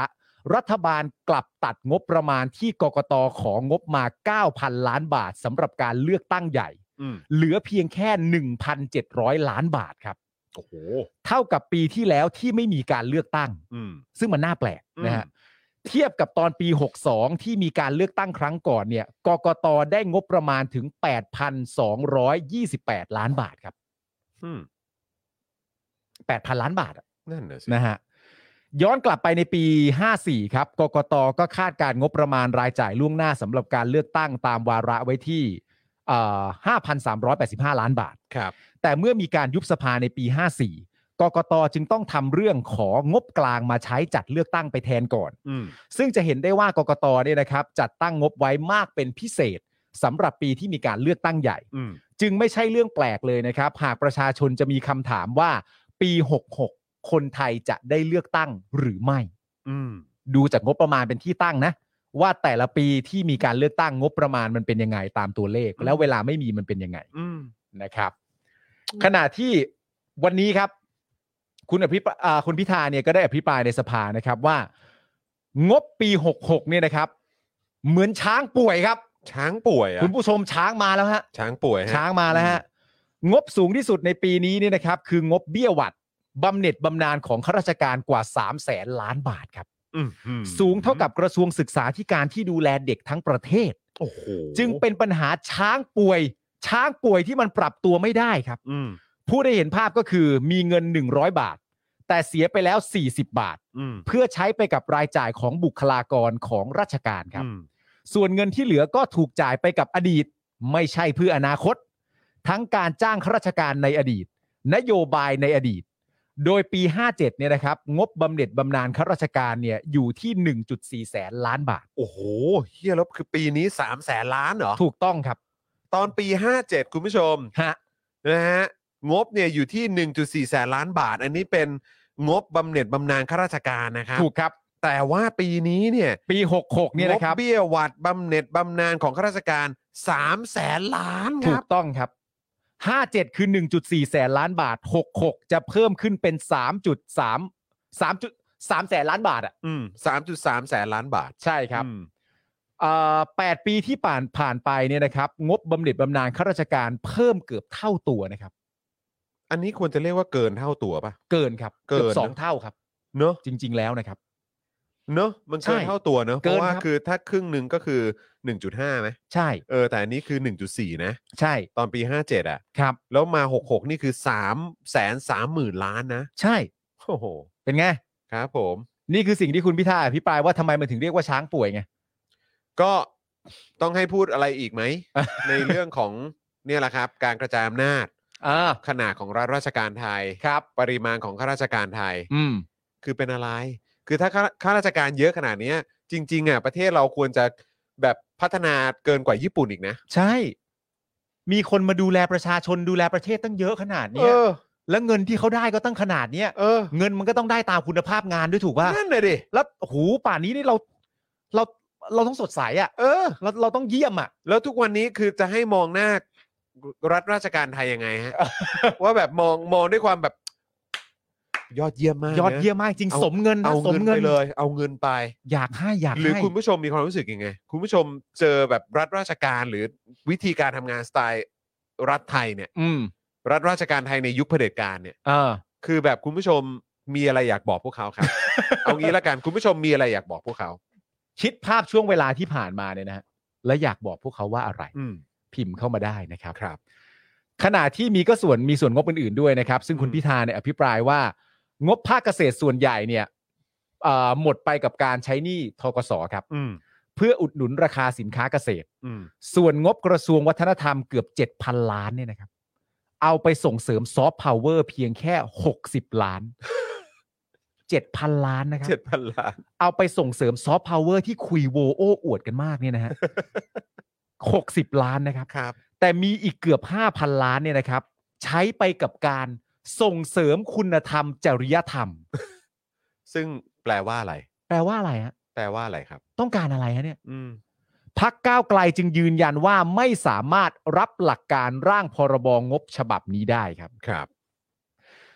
รัฐบาลกลับตัดงบประมาณที่กกต.ของงบมา เก้าพัน ล้านบาทสำหรับการเลือกตั้งใหญ่เหลือเพียงแค่ หนึ่งพันเจ็ดร้อย ล้านบาทครับโอ้โหเท่ากับปีที่แล้วที่ไม่มีการเลือกตั้งซึ่งมันน่าแปลกนะฮะเทียบกับตอนปีหกสิบสองที่มีการเลือกตั้งครั้งก่อนเนี่ยกกต.ได้งบประมาณถึง แปดพันสองร้อยยี่สิบแปด ล้านบาทครับอืม แปดพัน ล้านบาทนั่นน่ะสินะฮะย้อนกลับไปในปีห้าสี่ครับกกต.ก็คาดการงบประมาณรายจ่ายล่วงหน้าสำหรับการเลือกตั้งตามวาระไว้ที่เอ่อ ห้าพันสามร้อยแปดสิบห้า ล้านบาทครับแต่เมื่อมีการยุบสภาในปีห้าสี่กกต.จึงต้องทำเรื่องของบกลางมาใช้จัดเลือกตั้งไปแทนก่อนซึ่งจะเห็นได้ว่ากกต.เนี่ยนะครับจัดตั้งงบไว้มากเป็นพิเศษสำหรับปีที่มีการเลือกตั้งใหญ่จึงไม่ใช่เรื่องแปลกเลยนะครับหากประชาชนจะมีคำถามว่าปีหกสิบหกคนไทยจะได้เลือกตั้งหรือไม่ดูจากงบประมาณเป็นที่ตั้งนะว่าแต่ละปีที่มีการเลือกตั้งงบประมาณมันเป็นยังไงตามตัวเลขแล้วเวลาไม่มีมันเป็นยังไงนะครับขณะที่วันนี้ครับคุณอภิปรายคุณพิธาเนี่ยก็ได้อภิปรายในสภานะครับว่างบปีหกสิบหกเนี่ยนะครับเหมือนช้างป่วยครับช้างป่วยอ่ะคุณผู้ชมช้างมาแล้วฮะช้างป่วยช้างมาแล้วฮะงบสูงที่สุดในปีนี้เนี่ยนะครับคืองบเบี้ยหวัดบำเหน็จบำนาญของข้าราชการกว่าสามแสนล้านบาทครับสูงเท่ากับกระทรวงศึกษาธิการที่ดูแลเด็กทั้งประเทศโอ้โหจึงเป็นปัญหาช้างป่วยช้างป่วยที่มันปรับตัวไม่ได้ครับผู้ได้เห็นภาพก็คือมีเงินหนึ่งร้อยบาทแต่เสียไปแล้วสี่สิบบาทเพื่อใช้ไปกับรายจ่ายของบุคลากรของราชการครับส่วนเงินที่เหลือก็ถูกจ่ายไปกับอดีตไม่ใช่เพื่ออนาคตทั้งการจ้างข้าราชการในอดีตนโยบายในอดีตโดยปีห้าเจ็ดเนี่ยนะครับงบบำเหน็จบำนาญข้าราชการเนี่ยอยู่ที่ หนึ่งจุดสี่ แสนล้านบาทโอ้โหเฮียแล้วคือปีนี้สามแสนล้านเหรอถูกต้องครับตอนปีห้าเจ็ดคุณผู้ชมฮะนะฮะงบเนี่ยอยู่ที่ หนึ่งจุดสี่ แสนล้านบาทอันนี้เป็นงบบำเหน็จบำนาญข้าราชการนะครับถูกครับแต่ว่าปีนี้เนี่ยปีหกสิบหกเนี่ยนะครับงบเบี้ยหวัดบำเหน็จบำนาญของข้าราชการสามแสนล้านครับถูกต้องครับห้าสิบเจ็ดคือ หนึ่งจุดสี่ แสนล้านบาทหกสิบหกจะเพิ่มขึ้นเป็น สามจุดสาม สามจุดสาม แสนล้านบาทอ่ะอืม สามจุดสาม แสนล้านบาทใช่ครับเอ่อแปดปีที่ผ่านผ่านไปเนี่ยนะครับงบบำเหน็จบำนาญข้าราชการเพิ่มเกือบเท่าตัวนะครับอันนี้ควรจะเรียกว่าเกินเท่าตัวป่ะเกินครับเกือบสองเท่าครับเนอะจริงๆแล้วนะครับเนอะมันเกินเท่าตัวเนอะเพราะว่าคือถ้าครึ่งนึงก็คือ หนึ่งจุดห้า ไหมใช่เออแต่อันนี้คือ หนึ่งจุดสี่ นะใช่ตอนปีห้าเจ็ดอ่ะครับแล้วมาหกสิบหกนี่คือ สามแสนสามหมื่น ล้านนะใช่โอ้โหเป็นไงครับผมนี่คือสิ่งที่คุณพิธาอภิปรายว่าทำไมมันถึงเรียกว่าช้างป่วยไงก็ต้องให้พูดอะไรอีกไหม ในเรื่องของเนี่ยแหละครับการกระจายอำนาจขนาดของรัฐราชการไทยครับปริมาณของข้าราชการไทยอืมคือเป็นอะไรคือถ้าข้าราชการเยอะขนาดนี้จริงๆอ่ะประเทศเราควรจะแบบพัฒนาเกินกว่าญี่ปุ่นอีกนะใช่มีคนมาดูแลประชาชนดูแลประเทศตั้งเยอะขนาดนี้แล้วเงินที่เขาได้ก็ตั้งขนาดเนี้ยเออเงินมันก็ต้องได้ตามคุณภาพงานด้วยถูกป่ะนั่นเลยดิแล้วโหป่านนี้นี่เราเราเราต้องสดใสอ่ะเออเราเราต้องเยี่ยมอ่ะแล้วทุกวันนี้คือจะให้มองหน้ารัฐราชการไทยยังไงฮะ ว่าแบบมองมองด้วยความแบบยอดเยี่ยมมากยอดเยี่ยมมากจริงสมเงินนะสมเงินไปเลยเอาเงินไปอยากให้อยากให้หรือคุณผู้ชมมีความรู้สึกยังไงคุณผู้ชมเจอแบบรัฐราชการหรือวิธีการทำงานสไตล์รัฐไทยเนี่ยอืมรัฐราชการไทยในยุคเผด็จการเนี่ยเออคือแบบคุณผู้ชมมีอะไรอยากบอกพวกเขาครับ เอางี้ละกันคุณผู้ชมมีอะไรอยากบอกพวกเขาคิดภาพช่วงเวลาที่ผ่านมาเนี่ยนะฮะและอยากบอกพวกเขาว่าอะไรพิมพ์เข้ามาได้นะครับครับขณะที่มีก็ส่วนมีส่วนงบอื่นๆด้วยนะครับซึ่งคุณพิธาเนี่ยอภิปรายว่างบภาคเกษตรส่วนใหญ่เนี่ยหมดไปกับการใช้หนี้ธกสครับเพื่ออุดหนุนราคาสินค้าเกษตรส่วนงบกระทรวงวัฒนธรรมเกือบ เจ็ดพัน ล้านเนี่ยนะครับเอาไปส่งเสริมซอฟต์พาวเวอร์เพียงแค่หกสิบล้าน เจ็ดพัน ล้านนะครับเจ็ดพัน ล้านเอาไปส่งเสริมซอฟต์พาวเวอร์ที่คุยโวโอ้อวดกันมากเนี่ยนะฮะ หกสิบล้านนะครับครับแต่มีอีกเกือบ ห้าพัน ล้านเนี่ยนะครับใช้ไปกับการส่งเสริมคุณธรรมจริยธรรมซึ่งแปลว่าอะไรแปลว่าอะไรฮะแปลว่าอะไรครับต้องการอะไรฮะเนี่ยพรรคก้าวไกลจึงยืนยันว่าไม่สามารถรับหลักการร่างพรบงบฉบับนี้ได้ครับครับ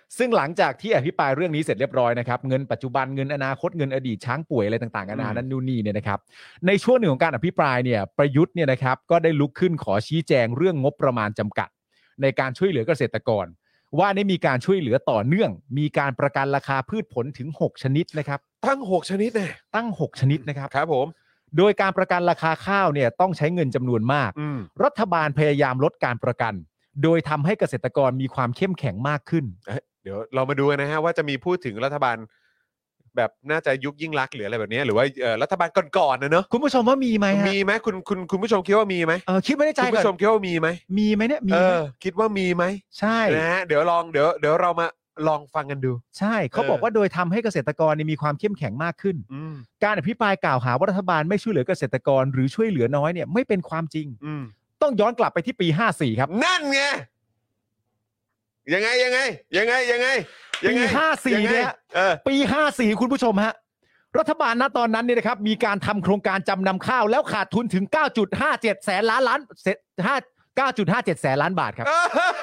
ซึ่งหลังจากที่อภิปรายเรื่องนี้เสร็จเรียบร้อยนะครับเงินปัจจุบันเงินอนาคตเงินอดีตช้างป่วยอะไรต่างๆนานานั้นนู่นนี่เนี่ยนะครับในช่วงหนึ่งของการอภิปรายเนี่ยประยุทธ์เนี่ยนะครับก็ได้ลุกขึ้นขอชี้แจงเรื่องงบประมาณจำกัดในการช่วยเหลือเกษตรกรว่าได้มีการช่วยเหลือต่อเนื่องมีการประกันราคาพืชผลถึงหกชนิดนะครับตั้งหกชนิดเนี่ยตั้งหกชนิดนะครับครับผมโดยการประกันราคาข้าวเนี่ยต้องใช้เงินจำนวนมากรัฐบาลพยายามลดการประกันโดยทำให้เกษตรกรมีความเข้มแข็งมากขึ้นเดี๋ยวเรามาดูกันนะฮะว่าจะมีพูดถึงรัฐบาลแบบน่าจะยุคยิ่งลักษณ์หรืออะไรแบบนี้หรือว่ารัฐบาลก่อนๆนะเนอะคุณผู้ชมว่ามีไหมมีไหมคุณคุณคุณผู้ชมคิดว่ามีไหมเออคิดไม่ได้ใจคุณผู้ชมคิดว่ามีไหมมีไหมเนี่ยมีเออคิดว่ามีไหมใช่นะฮะเดี๋ยวลองเดี๋ยวเดี๋ยวเรามาลองฟังกันดูใช่เขาบอกว่าโดยทำให้เกษตรกรมีความเข้มแข็งมากขึ้นการอภิปรายกล่าวหาว่ารัฐบาลไม่ช่วยเหลือเกษตรกรหรือช่วยเหลือน้อยเนี่ยไม่เป็นความจริงต้องย้อนกลับไปที่ปีห้าสี่ครับนั่นไงยังไงยังไงยังไงยังไงปีห้าสี่เนี่ยปีห้าสี่คุณผู้ชมฮะรัฐบาลณตอนนั้นเนี่ยนะครับมีการทำโครงการจำนำข้าวแล้วขาดทุนถึง เก้าจุดห้าเจ็ด แสนล้านล้านเก้าจุดห้าเจ็ด แสนล้านบาทครับ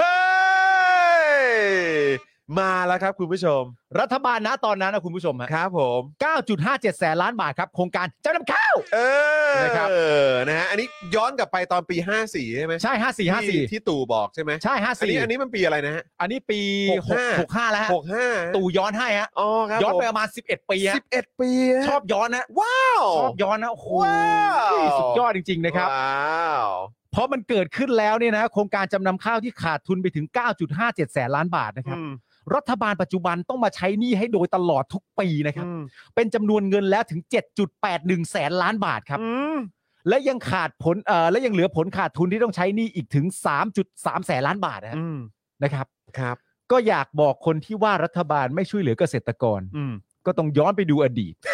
มาแล้วครับคุณผู้ชมรัฐบาลณตอนนั้นนะคุณผู้ชมครับผมเก้าจุดห้าเจ็ด แสนล้านบาทครับโครงการจำนำข้าวเออนะครับนะฮะอันนี้ย้อนกลับไปตอนปีห้าสี่ใช่ไหมใช่ห้าสี่ ห้าสี่ที่ตู่บอกใช่ไหมใช่ห้าสี่อันนี้อันนี้มันปีอะไรนะฮะอันนี้ปีหกสิบห้าแล้วฮะหกสิบห้าตู่ย้อนให้ฮะอ๋อครับย้อนไปประมาณสิบเอ็ดปีฮะสิบเอ็ดปีชอบย้อนนะว้าวชอบย้อนนะโอ้โหสุดยอดจริงๆนะครับว้าวเพราะมันเกิดขึ้นแล้วเนี่ยนะโครงการจำนำข้าวที่ขาดทุนไปถึง เก้าจุดห้าเจ็ด แสนล้านบาทนะครับรัฐบาลปัจจุบันต้องมาใช้หนี้ให้โดยตลอดทุกปีนะครับเป็นจำนวนเงินแล้วถึง เจ็ดจุดแปดหนึ่ง แสนล้านบาทครับและยังขาดผลเอ่อและยังเหลือผลขาดทุนที่ต้องใช้หนี้อีกถึง สามจุดสาม แสนล้านบาทนะครับครับก็อยากบอกคนที่ว่ารัฐบาลไม่ช่วยเหลือเกษตรกรก็ต้องย้อนไปดูอดีต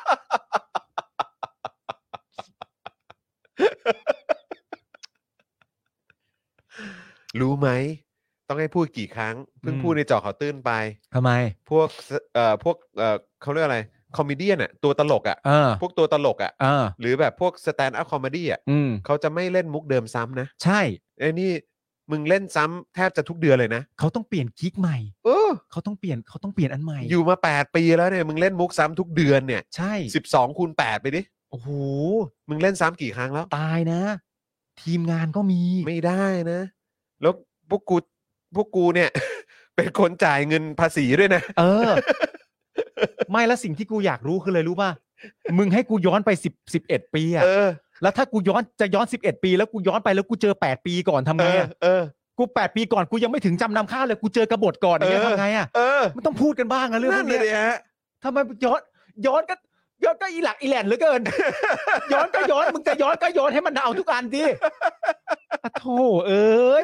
รู้ไหมต้องให้พูดกี่ครั้งเพิ่งพูดในจอข่าวตื้นไปทำไมพวกเอ่อพวกเอ่อเขาเรียกอะไรคอมเมดี้น่ะตัวตลกอ่ะพวกตัวตลกอ่ะหรือแบบพวกสแตนด์อัพคอมเมดี้อ่ะเขาจะไม่เล่นมุกเดิมซ้ำนะใช่ไอ้นี่มึงเล่นซ้ำแทบจะทุกเดือนเลยนะเขาต้องเปลี่ยนกิ๊กใหม่เออเขาต้องเปลี่ยนเขาต้องเปลี่ยนอันใหม่อยู่มาแปดปีแล้วเนี่ยมึงเล่นมุกซ้ำทุกเดือนเนี่ยใช่สิบสองคูณแปดไปดิโอ้โหมึงเล่นซ้ำกี่ครั้งแล้วตายนะทีมงานก็มีไม่ได้นะแล้วพวกกูพวกกูเนี่ยเป็นคนจ่ายเงินภาษีด้วยนะเออไม่แล้วสิ่งที่กูอยากรู้คือเลยรู้ป่ะมึงให้กูย้อนไปสิบ สิบเอ็ดปีอ่ะแล้วถ้ากูย้อนจะย้อนสิบเอ็ดปีแล้วกูย้อนไปแล้วกูเจอแปดปีก่อนทำไงอ่ะเออกูแปดปีก่อนกูยังไม่ถึงจำนำข้าวเลยกูเจอกบฏก่อนอย่างเงี้ยทำไงอ่ะเออมันต้องพูดกันบ้างนะเรื่องนี้ทำไมย้อนย้อนก็ย้อนก็อีหลักอีแหลนเหลือเกินย้อนก็ย้อนมึงจะย้อนก็ย้อนให้มันเอาทุกอันดิโธ่เอ้ย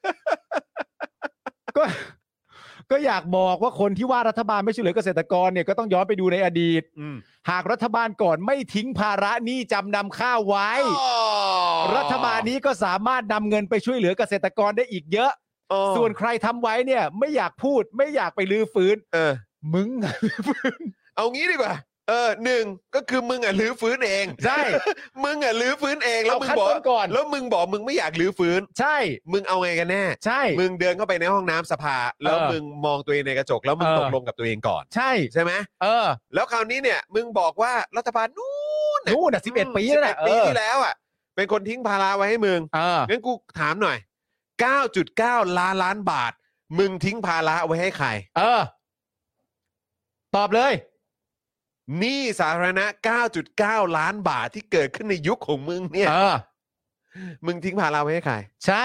ก็ก็อยากบอกว่าคนที่ว่ารัฐบาลไม่ช่วยเหลือเกษตรกรเนี่ยก็ต้องย้อนไปดูในอดีตหากรัฐบาลก่อนไม่ทิ้งภาระหนี้จำนำข้าวไว้รัฐบาลนี้ก็สามารถนำเงินไปช่วยเหลือเกษตรกรได้อีกเยอะส่วนใครทำไว้เนี่ยไม่อยากพูดไม่อยากไปลื้อฟื้นเออมึงเอางี้ดีกว่าเออหนึ่งก็คือมึงอ่ะลื้อฟื้นเองใช่มึงอ่ะลื้อฟื้นเองแล้วมึงบอกแล้วมึงบอกมึงไม่อยากลื้อฟื้นใช่มึงเอาไงกันแน่ใช่มึงเดินเข้าไปในห้องน้ำสภาแล้วมึงมองตัวเองในกระจกแล้วมึงตกลงกับตัวเองก่อนใช่ใช่ไหมเออแล้วคราวนี้เนี่ยมึงบอกว่ารัฐบาลนู่นนู่นอ่ะสิบเอ็ดปีแล้วนะปีที่แล้วอ่ะเป็นคนทิ้งภาระไว้ให้มึงงั้นกูถามหน่อย เก้าจุดเก้า ล้านล้านบาทมึงทิ้งภาระไว้ให้ใครเออตอบเลยหนี้สาธารณะ เก้าจุดเก้า ล้านบาทที่เกิดขึ้นในยุคของมึงเนี่ยเออมึงทิ้งภาระไว้ให้ใครใช่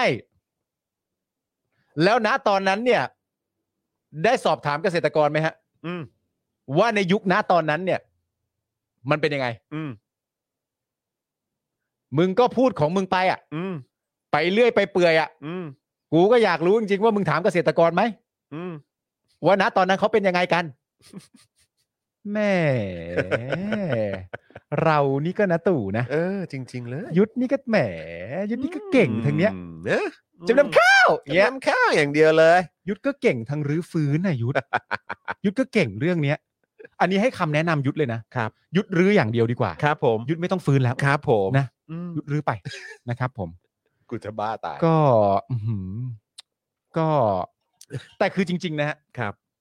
แล้วณตอนนั้นเนี่ยได้สอบถามเกษตรกรไหมฮะอืมว่าในยุคณตอนนั้นเนี่ยมันเป็นยังไงอืมมึงก็พูดของมึงไปอ่ะอืมไปเรื่อยไปเปื่อยอ่ะอืมกูก็อยากรู้จริงๆว่ามึงถามเกษตรกรไหมอืมว่าณตอนนั้นเขาเป็นยังไงกันแม่เรานี่ก็นะตู่นะเออจริงๆเลยยุทธนี่ก็แหมยุทธนี่ก็เก่งทางเนี้ยจำนำข้าวจำนำข้าวอย่างเดียวเลยยุทธก็เก่งทางรื้อฟื้นนะยุทธยุทธก็เก่งเรื่องเนี้ยอันนี้ให้คำแนะนำยุทธเลยนะครับยุทธรื้ออย่างเดียวดีกว่าครับผมยุทธไม่ต้องฟื้นแล้วครับผมนะยุทธรื้อไปนะครับผมกูจะบ้าตายก็ก็แต่คือจริงๆนะฮะครับ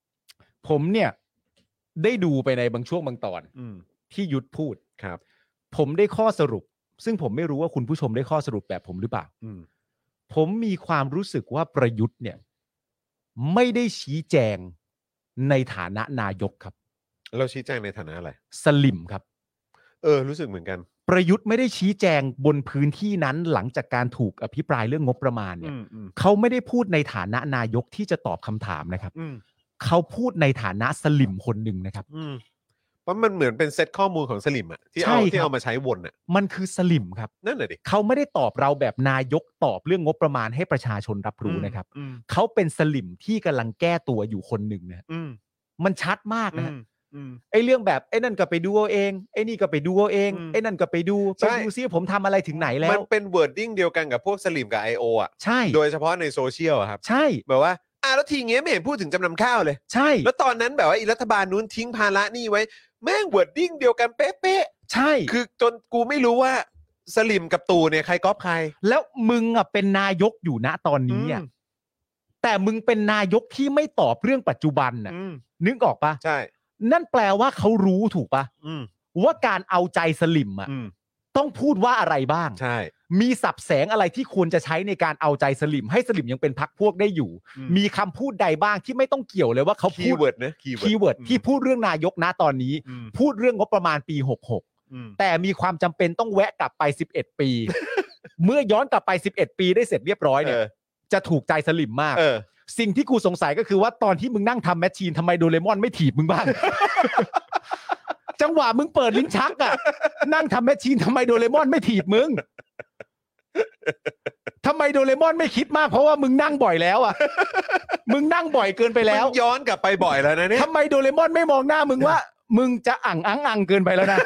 ผมเนี่ยได้ดูไปในบางช่วงบางตอนอืมที่ยุทธพูดครับผมได้ข้อสรุป ซึ่งผมไม่รู้ว่าคุณผู้ชมได้ข้อสรุปแบบผมหรือเปล่าอืมผมมีความรู้สึกว่าประยุทธ์เนี่ยไม่ได้ชี้แจงในฐานะนายกครับเราชี้แจงในฐานะอะไรสลิมครับเออรู้สึกเหมือนกันประยุทธ์ไม่ได้ชี้แจงบนพื้นที่นั้นหลังจากการถูกอภิปรายเรื่องงบประมาณเนี่ยอืมอืมเขาไม่ได้พูดในฐานะนายกที่จะตอบคำถามนะครับอืมเขาพูดในฐานะสลิมคนหนึ่งนะครับอืมเพราะมันเหมือนเป็นเซตข้อมูลของสลิมอะที่ใช่เอาครับที่เอามาใช้วนอะมันคือสลิมครับนั่นแหละดิเขาไม่ได้ตอบเราแบบนายกตอบเรื่องงบประมาณให้ประชาชนรับรู้นะครับอืมเขาเป็นสลิมที่กำลังแก้ตัวอยู่คนหนึ่งนะอืมมันชัดมากอืนะมอืมไอ้เรื่องแบบไอ้นั่นก็ไปดูเอาเองไอ้นี่ก็ไปดูเอาเองอืมไอ้นั่นก็ไปดูใช่ไปดูซิว่าผมทำอะไรถึงไหนแล้มัวนเป็น wording เดียวกันกับพวกสลิมกับ ไอ โอ อ่ะใช่โดยเฉพาะในโซเชียลอะครับใช่แบบว่าอ่ะแล้วทีเงี้ยไม่เห็นพูดถึงจำนำข้าวเลยใช่แล้วตอนนั้นแบบว่าอีรัฐบาลนู้นทิ้งภาระหนี่ไว้ แม่ง wording เดียวกันเป๊ะใช่ๆคือจนกูไม่รู้ว่าสลิมกับตู่เนี่ยใครก๊อปใครแล้วมึงอ่ะเป็นนายกอยู่ณตอนนี้อ่ะอืมแต่มึงเป็นนายกที่ไม่ตอบเรื่องปัจจุบันน่ะอืมนึกออกปะใช่นั่นแปลว่าเขารู้ถูกปะอืมว่าการเอาใจสลิมอ่ะอืมต้องพูดว่าอะไรบ้างใช่มีสับแสงอะไรที่ควรจะใช้ในการเอาใจสลิมให้สลิมยังเป็นพรรคพวกได้อยู่อืมมีคำพูดใดบ้างที่ไม่ต้องเกี่ยวเลยว่าเขาคีพูดย์เวิร์ดนะคีย์คีย์เวิร์ดที่พูดเรื่องนายกนะตอนนี้อืมพูดเรื่องงบประมาณปีหกหกอืมแต่มีความจำเป็นต้องแวะกลับไปสิบเอ็ดปี เมื่อย้อนกลับไปสิบเอ็ดปีได้เสร็จเรียบร้อยเนี่ยเออจะถูกใจสลิมมากเออสิ่งที่กูสงสัยก็คือว่าตอนที่มึงนั่งทำแมชชีนทำไมโดเรมอนไม่ถีบมึงบ้าง จังหวะมึงเปิดลิ้นชักอ่ะ นั่งทำแมชชีนทำไมโดเรมอนไม่ถีบมึงทำไมโดเรมอนไม่คิดมากเพราะว่ามึงนั่งบ่อยแล้วอ่ะ มึงนั่งบ่อยเกินไปแล้วมันย้อนกลับไปบ่อยแล้วนะเนี่ยทำไมโดเรมอนไม่มองหน้ามึงว่า มึงจะอ่างอังอังเกินไปแล้วนะ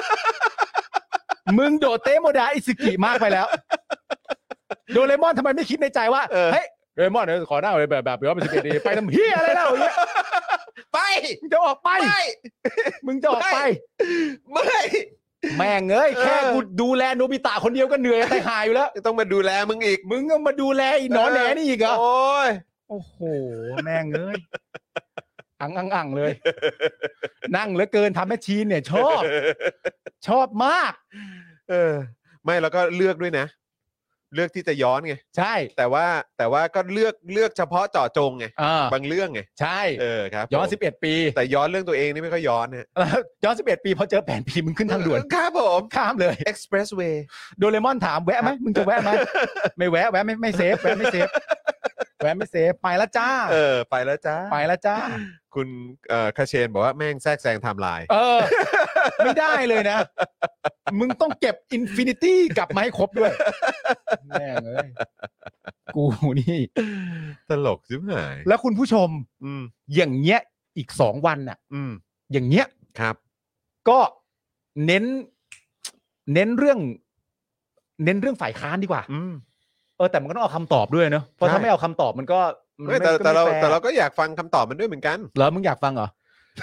มึงโดดเตะโมดาอิซึกิมากไปแล้ว โดเรมอนทำไมไม่คิดในใจว่าเออเฮ้ยโดเรมอนเดี๋ยวขอหน้าเลยแบบแบบย้อนไปสิบเอ็ดปีไปทำเฮียอะไรแล้วอย่างเงี้ยไปมึงจะออกไปไม่มึงจะออกไปไม่แม่งเอ้ยเออแค่กูดูแลโนบิตะคนเดียวก็เหนื่อยแต่หายอยู่แล้วต้องมาดูแลมึงอีกมึงก็มาดูแลอีหนอนแหนนี่อีกเหรอโอ้ยโอ้โหแม่งเอ้ยอังอังอังเลย นั่งเหลือเกินทำแมชชีนเนี่ยชอบ ชอบมากเออ ไม่แล้วก็เลือกด้วยนะ เลือกที่จะย้อนไงใช่แต่ว่าแต่ว่าก็เลือกเลือกเฉพาะเจาะจงไงอ่าบางเรื่องไงใช่เออครับย้อนผมสิบเอ็ดปีแต่ย้อนเรื่องตัวเองนี่ไม่ค่อยย้อนนะแล้วย้อนสิบเอ็ดปีพอเจอแผนปีมึงขึ้นทางด่วนครับผมข้ามเลย expressway โดเรมอนถามแวะไหมมึงจะแวะไหมไม่แวะแวะไม่ไม่เซฟแวะไม่เซฟแวะไม่เซฟไปแล้วจ้าเออ ไปแล้วจ้าไปแล้วจ้าคุณเอ่อคาเชนบอกว่าแม่งแทรกแซงไทม์ไลน์เออ ไม่ได้เลยนะ มึงต้องเก็บอินฟินิตี้กลับมาให้ครบด้วยแม่งเอ้ยกูนี่ตลกชิบหายแล้วคุณผู้ชมอืมอย่างเงี้ยอีกสองวันน่ะอืมอย่างเงี้ยครับก็เน้น เน้นเรื่อง เน้นเรื่องฝ่ายค้านดีกว่าอืมเออแต่มันก็ต้องเอาคำตอบด้วยเนอะเพราะใช่ถ้าไม่เอาคำตอบมันก็มันไม่แต่ก็แต่เราไม่ฟแต่เราก็อยากฟังคำตอบมันด้วยเหมือนกันเหรอมึงอยากฟังเหรอ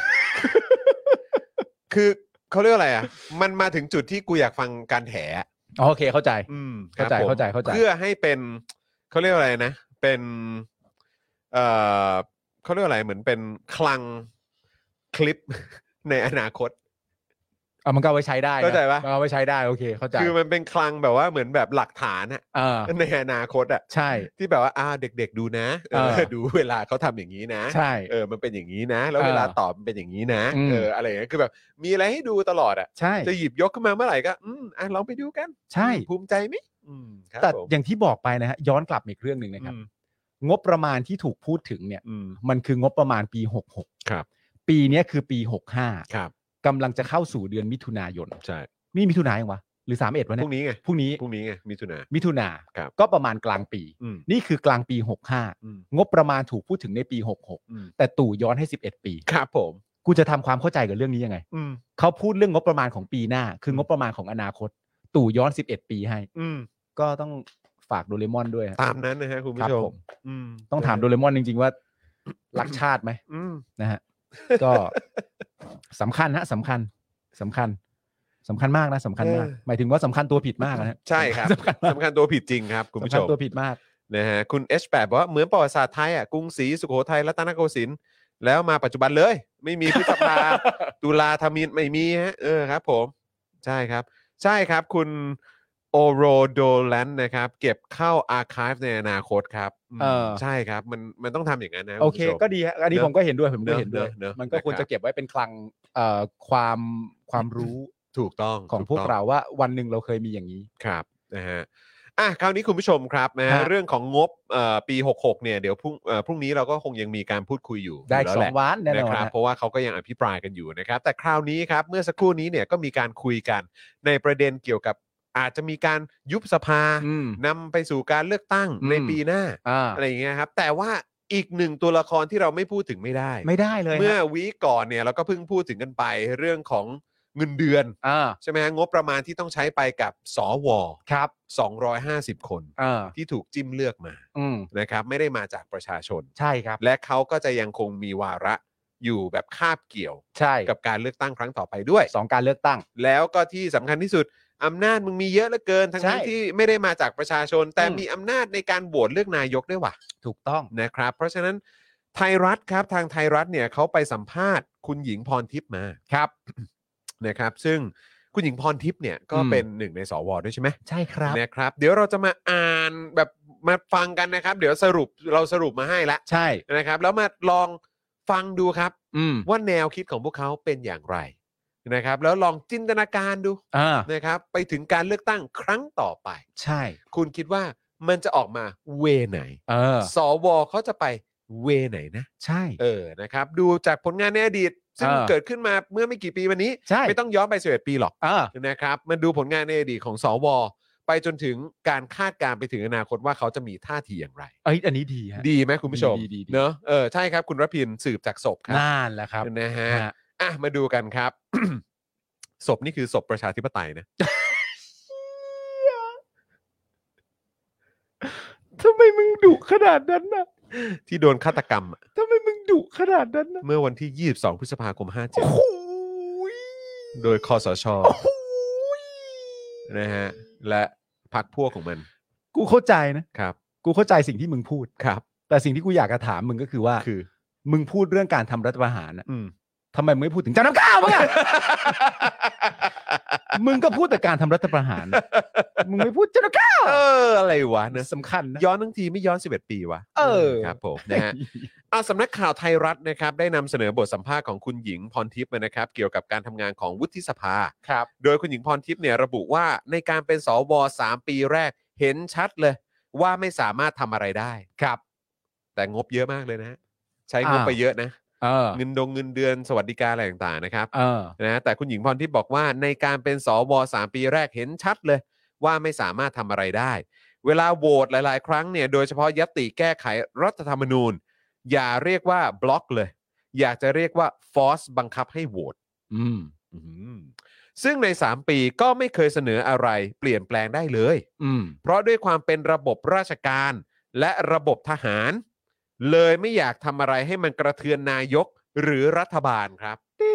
คือเขาเรียกอะไรอ่ะ มันมาถึงจุดที่กูอยากฟังการแถอ๋อโอเคเข้าใจอืมเข้าใจครับผมเข้าใจเข้าใจเพื่อให้เป็นเขาเรียกอะไรนะ เป็นเอ่อเขาเรียกอะไรเหมือนเป็นคลังคลิป ในอนาคตเอามันก็เอาไว้ใช้ได้นะเข้าใจปะมันเอาไว้ใช้ได้โอเคเข้าใจคือมันเป็นคลังแบบว่าเหมือนแบบหลักฐานอะเออในอนาคตอะใช่ที่แบบว่าอ่าเด็กๆดูนะเออเออดูเวลาเขาทำอย่างนี้นะใช่เออมันเป็นอย่างนี้นะ แล้วเออเวลาตอบมันเป็นอย่างนี้นะอืมเอออะไรอย่างเงี้ยคือแบบมีอะไรให้ดูตลอดอะใช่จะหยิบยกขึ้นมาเมื่อไหร่ก็อืมอ่ะลองไปดูกันใช่ภูมิใจไหมอืมครับแต่ผมอย่างที่บอกไปนะฮะย้อนกลับมาอีกเรื่องหนึ่งนะครับอืมงบประมาณที่ถูกพูดถึงเนี่ยอืมมันคืองบประมาณปีหกหกครับปีเนี้ยคือปีหกห้าครับกำลังจะเข้าสู่เดือนมิถุนายนใช่นี่มิถุนายนยังวะหรือสามเอ็ดวะพเนี่ยรุ่งนี้ไงพรุ่งนี้พรุ่งนี้ไงมิถุนามิถุนาครับก็ประมาณกลางปีอืมนี่คือกลางปีหกห้าอืมงบประมาณถูกพูดถึงในปีหกหกอืมแต่ตู่ย้อนให้สิบเอ็ดปีครับผมกูจะทำความเข้าใจกับเรื่องนี้ยังไงอืมเขาพูดเรื่องงบประมาณของปีหน้า คืองบประมาณของอนาคต ตู่ย้อนสิบเอ็ดปีให้อืมก็ต้องฝากโดเรมอนด้วยฮะตามนั้นนะฮะคุณคผู้รับชมผมอืมต้องถามโดเรมอนจริงๆว่า รักชาติไหมอืมนะฮะ ก็สำคัญฮะสำคัญสำคัญสำคัญมากนะสำคัญมากเออหมายถึงว่าสำคัญตัวผิดมากนะฮะใช่ครับสำคัญมากสำคัญตัวผิดจริงครับคุณผู้ชสำคัญมตัวผิดมากนะฮะคุณ เอช แปด บอกว่าเหมือนประวัติศาสตร์ไทยอ่ะกรุงศรีสุโขทัยรัตนโกสินทร์แล้วมาปัจจุบันเลยไม่มีพฤษภา ตุลาธมินไม่มีฮะเออครับผมใช่ครับใช่ครับคุณโอโรโดแลนนะครับเก็บเข้าอาร์คีฟในอนาคตครับอืมเออใช่ครับมันมันต้องทำอย่างนั้นนะโอเคณผู้ชมก็ดีฮะอันนี้เนอะผมก็เห็นด้วยผมก็เห็นด้วยเนอะเนอะมันก็ควรนะครับจะเก็บไว้เป็นคลังเอ่อความความรู้ถูกต้องของถูพวกต้องเราว่าวันหนึ่งเราเคยมีอย่างนี้ครับนะฮะอ่ะคราวนี้คุณผู้ชมครับนะฮะฮะเรื่องของงบเอ่อปีหกหกเนี่ยเดี๋ยวพรุ่งเอ่อพรุ่งนี้เราก็คงยังมีการพูดคุยอยู่ได้ยู่แล้วสอแหงละวันแน่นอนนะครับนะเพราะว่าเขาก็ยังอภิปรายกันอยู่นะครับแต่คราวนี้ครับเมื่อสักครู่นี้เนี่ยก็มีการคุยกันในประเด็นเกี่ยวกับอาจจะมีการยุบสภาอืมนำไปสู่การเลือกตั้งอืมในปีหน้าอ่าอะไรอย่างเงี้ยครับแต่ว่าอีกหนึ่งตัวละครที่เราไม่พูดถึงไม่ได้ไม่ได้เลยฮะเมื่อวีคก่อนเนี่ยเราก็เพิ่งพูดถึงกันไปเรื่องของเงินเดือนอ่าใช่ไหมฮะงบประมาณที่ต้องใช้ไปกับสวครับสองร้อยห้าสิบคนอ่าที่ถูกจิ้มเลือกมาอืมนะครับไม่ได้มาจากประชาชนใช่ครับและเขาก็จะยังคงมีวาระอยู่แบบคาบเกี่ยวใช่กับการเลือกตั้งครั้งต่อไปด้วยสองการเลือกตั้งแล้วก็ที่สำคัญที่สุดอำนาจมึงมีเยอะเหลือเกินทั้งใช่ๆที่ไม่ได้มาจากประชาชน แต่อืมมีอำนาจในการโหวตเลือกนายกด้วยว่ะถูกต้องนะครับ เพราะฉะนั้นไทยรัฐครับทางไทยรัฐเนี่ยเขาไปสัมภาษณ์คุณหญิงพรทิพย์มาครับนะครับซึ่งคุณหญิงพรทิพย์เนี่ยก็อืมเป็นหนึ่งในสวด้วยใช่ไหมใช่ครับนะครับเดี๋ยวเราจะมาอ่านแบบมาฟังกันนะครับ เดี๋ยวสรุปเราสรุปมาให้ละใช่นะครับแล้วมาลองฟังดูครับอืมว่าแนวคิดของพวกเขาเป็นอย่างไรนะครับแล้วลองจินตนาการดูอ่านะครับไปถึงการเลือกตั้งครั้งต่อไปใช่คุณคิดว่ามันจะออกมาเวไหนเออสวเขาจะไปเวไหนนะใช่เออนะครับดูจากผลงานในอดีตซึ่งเออเกิดขึ้นมาเมื่อไม่กี่ปีมานี้ใช่ไม่ต้องย้อนไปสิบเอ็ดปีหรอกอ่านะครับมันดูผลงานในอดีตของสวไปจนถึงการคาดการณ์ไปถึงอนาคตว่าเขาจะมีท่าทีอย่างไรเอ้ยอันนี้ดีฮะดีไหมคุณผู้ชมดีดีดีเนอะเออใช่ครับคุณรพินสืบจากศพครับนั่นแหละครับนะฮะฮะอ่ะมาดูกันครับ ศพนี่คือศพประชาธิปไตยนะทำไมมึงดุขนาดนั้นน่ะที่โดนฆาตกรรมอะทำไมมึงดุขนาดนั้นน่ะเมื่อวันที่ยี่สิบสองพฤษภาคมห้าเจ็ดโอ้โหโดยคสชโอ้โหนะฮะและพรรคพวกของมันกูเข้าใจนะครับกูเข้าใจสิ่งที่มึงพูดครับแต่สิ่งที่กูอยากจะถามมึงก็คือว่าคือมึงพูดเรื่องการทำรัฐประหารน่ะอืมทำไมมึงไม่พูดถึงจานน้ำข้าวมึงอะ มึงก็พูดแต่การทำรัฐประหาร มึงไม่พูดจานน้ำข้าวเอออะไรวะเนอะสำคัญนะย้อนทั้งทีไม่ย้อนสิบเอ็ดปีวะเออครับผมนะฮะ อ่ะสำนักข่าวไทยรัฐนะครับได้นำเสนอบทสัมภาษณ์ของคุณหญิงพรทิพย์นะครับเกี่ยวกับการทำงานของวุฒิสภาครับโดยคุณหญิงพรทิพย์เนี่ยระบุว่าในการเป็นสวสามปีแรกเห็นชัดเลยว่าไม่สามารถทำอะไรได้ครับแต่งบเยอะมากเลยนะฮะใช้งบอ่าไปเยอะนะเออเงินดงเงินเดือนสวัสดิการอะไรต่างๆนะครับเออนะแต่คุณหญิงพรทิพย์บอกว่าในการเป็นสวสามปีแรกเห็นชัดเลยว่าไม่สามารถทำอะไรได้ เวลาโหวตหลายๆ ครั้งเนี่ยโดยเฉพาะญัตติแก้ไขรัฐธรรมนูญ อย่าเรียกว่าบล็อกเลย อยากจะเรียกว่าฟอร์สบังคับให้โหวตอืมอืมซึ่งในสามปีก็ไม่เคยเสนออะไรเปลี่ยนแปลงได้เลยอืมเพราะด้วยความเป็นระบบราชการและระบบทหาร เลยไม่อยากทำอะไรให้มันกระเทือนนายกหรือรัฐบาลครับ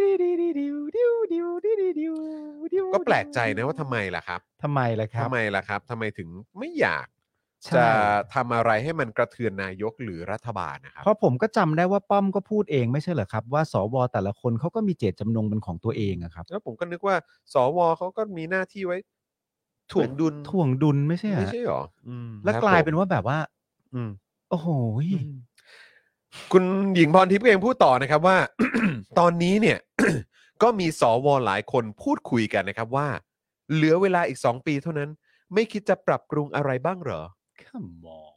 ก็แปลกใจนะว่าทำไมล่ะครับทำไมล่ะครับทำไมล่ะครับทำไมถึงไม่อยากใช่จะทำอะไรให้มันกระเทือนนายกหรือรัฐบาลนะครับเพราะผมก็จำได้ว่าป้อมก็พูดเองไม่ใช่เหรอครับ ว่าสวแต่ละคนเขาก็มีเจตจำนงเป็นของตัวเองอะครับแล้วผมก็นึกว่า สวเขาก็มีหน้าที่ไว้ถ่วงดุลถ่วงดุลไม่ใช่เหรไม่อใช่หรออืมแล้วครับกลายผมเป็นว่าแบบว่าอืมโอ้โหคุณหญิงพรทิพย์ก็ยังพูดต่อนะครับว่า ตอนนี้เนี่ย ก็มีสวหลายคนพูดคุยกันนะครับว่า เหลือเวลาอีกสองปีเท่านั้น ไม่คิดจะปรับปรุงอะไรบ้างเหรอ Come on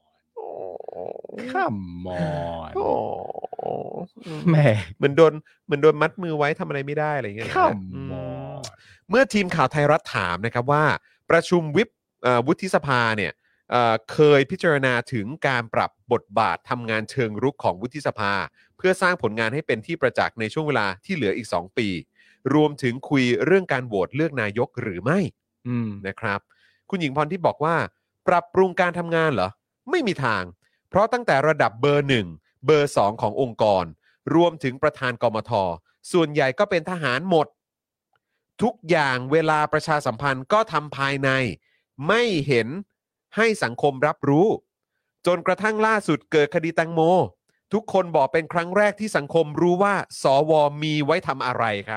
Come on โอ้แหม่เหมือนโดนเหมือนโดนมัดมือไว้ทำอะไรไม่ได้อะไรอย่างเงี้ยนะ Come อืม on เมื่อทีมข่าวไทยรัฐถามนะครับว่าประชุมวิปเอ่อวุฒิสภาเนี่ยเอ่อเคยพิจารณาถึงการปรับบทบาททำงานเชิงรุกของวุฒิสภา เพื่อสร้างผลงานให้เป็นที่ประจักษ์ในช่วงเวลาที่เหลืออีกสองปี รวมถึงคุยเรื่องการโหวตเลือกนายกหรือไม่อืมนะครับคุณหญิงพรที่บอกว่า ปรับปรุงการทำงานเหรอไม่มีทาง เพราะตั้งแต่ระดับเบอร์หนึ่งเบอร์สองขององค์กร รวมถึงประธานกมท.ส่วนใหญ่ก็เป็นทหารหมด ทุกอย่างเวลาประชาสัมพันธ์ก็ทำภายใน ไม่เห็นให้สังคมรับรู้ จนกระทั่งล่าสุดเกิดคดีแตงโมทุกคนบอกเป็นครั้งแรกที่สังคมรู้ว่าสวมีไว้ทำอะไรครับ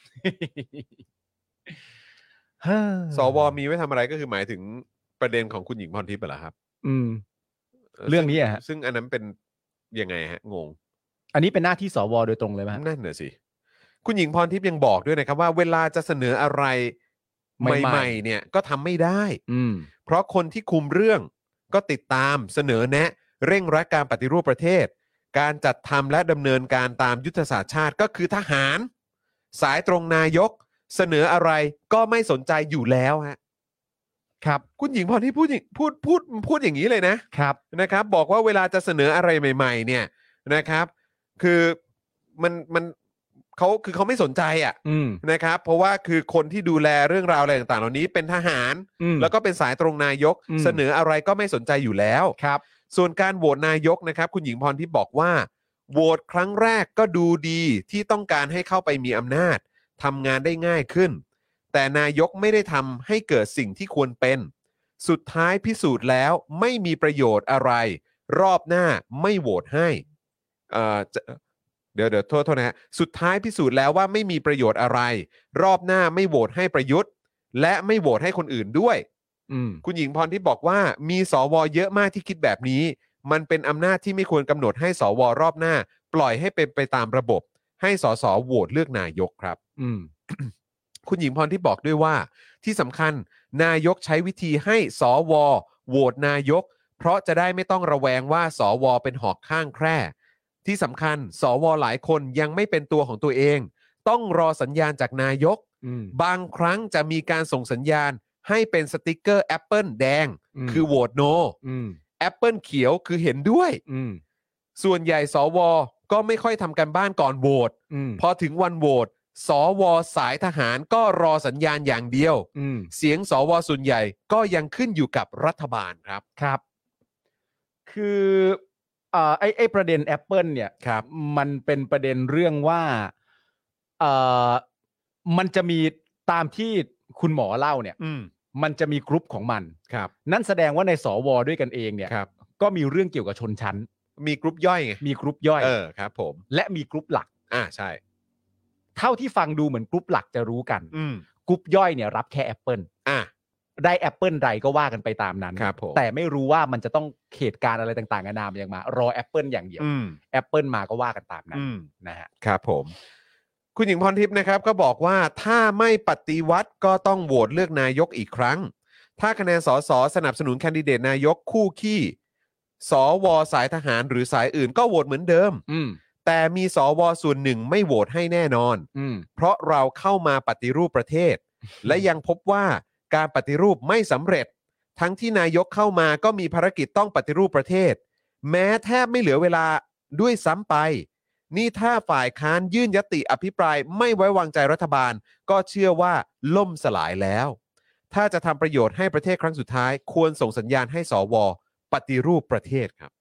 สวมีไว้ทำอะไรก็คือหมายถึงประเด็นของคุณหญิงพรทิพย์เหรอครับอืมเรื่องนี้อะฮะซึ่งอันนั้นเป็นยังไงฮะงงอันนี้เป็นหน้าที่สวโดยตรงเลยไหมนั่นน่ะสิคุณหญิงพรทิพย์ยังบอกด้วยนะครับว่าเวลาจะเสนออะไรใหม่ๆเนี่ยก็ทำไม่ได้อืมเพราะคนที่คุมเรื่องก็ติดตามเสนอแนะเร่งรัดการปฏิรูปประเทศการจัดทำและดำเนินการตามยุทธศาสตร์ชาติก็คือทหารสายตรงนายกเสนออะไรก็ไม่สนใจอยู่แล้วฮะครับคุณหญิงพรที่พูดพูดพูดพูดอย่างนี้เลยนะครับนะครับบอกว่าเวลาจะเสนออะไรใหม่ๆเนี่ยนะครับคือมันมันเขาคือเขาไม่สนใจอ่ะนะครับเพราะว่าคือคนที่ดูแลเรื่องราวอะไรต่างๆเหล่านี้เป็นทหารแล้วก็เป็นสายตรงนายกเสนออะไรก็ไม่สนใจอยู่แล้วครับส่วนการโหวตนายกนะครับคุณหญิงพรที่บอกว่าโหวตครั้งแรกก็ดูดีที่ต้องการให้เข้าไปมีอำนาจทำงานได้ง่ายขึ้นแต่นายกไม่ได้ทำให้เกิดสิ่งที่ควรเป็นสุดท้ายพิสูจน์แล้วไม่มีประโยชน์อะไรรอบหน้าไม่โหวตให้เอ่อเดี๋ยวเดี๋ยวโทษโทษนะฮะสุดท้ายพิสูจน์แล้วว่าไม่มีประโยชน์อะไรรอบหน้าไม่โหวตให้ประยุทธ์และไม่โหวตให้คนอื่นด้วยคุณหญิงพรที่บอกว่ามีสวเยอะมากที่คิดแบบนี้มันเป็นอำนาจที่ไม่ควรกำหนดให้สวรอบหน้าปล่อยให้เป็นไปตามระบบให้สสโหวตเลือกนายกครับ คุณหญิงพรที่บอกด้วยว่าที่สำคัญนายกใช้วิธีให้สวโหวตนายกเพราะจะได้ไม่ต้องระแวงว่าสวเป็นหอกข้างแคร่ที่สำคัญสวหลายคนยังไม่เป็นตัวของตัวเองต้องรอสัญญาณจากนายกบางครั้งจะมีการส่งสัญญาณให้เป็นสติกเกอร์แอปเปิลแดงคือโหวตโนแอปเปิลเขียวคือเห็นด้วยส่วนใหญ่สวก็ไม่ค่อยทำกันบ้านก่อนโหวตพอถึงวันโหวตสวสายทหารก็รอสัญญาณอย่างเดียวเสียงสวส่วนใหญ่ก็ยังขึ้นอยู่กับรัฐบาลครับครับคือเอ่อไอ้ไอ้ประเด็น Apple เนี่ยครับมันเป็นประเด็นเรื่องว่าเอ่อมันจะมีตามที่คุณหมอเล่าเนี่ยมันจะมีกรุ๊ปของมันครับนั่นแสดงว่าในสวด้วยกันเองเนี่ยก็มีเรื่องเกี่ยวกับชนชั้นมีกรุ๊ปย่อยไงมีกรุ๊ปย่อยเออครับผมและมีกรุ๊ปหลักอ่าใช่เท่าที่ฟังดูเหมือนกรุ๊ปหลักจะรู้กันกรุ๊ปย่อยเนี่ยรับแค่ Apple อ่ะได้ Apple ใดก็ว่ากันไปตามนั้นแต่ไม่รู้ว่ามันจะต้องเหตุการณ์อะไรต่างๆนานาอย่างมารอ Apple อย่างเดียว Apple มาก็ว่ากันตามนั้นนะฮะครับผมคุณหญิงพรทิพย์นะครับก็บอกว่าถ้าไม่ปฏิวัติก็ต้องโหวตเลือกนายกอีกครั้งถ้าคะแนนสสสนับสนุนแคนดิเดตนายกคู่ขี้สวสายทหารหรือสายอื่นก็โหวตเหมือนเดิมแต่มีสวส่วนหนึ่งไม่โหวตให้แน่นอนเพราะเราเข้ามาปฏิรูปประเทศ และยังพบว่าการปฏิรูปไม่สำเร็จทั้งที่นายกเข้ามาก็มีภารกิจต้องปฏิรูปประเทศแม้แทบไม่เหลือเวลาด้วยซ้ำไปนี่ถ้าฝ่ายค้านยื่นญัตติอภิปรายไม่ไว้วางใจรัฐบาลก็เชื่อว่าล่มสลายแล้วถ้าจะทำประโยชน์ให้ประเทศครั้งสุดท้ายควรส่งสัญญาณให้สวปฏิรูปประเทศครับ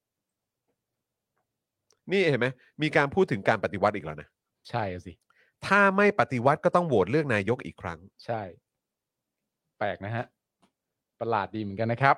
นี่เห็นไหมมีการพูดถึงการปฏิวัติอีกแล้วนะใช่สิถ้าไม่ปฏิวัติก็ต้องโหวตเลือกนายกอีกครั้งใช่แปลกนะฮะประหลาดดีเหมือนกันนะครับ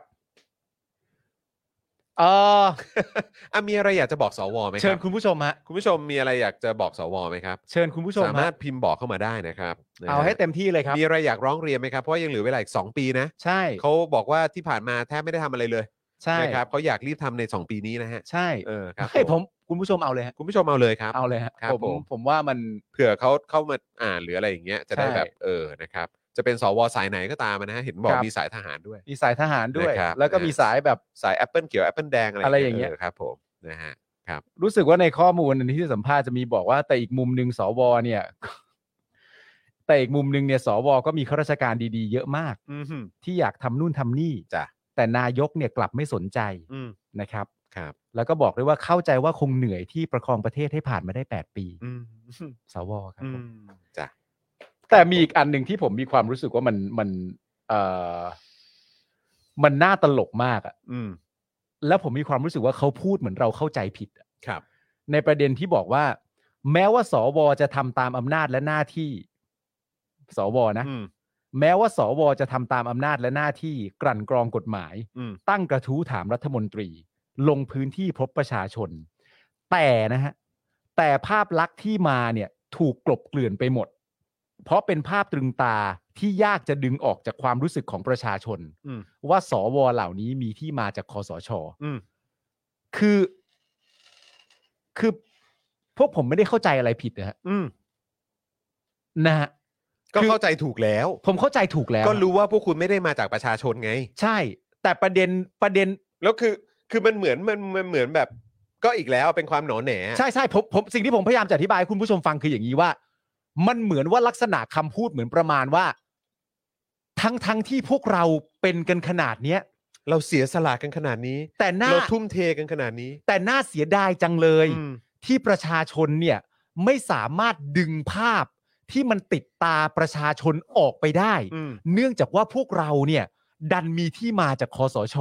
เอออ่ะมีอะไรอยากจะบอกสวไหมครับเชิญคุณผู้ชมฮะคุณผู้ชมมีอะไรอยากจะบอกสวไหมครับเชิญคุณผู้ชมสามารถพิมพ์บอกเข้ามาได้นะครับเอาให้เต็มที่เลยครับมีอะไรอยากร้องเรียนไหมครับเพราะยังเหลือเวลาอีกสองปีนะใช่เขาบอกว่าที่ผ่านมาแทบไม่ได้ทำอะไรเลยใช่นะครับเขาอยากรีบทำในสองปีนี้นะฮะใช่เออครับผมคุณผู้ชมเอาเลยคุณผู้ชมเอาเลยครับเอาเลยครับผมผมว่ามันเผื่อเขาเข้ามาอ่านหรืออะไรอย่างเงี้ยจะได้แบบเออนะครับจะเป็นสวสายไหนก็ตามนะฮะเห็นบอกมีสายทหารด้วยมีสายทหารด้วยแล้วก็มีสายแบบสาย Apple เขียว Apple แดงอะไรอย่างเงี้ยครับผมนะฮะครับรู้สึกว่าในข้อมูลที่สัมภาษณ์จะมีบอกว่าแต่อีกมุมนึงสวเนี่ยแต่อีกมุมนึงเนี่ยสวก็มีข้าราชการดีๆเยอะมากที่อยากทำนู่นทำนี่จ้ะแต่นายกเนี่ยกลับไม่สนใจนะครับครับแล้วก็บอกด้วยว่าเข้าใจว่าคงเหนื่อยที่ประคองประเทศให้ผ่านมาได้แปดปีสวครับจ้ะแต่มีอีกอันหนึ่งที่ผมมีความรู้สึกว่ามันมันเอ่อมันน่าตลกมากอ่ะแล้วผมมีความรู้สึกว่าเขาพูดเหมือนเราเข้าใจผิดครับในประเด็นที่บอกว่าแม้ว่าสวจะทำตามอำนาจและหน้าที่สวนะแม้ว่าสวจะทำตามอำนาจและหน้าที่กลั่นกรองกฎหมายตั้งกระทู้ถามรัฐมนตรีลงพื้นที่พบประชาชนแต่นะฮะแต่ภาพลักษณ์ที่มาเนี่ยถูกกลบเกลื่อนไปหมดเพราะเป็นภาพตรึงตาที่ยากจะดึงออกจากความรู้สึกของประชาชนว่าสวเหล่านี้มีที่มาจากคสช.คือคือพวกผมไม่ได้เข้าใจอะไรผิดนะฮะนะฮะก็เข้าใจถูกแล้วผมเข้าใจถูกแล้วก็รู้ว่าพวกคุณไม่ได้มาจากประชาชนไงใช่แต่ประเด็นประเด็นแล้วคือคือมันเหมือนมันมันเหมือนแบบก็อีกแล้วเป็นความหนอแหนใช่ใช่ผมผมสิ่งที่ผมพยายามจะอธิบายให้คุณผู้ชมฟังคืออย่างนี้ว่ามันเหมือนว่าลักษณะคำพูดเหมือนประมาณว่าทั้งทั้งที่พวกเราเป็นกันขนาดเนี้ยเราเสียสละกันขนาดนี้แต่น่าเราทุ่มเทกันขนาดนี้แต่น่าเสียดายจังเลยที่ประชาชนเนี่ยไม่สามารถดึงภาพที่มันติดตาประชาชนออกไปได้เนื่องจากว่าพวกเราเนี่ยดันมีที่มาจากคสช.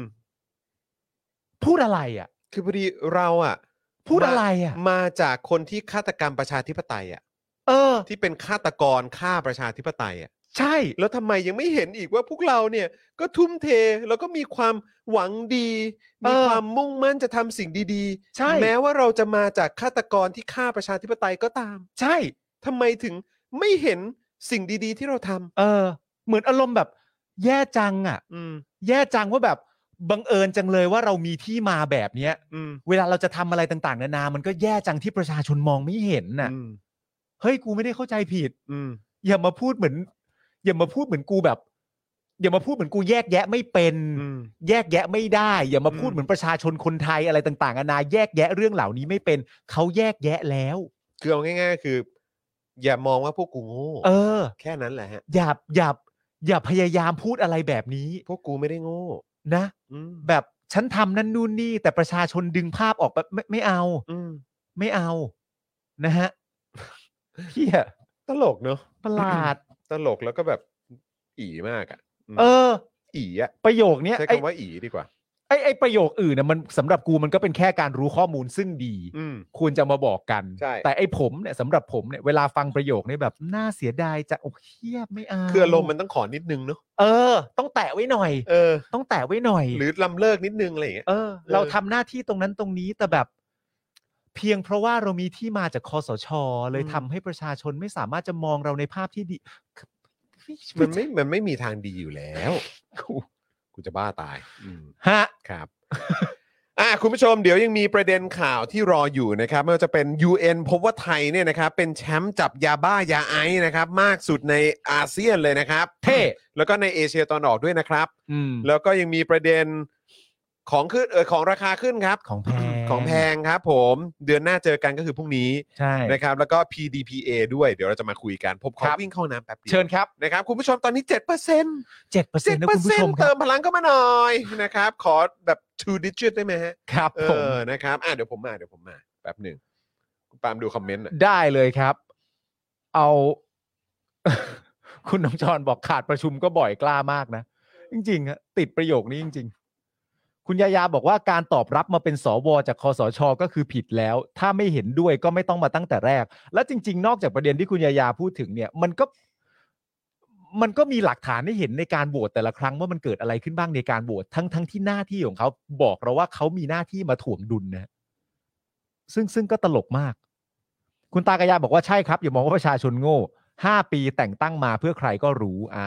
พูดอะไรอ่ะคือพอดีเราอ่ะพูดอะไรอ่ะมาจากคนที่ฆาตกรรมประชาธิปไตยอ่ะเออที่เป็นฆาตกรฆ่าประชาธิปไตยอ่ะใช่แล้วทำไมยังไม่เห็นอีกว่าพวกเราเนี่ยก็ทุ่มเทแล้วก็มีความหวังดีมีความมุ่งมั่นจะทำสิ่งดีๆแม้ว่าเราจะมาจากฆาตกรที่ฆ่าประชาธิปไตยก็ตามใช่ทำไมถึงไม่เห็นสิ่งดีๆที่เราทำเออเหมือนอารมณ์แบบแย่จังอ่ะแย่จังว่าแบบบังเอิญจังเลยว่าเรามีที่มาแบบเนี้ยเวลาเราจะทำอะไรต่างๆนานามันก็แย่จังที่ประชาชนมองไม่เห็นน่ะเฮ้ยกูไม่ได้เข้าใจผิดอย่ามาพูดเหมือนอย่ามาพูดเหมือนกูแบบอย่ามาพูดเหมือนกูแยกแยะไม่เป็นแยกแยะไม่ได้อย่ามาพูดเหมือนประชาชนคนไทยอะไรต่างๆนานาแยกแยะเรื่องเหล่านี้ไม่เป็นเขาแยกแยะแล้วคือเอาง่ายๆคืออย่ามองว่าพวกกูโง่เออแค่นั้นแหละฮะอย่าอย่าอย่าพยายามพูดอะไรแบบนี้พวกกูไม่ได้โง่นะแบบฉันทำนั่นนู่นนี่แต่ประชาชนดึงภาพออกแบบไม่ไม่เอาไม่เอานะฮะเฮียตลกเนอะประหลาดตลกแล้วก็แบบอีมากอ่ะเอออีอ่ะประโยคนี้ใช้คำว่าอีดีกว่าไอ้ไอ้ประโยคอื่นน่ะมันสำหรับกูมันก็เป็นแค่การรู้ข้อมูลซึ่งดีควรจะมาบอกกันแต่ไอ้ผมเนี่ยสำหรับผมเนี่ยเวลาฟังประโยคนี้แบบน่าเสียดายจะโอ้เหี้ยไม่เอาคืออารมณ์มันต้องขอนิดนึงเนาะเออต้องแตะไว้หน่อยเออต้องแตะไว้หน่อยหรือลำเลิกนิดนึงอะไรอย่างเงี้ยเออเราทำหน้าที่ตรงนั้นตรงนี้แต่แบบเพียงเพราะว่าเรามีที่มาจากคสช.เลยทำให้ประชาชนไม่สามารถจะมองเราในภาพที่ดีมันไม่มันไม่มีทางดีอยู่แล้วกูจะบ้าตายฮะครับอ่ะคุณผู้ชมเดี๋ยวยังมีประเด็นข่าวที่รออยู่นะครับไม่ว่าจะเป็น ยู เอ็น พบว่าไทยเนี่ยนะครับเป็นแชมป์จับยาบ้ายาไอซ์นะครับมากสุดในอาเซียนเลยนะครับเท่แล้วก็ในเอเชียตะวันออกด้วยนะครับแล้วก็ยังมีประเด็นของขึ้นเออของราคาขึ้นครับของแพงของแพงครับผมเดือนหน้าเจอกันก็คือพรุ่งนี้ใช่นะครับแล้วก็ พี ดี พี เอ ด้วยเดี๋ยวเราจะมาคุยกันผมขอวิ่งเข้าน้ำแป๊บเดียวเชิญครับนะครับคุณผู้ชมตอนนี้ เจ็ดเปอร์เซ็นต์เจ็ดเปอร์เซ็นต์ นะคุณผู้ชมครับเติมพลังเข้ามาหน่อยนะครับขอแบบ two digit ได้ไหมฮะครับเออนะครับอ่ะเดี๋ยวผมมาเดี๋ยวผมมาแป๊บหนึ่งคุณปาล์มดูคอมเมนต์ได้เลยครับเอา คุณน้องจอนบอกขาดประชุมก็บ่อยกล้ามากนะจริงๆฮะติดประโยคนี้จริงๆคุณยายาบอกว่าการตอบรับมาเป็นสวจากคสช.ก็คือผิดแล้วถ้าไม่เห็นด้วยก็ไม่ต้องมาตั้งแต่แรกและจริงๆนอกจากประเด็นที่คุณยายาพูดถึงเนี่ยมันก็มันก็มีหลักฐานให้เห็นในการโหวตแต่ละครั้งว่ามันเกิดอะไรขึ้นบ้างในการโหวตทั้งทั้งที่หน้าที่ของเขาบอกเราว่าเขามีหน้าที่มาถ่วงดุลนะซึ่งซึ่งก็ตลกมากคุณตากายาบอกว่าใช่ครับอย่ามองว่าประชาชนโง่ห้าปีแต่งตั้งมาเพื่อใครก็รู้อ่า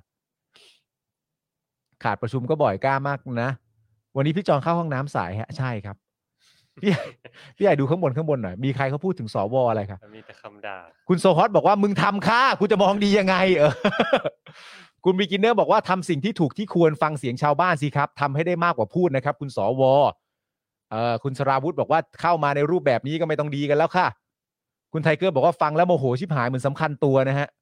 ขาดประชุมก็บ่อยกล้ามากนะวันนี้พี่จอนเข้าห้องน้ำสายฮะใช่ครับพี่พี่ใหญ่ดูข้างบนข้างบนหน่อยมีใครเขาพูดถึงสวอะไรครับมีแต่คำด่าคุณโซฮอตบอกว่ามึงทำค่ากูจะมองดียังไงเออคุณบิกินเนอร์บอกว่าทำสิ่งที่ถูกที่ควรฟังเสียงชาวบ้านสิครับทำให้ได้มากกว่าพูดนะครับคุณสวเอ่อคุณสราวุธบอกว่าเข้ามาในรูปแบบนี้ก็ไม่ต้องดีกันแล้วค่ะคุณไทเกอร์บอกว่าฟังแล้วโมโหชิบหายเหมือนสำคัญตัวนะฮะ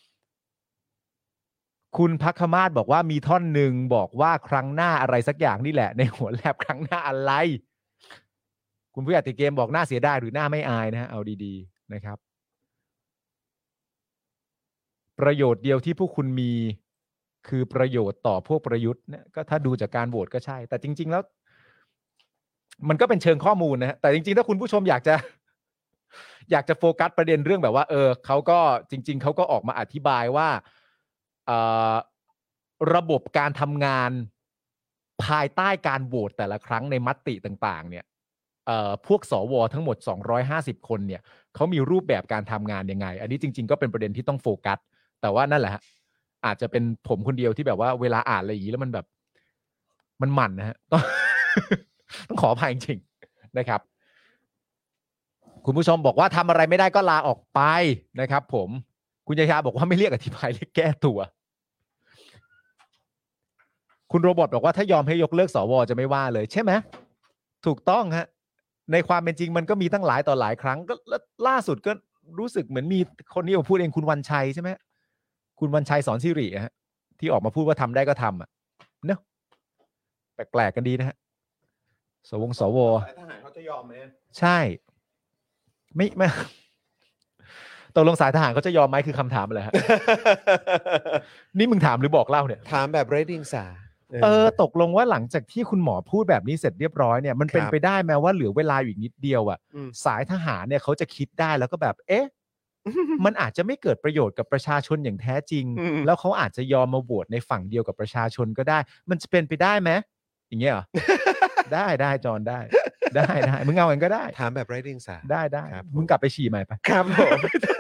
คุณพักขมาศบอกว่ามีท่อนหนึ่งบอกว่าครั้งหน้าอะไรสักอย่างนี่แหละในหัวแลบครั้งหน้าอะไรคุณผู้ใหญ่ติเกมบอกหน้าเสียดายหรือหน้าไม่อายนะฮะเอาดีๆนะครับประโยชน์เดียวที่พวกคุณมีคือประโยชน์ต่อพวกประยุทธ์เนี่ยก็ถ้าดูจากการโหวตก็ใช่แต่จริงๆแล้วมันก็เป็นเชิงข้อมูลนะฮะแต่จริงๆถ้าคุณผู้ชมอยากจะอยากจะโฟกัสประเด็นเรื่องแบบว่าเออเขาก็จริงๆเขาก็ออกมาอธิบายว่าระบบการทำงานภายใต้การโหวตแต่ละครั้งในมติต่างๆเนี่ยเอ่อพวกสวทั้งหมดสองร้อยห้าสิบคนเนี่ยเขามีรูปแบบการทำงานยังไงอันนี้จริงๆก็เป็นประเด็นที่ต้องโฟกัสแต่ว่านั่นแหละฮะอาจจะเป็นผมคนเดียวที่แบบว่าเวลาอ่านอะไรอย่างนี้แล้วมันแบบมันหมั่นนะฮะต้อง ต้องขออภัยจริงๆนะครับคุณผู้ชมบอกว่าทำอะไรไม่ได้ก็ลาออกไปนะครับผมคุณยายาบอกว่าไม่เรียกอธิบายเรียกแก้ตัวคุณโรบอทบอกว่าถ้ายอมให้ยกเลิกสวจะไม่ว่าเลยใช่ไหมถูกต้องฮะในความเป็นจริงมันก็มีตั้งหลายต่อหลายครั้งก็ล่าสุดก็รู้สึกเหมือนมีคนนี้มาพูดเองคุณวันชัยใช่ไหมคุณวันชัยสอนสิริฮะที่ออกมาพูดว่าทำได้ก็ทำอ่ะเนอะแปลกๆกันดีนะฮะสวงสวทหารเขาจะยอมไหมใช่ไม่ไม่ตกลงสายทหารเขาจะยอมไหมคือคำถามอะไรฮะ นี่มึงถามหรือบอกเล่าเนี่ยถามแบบไร้เดียงสาเออตกลงว่าหลังจากที่คุณหมอพูดแบบนี้เสร็จเรียบร้อยเนี่ยมันเป็นไปได้ไหมว่าเหลือเวลาอยู่อีกนิดเดียวอ่ะสายทหารเนี่ยเขาจะคิดได้แล้วก็แบบเอ๊ะ มันอาจจะไม่เกิดประโยชน์กับประชาชนอย่างแท้จริงแล้วเขาอาจจะยอมมาโหวตในฝั่งเดียวกับประชาชนก็ได้มันจะเป็นไปได้ไหมอย่างเงี้ยเหรอ ได้ได้จอนได้ได้ได้มึงเอาเองก็ได้ถามแบบไร้เดียงสาได้ได้มึงกลับไปฉี่ใหม่ไปครับผม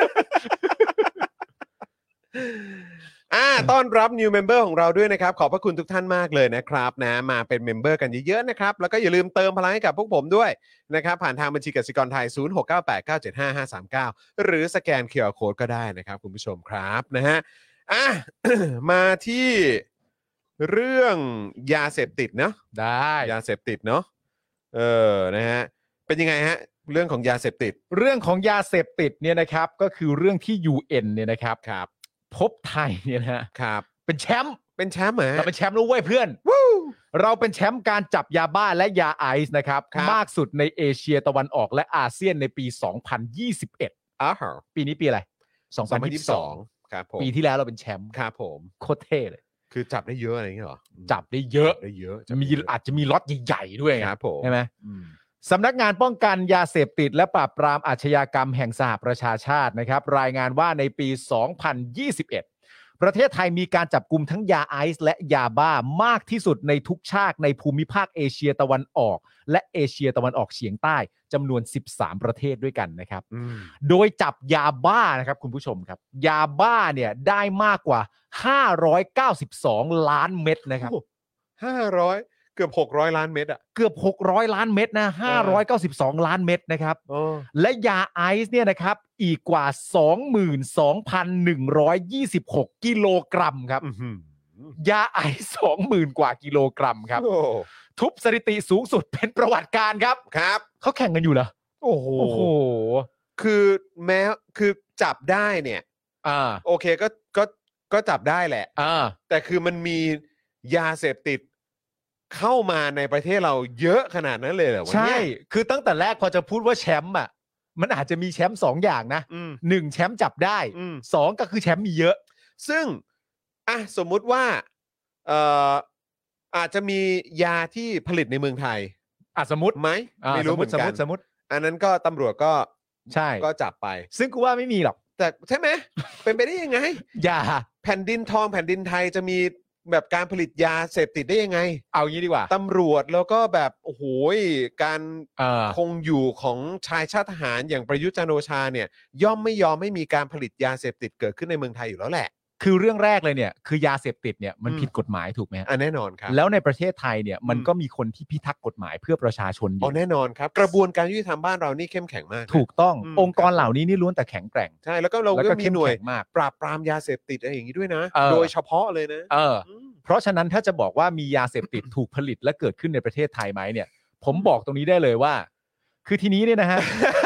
อ่าต้อนรับ new member ของเราด้วยนะครับขอบพระคุณทุกท่านมากเลยนะครับนะมาเป็นเมมเบอร์กันเยอะๆนะครับแล้วก็อย่าลืมเติมพลังให้กับพวกผมด้วยนะครับผ่านทางบัญชีกสิกรไทยศูนย์ หก เก้า แปด เก้า เจ็ด ห้า ห้า สาม เก้าหรือสแกน คิว อาร์ Code ก็ได้นะครับคุณผู้ชมครับนะฮะอ่ะ มาที่เรื่องยาเสพติดเนาะได้ยาเสพติดเนาะเออนะฮะเป็นยังไงฮะเรื่องของยาเสพติดเรื่องของยาเสพติดเนี่ยนะครับก็คือเรื่องที่ ยู เอ็น เนี่ยนะครับครับพบไทยเนี่ยนะครับเป็นแชมป์เป็นแชมป์เหรอเราเป็นแชมป์แล้วเว้ยเพื่อนเราเป็นแชมป์การจับยาบ้าและยาไอซ์นะครับมากสุดในเอเชียตะวันออกและอาเซียนในปีสองพันยี่สิบเอ็ดอ้าวปีนี้ปีอะไรสองพันยี่สิบสองครับผมปีที่แล้วเราเป็นแชมป์ครับผมโคตรเท่เลยคือจับได้เยอะอะไรอย่างเงี้ยหรอจับได้เยอะได้เยอะมีอาจจะมีล็อตใหญ่ๆด้วยครับผมใช่ไหมสำนักงานป้องกันยาเสพติดและปราบปรามอาชญากรรมแห่งสหประชาชาตินะครับรายงานว่าในปีสองพันยี่สิบเอ็ดประเทศไทยมีการจับกุมทั้งยาไอซ์และยาบ้ามากที่สุดในทุกชาติในภูมิภาคเอเชียตะวันออกและเอเชียตะวันออกเฉียงใต้จำนวนสิบสามประเทศด้วยกันนะครับโดยจับยาบ้านะครับคุณผู้ชมครับยาบ้าเนี่ยได้มากกว่าห้าร้อยเก้าสิบสองล้านเม็ดนะครับห้าร้อยเกือบหกร้อยล้านเม็ดอ่ะเกือบหกร้อยล้านเม็ดนะห้าร้อยเก้าสิบสองล้านเม็ดนะครับและยาไอซ์เนี่ยนะครับอีกกว่า สองหมื่นสองพันหนึ่งร้อยยี่สิบหก กิโลกรัมครับยาไอซ์ สองหมื่น กว่ากิโลกรัมครับทุบสถิติสูงสุดเป็นประวัติการครับครับเขาแข่งกันอยู่เหรอโอ้โหคือแม้คือจับได้เนี่ยอ่าโอเคก็ก็ก็จับได้แหละอ่าแต่คือมันมียาเสพติดเข้ามาในประเทศเราเยอะขนาดนั้นเลยเหรอใช่คือตั้งแต่แรกพอจะพูดว่าแชมป์อ่ะมันอาจจะมีแชมป์สองอย่างนะหนึ่งแชมป์จับได้สองก็คือแชมป์มีเยอะซึ่งอ่ะสมมุติว่าเอ่ออาจจะมียาที่ผลิตในเมืองไทยอ่ะสมมติไหมไม่รู้เหมือนกันสมมติอันนั้นก็ตำรวจก็ใช่ก็จับไปซึ่งกูว่าไม่มีหรอกแต่ใช่ไหมเป็นไปได้ยังไงยาแผ่นดินทองแผ่นดินไทยจะมีแบบการผลิตยาเสพติดได้ยังไงเอางี้ดีกว่าตำรวจแล้วก็แบบโอ้โหการคงอยู่ของชายชาติทหารอย่างประยุทธ์จันทร์โอชาเนี่ยย่อมไม่ยอมไม่มีการผลิตยาเสพติดเกิดขึ้นในเมืองไทยอยู่แล้วแหละคือเรื่องแรกเลยเนี่ยคือยาเสพติดเนี่ยมันผิดกฎหมายถูกไหมอ่ะแน่นอนครับแล้วในประเทศไทยเนี่ยมันก็มีคนที่พิทักษ์กฎหมายเพื่อประชาชนอยู่อ๋อแน่นอนครับกระบวนการยุติธรรมบ้านเรานี่เข้มแข็งมากถูกต้ององค์กรเหล่านี้นี่ล้วนแต่แข็งแกร่งใช่แล้วก็เราก็มีหน่วยปราบปรามยาเสพติดอะไรอย่างนี้ด้วยนะโดยเฉพาะเลยนะเออเพราะฉะนั้นถ้าจะบอกว่ามียาเสพติดถูกผลิตและเกิดขึ้นในประเทศไทยไหมเนี่ยผมบอกตรงนี้ได้เลยว่าคือทีนี้เนี่ยนะฮะ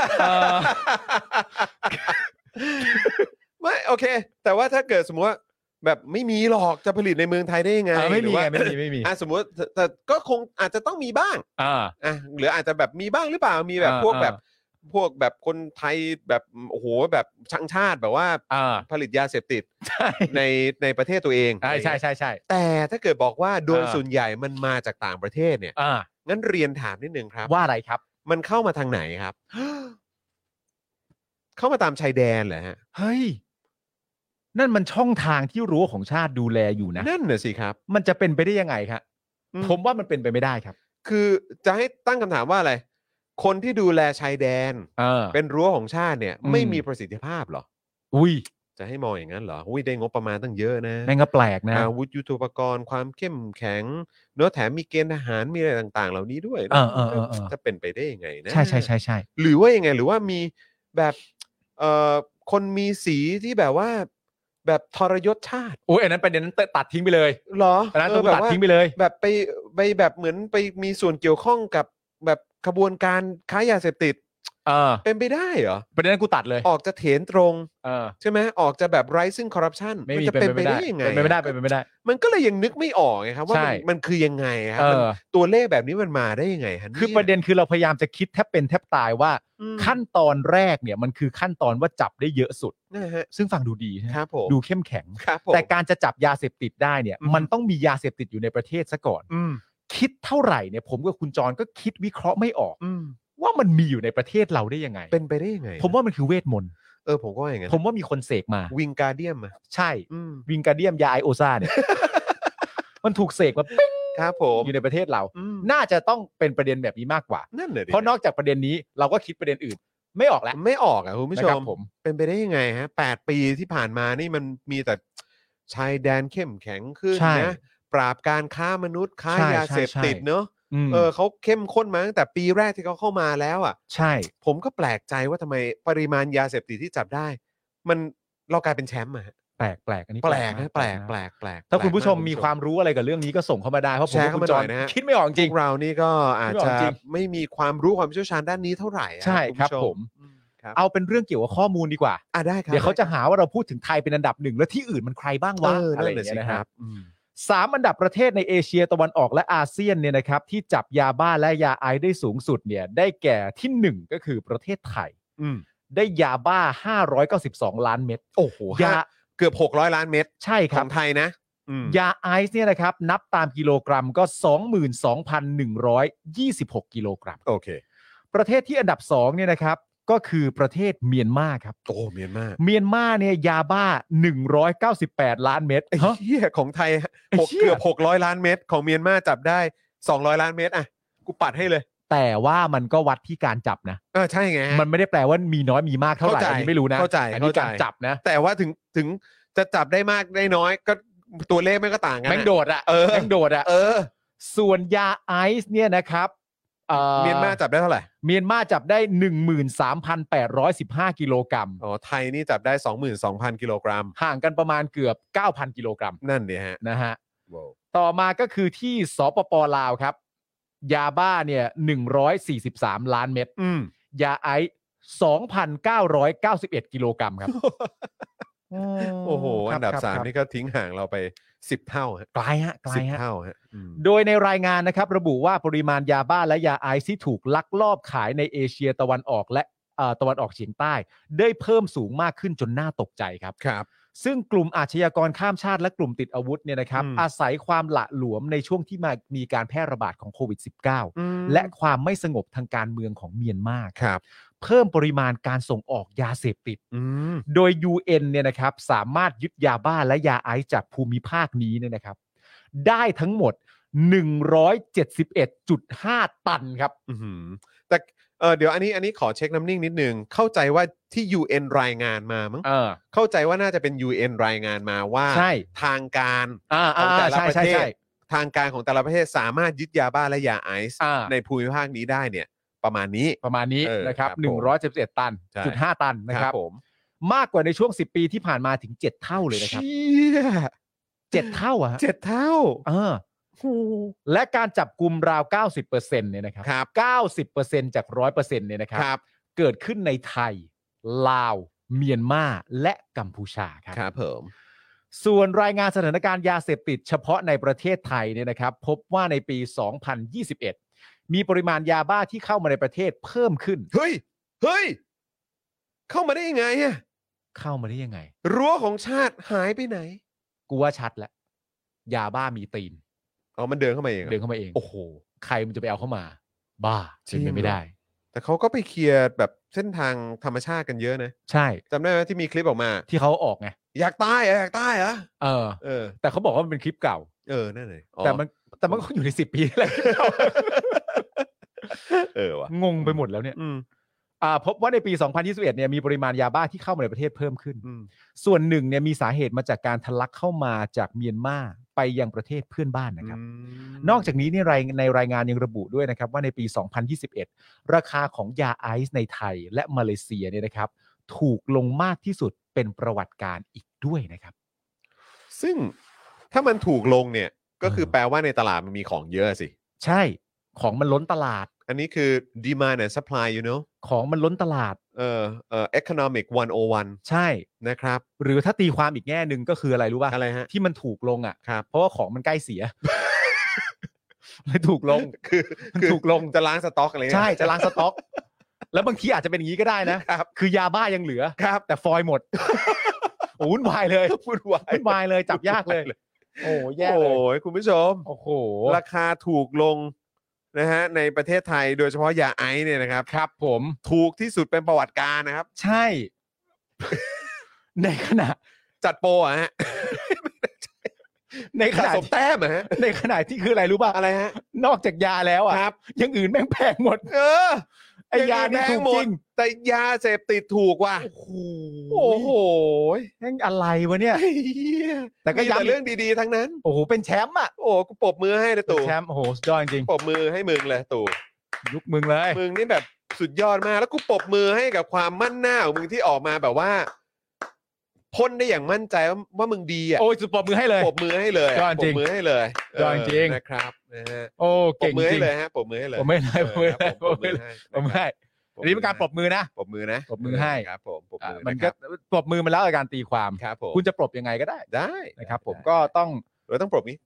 ไม่โอเคแต่ว่าถ้าเกิดสมมติว่าแบบไม่มีหรอกจะผลิตในเมืองไทยได้ยังไงไม่มีไม่มีไม่มีอ่ะสมมติแต่ก็คงอาจจะต้องมีบ้างอ่าอ่ะหรืออาจจะแบบมีบ้างหรือเปล่ามีแบบพวกแบบพวกแบบคนไทยแบบโอ้โหแบบช่างชาติแบบว่าผลิตยาเสพติดในในประเทศตัวเองใช่ใช่ใช่ใช่แต่ถ้าเกิดบอกว่าโดยส่วนใหญ่มันมาจากต่างประเทศเนี่ยงั้นเรียนถามนิดนึงครับว่าอะไรครับมันเข้ามาทางไหนครับ เข้ามาตามชายแดนเหรอฮะเฮ้ยนั่นมันช่องทางที่รั้วของชาติดูแลอยู่นะนั่นน่ะสิครับมันจะเป็นไปได้ยังไงครับผมว่ามันเป็นไปไม่ได้ครับคือจะให้ตั้งคำถามว่าอะไรคนที่ดูแลชายแดนเออเป็นรั้วของชาติเนี่ยอืมไม่มีประสิทธิภาพเหรออุ้ยจะให้มองอย่างนั้นเหรออุ้ยได้งบประมาณตั้งเยอะนะแม่งก็แปลกนะอาวุธยุทโธปกรณ์ความเข้มแข็งเนื้อแถมมีเกณฑ์ทหารมีอะไรต่างๆ เหล่านี้ด้วยเออเออเออเออจะเป็นไปได้ยังไงนะใช่ใช่ใช่ใช่หรือว่ายังไงหรือว่ามีแบบเอ่อคนมีสีที่แบบว่าแบบทรยศชาติโอ้ยอันนั้นประเด็นนั้นตัดทิ้งไปเลยเหรออันนั้นเอต้อองแบบตัดว่าทิ้งไปเลยแบบไปไปแบบเหมือนไปมีส่วนเกี่ยวข้องกับแบบขบวนการค้ายาเสพติดเออเป็นไปได้เหรอประเด็นนั้นกูตัดเลยออกจะเถนตรงเออใช่ไหมออกจะแบบไร้ซึ่งคอร์รัปชันไม่มีจะเป็นไปได้ยังไงเป็นไปไม่ได้เป็นไปไม่ได้มันก็เลยยังนึกไม่ออกไงครับว่าใช่มันมันคือยังไงครัเอมันอตัวเลขแบบนี้มันมาได้ยังไงฮะคือประเด็นคือเราพยายามจะคิดแทบเป็นแทบตายว่าอืมขั้นตอนแรกเนี่ยมันคือขั้นตอนว่าจับได้เยอะสุดนะฮะซึ่งฟังดูดีใช่ไหมครับผมดูเข้มแข็งครับผมแต่การจะจับยาเสพติดได้เนี่ยอืมมันต้องมียาเสพติดอยู่ในประเทศซะก่อนอืมคิดเท่าไหร่เนี่ยผมกับคุณจรก็คิดวิเคราะห์ไม่ออกอืมว่ามันมีอยู่ในประเทศเราได้ยังไงเป็นไปได้ยังไงผมว่ามันคือเวทมนต์เออผมก็ว่าอย่างนั้นผมว่ามีคนเสกมาวิงการเดียมอ่ะใช่อืมวิงการเดียมยาไอโอซาเนี่ย มันถูกเสกมาปิ๊งครับผมอยู่ในประเทศเราอืมน่าจะต้องเป็นประเด็นแบบนี้มากกว่านั่นเลยเพราะนอกจากประเด็นนี้เราก็คิดประเด็นอื่น ไม่ออกแล้วไม่ออกอ่ะคุณผู้ชนะครัมบผมเป็นไปได้ยังไงฮะแปดปีที่ผ่านมานี่มันมีแต่ชายแดนเข้มแข็งขึ้นใช่นะปราบการค้ามนุษย์ค้าใช่ยาเสพติดใช่เนอะมเออเขาเข้มข้นมาตั้งแต่ปีแรกที่เขาเข้ามาแล้วอ่ะใช่ผมก็แปลกใจว่าทำไมปริมาณยาเสพติดที่จับได้ มันเรากลายเป็นแชมป์อะฮะแปลกแปลกอันนี้แปลกมานะแปลกมากแปลกแปลกถ้าคุณผู้ชมแปลกมีความรู้อะไรกับเรื่องนี้ก็ส่งเข้ามาได้เพราะผมแชร์กับเข้าคุมาณจหน่รอยนะฮะคิดไม่ออกจพริวงกเรานี่ก็อาจไม่อจะอกจริงไม่มีความรู้ความเชี่ยวชาญด้านนี้เท่าไหร่อะใช่ณครับผู้ชผมอืครับเอาเป็นเรื่องเกี่ยวกับข้อมูลดีกว่าอ่ะได้ครับเดี๋ยวเขาจะได้ครับหาว่าเราพูดถึงไทยเป็นอันดับหนึ่งแล้วที่อื่นมันใครบ้างเอวะออะนั่ไรนอแหละย่างสิเงี้ยนะคครัรับบ อืมสามอันดับประเทศในเอเชียตะวันออกและอาเซียนเนี่ยนะครับที่จับยาบ้าและยาไอซ์ได้สูงสุดเนี่ยได้แก่ที่หนึ่งก็คือประเทศไทยอืมได้ยาบ้าห้าร้อยเก้าสิบสองล้านเม็ดโอ้โหยาห้าเกือบหกร้อยล้านเม็ดใช่คขรัอบ งไทยนะอืมยาไอซ์เนี่ยนะครับนับตามกิโลกรัมก็ สองหมื่นสองพันหนึ่งร้อยยี่สิบหก กิโลกรัมโอเคประเทศที่อันดับสองเนี่ยนะครับก็คือประเทศเมียนมาครับโอ้เมียนมาเมียนมาเนี่ยยาบ้าหนึ่งร้อยเก้าสิบแปดล้านเม็ดไอ้ฮะเหี้ยของไทยไอ้หกเหี้ยเกือบหกร้อยล้านเม็ดของเมียนมาจับได้สองร้อยล้านเม็ดอ่ะกูปัดให้เลยแต่ว่ามันก็วัดที่การจับนะเออใช่ไงฮะมันไม่ได้แปลว่ามีน้อยมีมากเท่าไหร่เข้าใจอันนี้ไม่รู้นะเข้าใจอันนี้เข้าใจการจับนะแต่ว่าถึงถึงจะจับได้มากได้น้อยก็ตัวเลขไม่ก็ต่างกันแม่งอะโดดอะเออแม่งโดดอะเออส่วนยาไอซ์เนี่ยนะครับอ่อเมียนมาจับได้เท่าไหร่เมียนมาจับได้ หนึ่งหมื่นสามพันแปดร้อยสิบห้า กิโลกรัมอ๋อไทยนี่จับได้ สองหมื่นสองพัน กิโลกรัมห่างกันประมาณเกือบ เก้าพัน กิโลกรัมนั่นดิฮะนะฮะว้าวต่อมาก็คือที่สปปลาวครับ ยาบ้าเนี่ยหนึ่งร้อยสี่สิบสามล้านเม็ดอืมยาไอซ์สองพันเก้าร้อยเก้าสิบเอ็ด กิโลกรัมครับโอ้โหคอัรับนดับครับสามครับนี่ก็ทิ้งห่างเราไปสิบเท่าฮะไกลฮะไกลสิบฮะเท่าฮะอืมโดยในรายงานนะครับระบุว่าปริมาณยาบ้าและยาไอซ์ที่ถูกลักลอบขายในเอเชียตะวันออกและเอ่อตะวันออกเฉียงใต้ ได้เพิ่มสูงมากขึ้นจนน่าตกใจครับครับซึ่งกลุ่มอาชญากรข้ามชาติและกลุ่มติดอาวุธเนี่ยนะครับอืมอาศัยความหละหลวมในช่วงที่มามีการแพร่ระบาดของโควิด สิบเก้าอืมและความไม่สงบทางการเมืองของเมียนมาครับเพิ่มปริมาณการส่งออกยาเสพติดอืมโดย ยู เอ็น เนี่ยนะครับสามารถยึดยาบ้าและยาไอซ์จากภูมิภาคนี้เนี่ยนะครับ ได้ทั้งหมด หนึ่งร้อยเจ็ดสิบเอ็ดจุดห้า ตันครับอื้อหือแต่เออเดี๋ยวอันนี้อันนี้ขอเช็คน้ำนิ่งนิดนึง เข้าใจว่าที่ ยู เอ็น รายงานมามั้งเออเข้าใจว่าน่าจะเป็น ยู เอ็น รายงานมาว่าใช่ทางการอ่าของแต่ละใช่ประใช่เทศใช่ทางการของแต่ละประเทศสามารถยึดยาบ้าและยาไอซ์อ่าในภูมิภาคนี้ได้เนี่ย ประมาณนี้ประมาณนี้เออนะครับครับผมหนึ่งร้อยเจ็ดสิบเอ็ดตันใช่จุดห้าตันนะครับผมมากกว่าในช่วงสิบปีที่ผ่านมาถึงเจ็ดเท่าเลยนะครับเชี่ยเจ็ดเท่าอะฮะเจ็ดเท่าเออโอ้โหและการจับกลุ่มราว เก้าสิบเปอร์เซ็นต์ เนี่ยนะครับครับเก้าสิบเปอร์เซ็นต์ จาก หนึ่งร้อยเปอร์เซ็นต์ เนี่ยนะครับครับเกิดขึ้นในไทย ลาว เมียนมา และกัมพูชาครับครับผมส่วนรายงานสถานการณ์ยาเสพติดเฉพาะในประเทศไทยเนี่ยนะครับ พบว่าในปี สองพันยี่สิบเอ็ด มีปริมาณยาบ้าที่เข้ามาในประเทศเพิ่มขึ้นเฮ้ย เฮ้ย เข้ามาได้ยังไงอะเข้ามาได้ยังไงรั้วของชาติหายไปไหนกูว่าชัดแล้ว ยาบ้ามีตีนอ๋อ มันเดินเข้ามาเองหรอเดินเข้ามาเองโอ้โหใครมันจะไปเอาเข้ามา บ้าจริงเป็นไปไม่ได้แต่เขาก็ไปเคลียร์แบบเส้นทางธรรมชาติกันเยอะนะใช่จำได้ไหมที่มีคลิปออกมาที่เขาออกไงอยากตายเหรออยากตายเหรอเออเออแต่เขาบอกว่ามันเป็นคลิปเก่าเออ นั่นเลยอ๋อแต่มันแต่มันก็อยู่ในสิบปีแล้วเออว่ะงงไปหมดแล้วเนี่ยอืมอ่าพบว่าในปี สองพันยี่สิบเอ็ด เนี่ยมีปริมาณยาบ้าที่เข้ามาในประเทศเพิ่มขึ้นอืมส่วนหนึ่งเนี่ยมีสาเหตุมาจากการทะลักเข้ามาจากเมียนมาไปยังประเทศเพื่อนบ้านนะครับ นอกจากนี้เนี่ยในรายงานยังระบุด้วยนะครับว่าในปี สองพันยี่สิบเอ็ด ราคาของยาไอซ์ในไทยและมาเลเซียเนี่ยนะครับถูกลงมากที่สุดเป็นประวัติการอีกด้วยนะครับซึ่งถ้ามันถูกลงเนี่ยก็คือแปลว่าในตลาดมันมีของเยอะสิใช่ของมันล้นตลาดอันนี้คือ demand and supply you know ของมันล้นตลาดเอ่อเอ่อ economic หนึ่งศูนย์หนึ่งใช่นะครับหรือถ้าตีความอีกแง่หนึ่งก็คืออะไรรู้ป่ะอะไรฮะที่มันถูกลงอ่ะครับเพราะว่าของมันใกล้เสีย เลยถูกลงคือมันคือถูกลงจะล้างสต็อกอะไรเงี้ยใช่จะล้างสต็อก แล้วบางทีอาจจะเป็นอย่างนี้ก็ได้นะครับ คือยาบ้ายังเหลือครับแต่ฟอยล์หมด โอ้วุ่นวายเลยวุ่นวายวุ่นวายเลยจับยากเลย โอ้แย่เลยโอ้ยคุณผู้ชมโอ้โหราคาถูกลงนะฮะในประเทศไทยโดยเฉพาะยาไอซ์เนี่ยนะครับครับผมถูกที่สุดเป็นประวัติการนะครับใช่ ในขณะจัดโปรอะฮะในขสะณะสมแต้มอะฮะในขณะที่คืออะไรรู้ป่ะอะไรฮะนอกจากยาแล้วอ่ะครับอยังอื่นแม่งแพงหมดเออไอ้ยานี่แพถูงกหมจดริงแต่ยาเสพติดถูกว่ะโอ้โหโอ้โหแม่งอะไรวะเนี่ยไอ้เหี้ยแต่ก็มีย้ำแต่เรื่องดีๆทั้งนั้นโอ้โหเป็นแชมป์อ่ะโอ้กูปรบมือให้เลยเป็นตู่แชมป์โอ้โหสุดยอดจริงปรบมือให้มึงเลยตู่ยุคมึงเลยมึงนี่แบบสุดยอดมากแล้วกูปรบมือให้กับความมั่นหน้าของมึงที่ออกมาแบบว่าพ่นได้อย่างมั่นใจว่าว่ามึงดีอ่ะโอ้ยสุดปรบมือให้เลยปรบมือให้เลยยอดปจรริบงมือให้เลยยอดจริงเนะครับนะฮะโอ้ปรเก่บงมือจให้ริงเลยฮะปรบมือให้เลยผมไม่ได้เออครับผมปรบไม่มือได้ให้ผมไม่ให้ อันนี้เป็นการปรบมือนะปรบมือนะปรบมือให้ครับผมปรบมือมันนะคก็รับปรบมือมาแล้วกับการตีความครับผมคุณจะปรบยังไงก็ได้ได้นะครับ ผมได้ก็ต้องเราต้องปรบนี้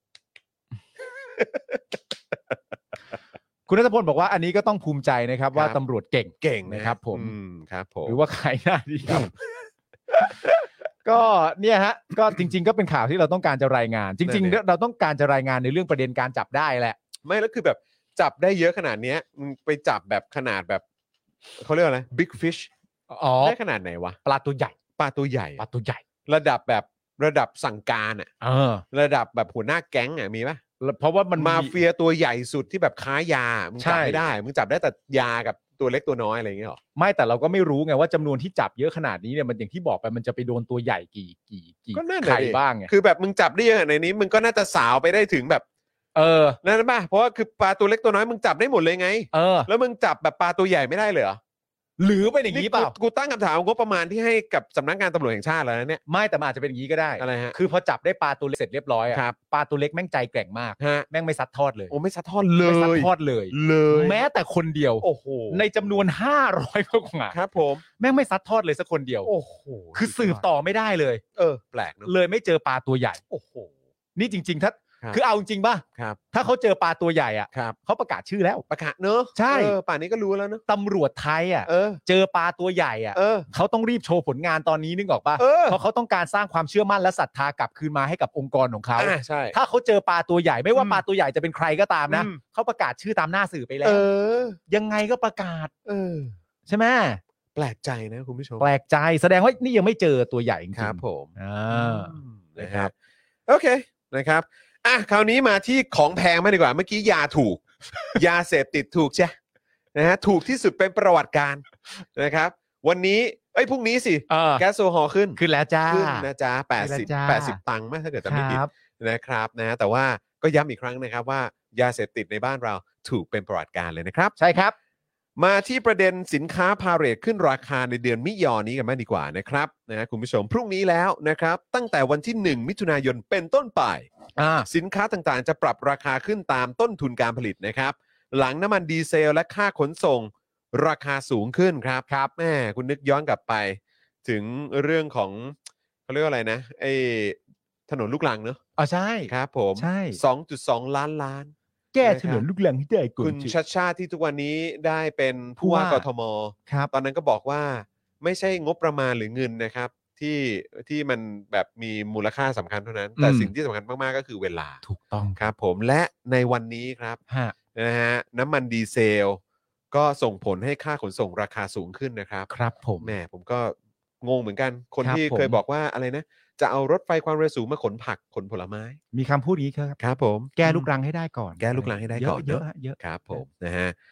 คุณณัฐพลบอกว่าอันนี้ก็ต้องภูมิใจนะครับ ว่าตำรวจเก่งเก่งนะครับผมอืมครับผมหรือว่าใครหน้าดีครับ ก็เนี่ยฮะ ก็จริง ๆ ก็เป็นข่าวที่เราต้องการจะรายงาน จริง ๆ เราต้องการจะรายงานในเรื่องประเด็นการจับได้แหละไม่แล้วคือแบบจับได้เยอะขนาดเนี้ยมึงไปจับแบบขนาดแบบเขาเรียกว่าอะไร big fish อ๋อได้ขนาดไหนวะปลาตัวใหญ่ปลาตัวใหญ่ปลาตัวใหญ่ระดับแบบระดับสั่งการอ่ะเออระดับแบบหัวหน้าแก๊งอ่ะมีปะเพราะว่ามันมาเฟียตัวใหญ่สุดที่แบบค้ายามึงจับใช่ไม่ได้มึงจับได้แต่ยากับตัวเล็กตัวน้อยอะไรอย่างเงี้ยหรอไม่แต่เราก็ไม่รู้ไงว่าจำนวนที่จับเยอะขนาดนี้เนี่ยมันอย่างที่บอกไปมันจะไปโดนตัวใหญ่กี่กี่กี่ก็นั่นใครแหละดิบ้างไงคือแบบมึงจับได้เยอะในนี้มึงก็น่าจะสาวไปได้ถึงแบบเออนั่นป่ะเพราะว่าคือปลาตัวเล็กตัวน้อยมึงจับได้หมดเลยไงเออแล้วมึงจับแบบปลาตัวใหญ่ไม่ได้เลยเหรอหรือเป็นอย่างนี้เปล่ากูกูตั้งคำถามงบประมาณที่ให้กับสำนักงานตำรวจแห่งชาติแล้วนะเนี่ยไม่แต่มันอาจจะเป็นอย่างนี้ก็ได้อะไรฮะคือพอจับได้ปลาตัวเล็กเสร็จเรียบร้อยอะครับปลาตัวเล็กแม่งใจแกร่งมากฮะแม่งไม่ซัดทอดเลยโอ้ไม่สะท้อนเลไม่ซัดยทอดเลยเลยแม้แต่คนเดียวโอ้โหในจำนวนห้าร้อยกว่าครับผมแม่งไม่ซัดทอดเลยสักคนเดียวโอ้โหคือสืบต่อไม่ได้เลยเออแปลกเนอะเลยไม่เจอปลาตัวใหญ่โอ้โหนี่จริง ๆ ถ้าครับคือเอาจริงๆป่ะครับถ้าเขาเจอปลาตัวใหญ่อะครับเขาประกาศชื่อแล้วประกาศเนอะใช่เออป่านนี้ก็รู้แล้วเนอะตำรวจไทยอะเออเจอปลาตัวใหญ่อะเออเขาต้องรีบโชว์ผลงานตอนนี้นึกออกป่ะเออเพราะเขาต้องการสร้างความเชื่อมั่นและศรัทธากลับคืนมาให้กับองค์กรของเขาอ่าใช่ถ้าเขาเจอปลาตัวใหญ่ไม่ว่าอืมปลาตัวใหญ่จะเป็นใครก็ตามนะอืมเขาประกาศชื่อตามหน้าสื่อไปแล้เอวอยังไงก็ประกาศเออใช่ไหมแปลกใจนะคุณผู้ชมแปลกใจแสดงว่านี่ยังไม่เจอตัวใหญ่จริงๆครับผมอ่าอืมนะนะคครัรับ บโอเคนะครับอ่ะคราวนี้มาที่ของแพงมากดีกว่าเมื่อกี้ยาถูก ยาเสพติดถูกใช่นะฮะถูกที่สุดเป็นประวัติการนะครับ วันนี้เอ้ยพรุ่งนี้สิเออแก๊สโซฮอล์ขึ้นขึ้นแล้วจ้าขึ้นนะจ๊ะแปดสิบขึ้นแล้วจ้าแปดสิบตังค์ไหมถ้าเกิดจำไม่ผิดครับนะครับนะแต่ว่าก็ย้ำอีกครั้งนะครับว่ายาเสพติดในบ้านเราถูกเป็นประวัติการเลยนะครับใช่ครับมาที่ประเด็นสินค้าพาเหรดขึ้นราคาในเดือนมิยอนี้กันมากดีกว่านะครับนะคุณผู้ชมพรุ่งนี้แล้วนะครับตั้งแต่วันที่หนึ่งมิถุนายนเป็นต้นไปอ่าสินค้าต่างๆ จะปรับราคาขึ้นตามต้นทุนการผลิตนะครับ หลังน้ำมันดีเซลและค่าขนส่งราคาสูงขึ้นครับครับแม่คุณนึกย้อนกลับไป ถึงเรื่องของเขาเรียกว่าอะไรนะไอ้ถนนลูกรังเนอะอ๋อใช่ครับผมใช่สองจุดสองล้านล้านแก้ถนนลูกหลังให้ได้ก่อนคุณสิชัดชาติที่ทุกวันนี้ได้เป็นผู้ผู้ว่าว่ากทมครับตอนนั้นก็บอกว่าไม่ใช่งบประมาณหรือเงินนะครับ ที่ที่มันแบบมีมูลค่าสำคัญเท่านั้น แต่อืมสิ่งที่สำคัญมากๆก็คือเวลาถูกต้องครับผมและในวันนี้ครับฮะนะฮะน้ำมันดีเซล ก็ส่งผลให้ค่าขนส่งราคาสูงขึ้นนะครับครับผมแหมผมก็งงเหมือนกันคนครับที่ผมเคยบอกว่าอะไรนะ จะเอารถไฟความเร็วสูงมาขนผักขนผลไม้มีคำพูดอย่างนี้ครับครับผมแก้ลูกรังให้ได้ก่อนแก้ลูกรังให้ได้ก่อนเยอะเนอะๆฮะเยอะครับผมนะฮะ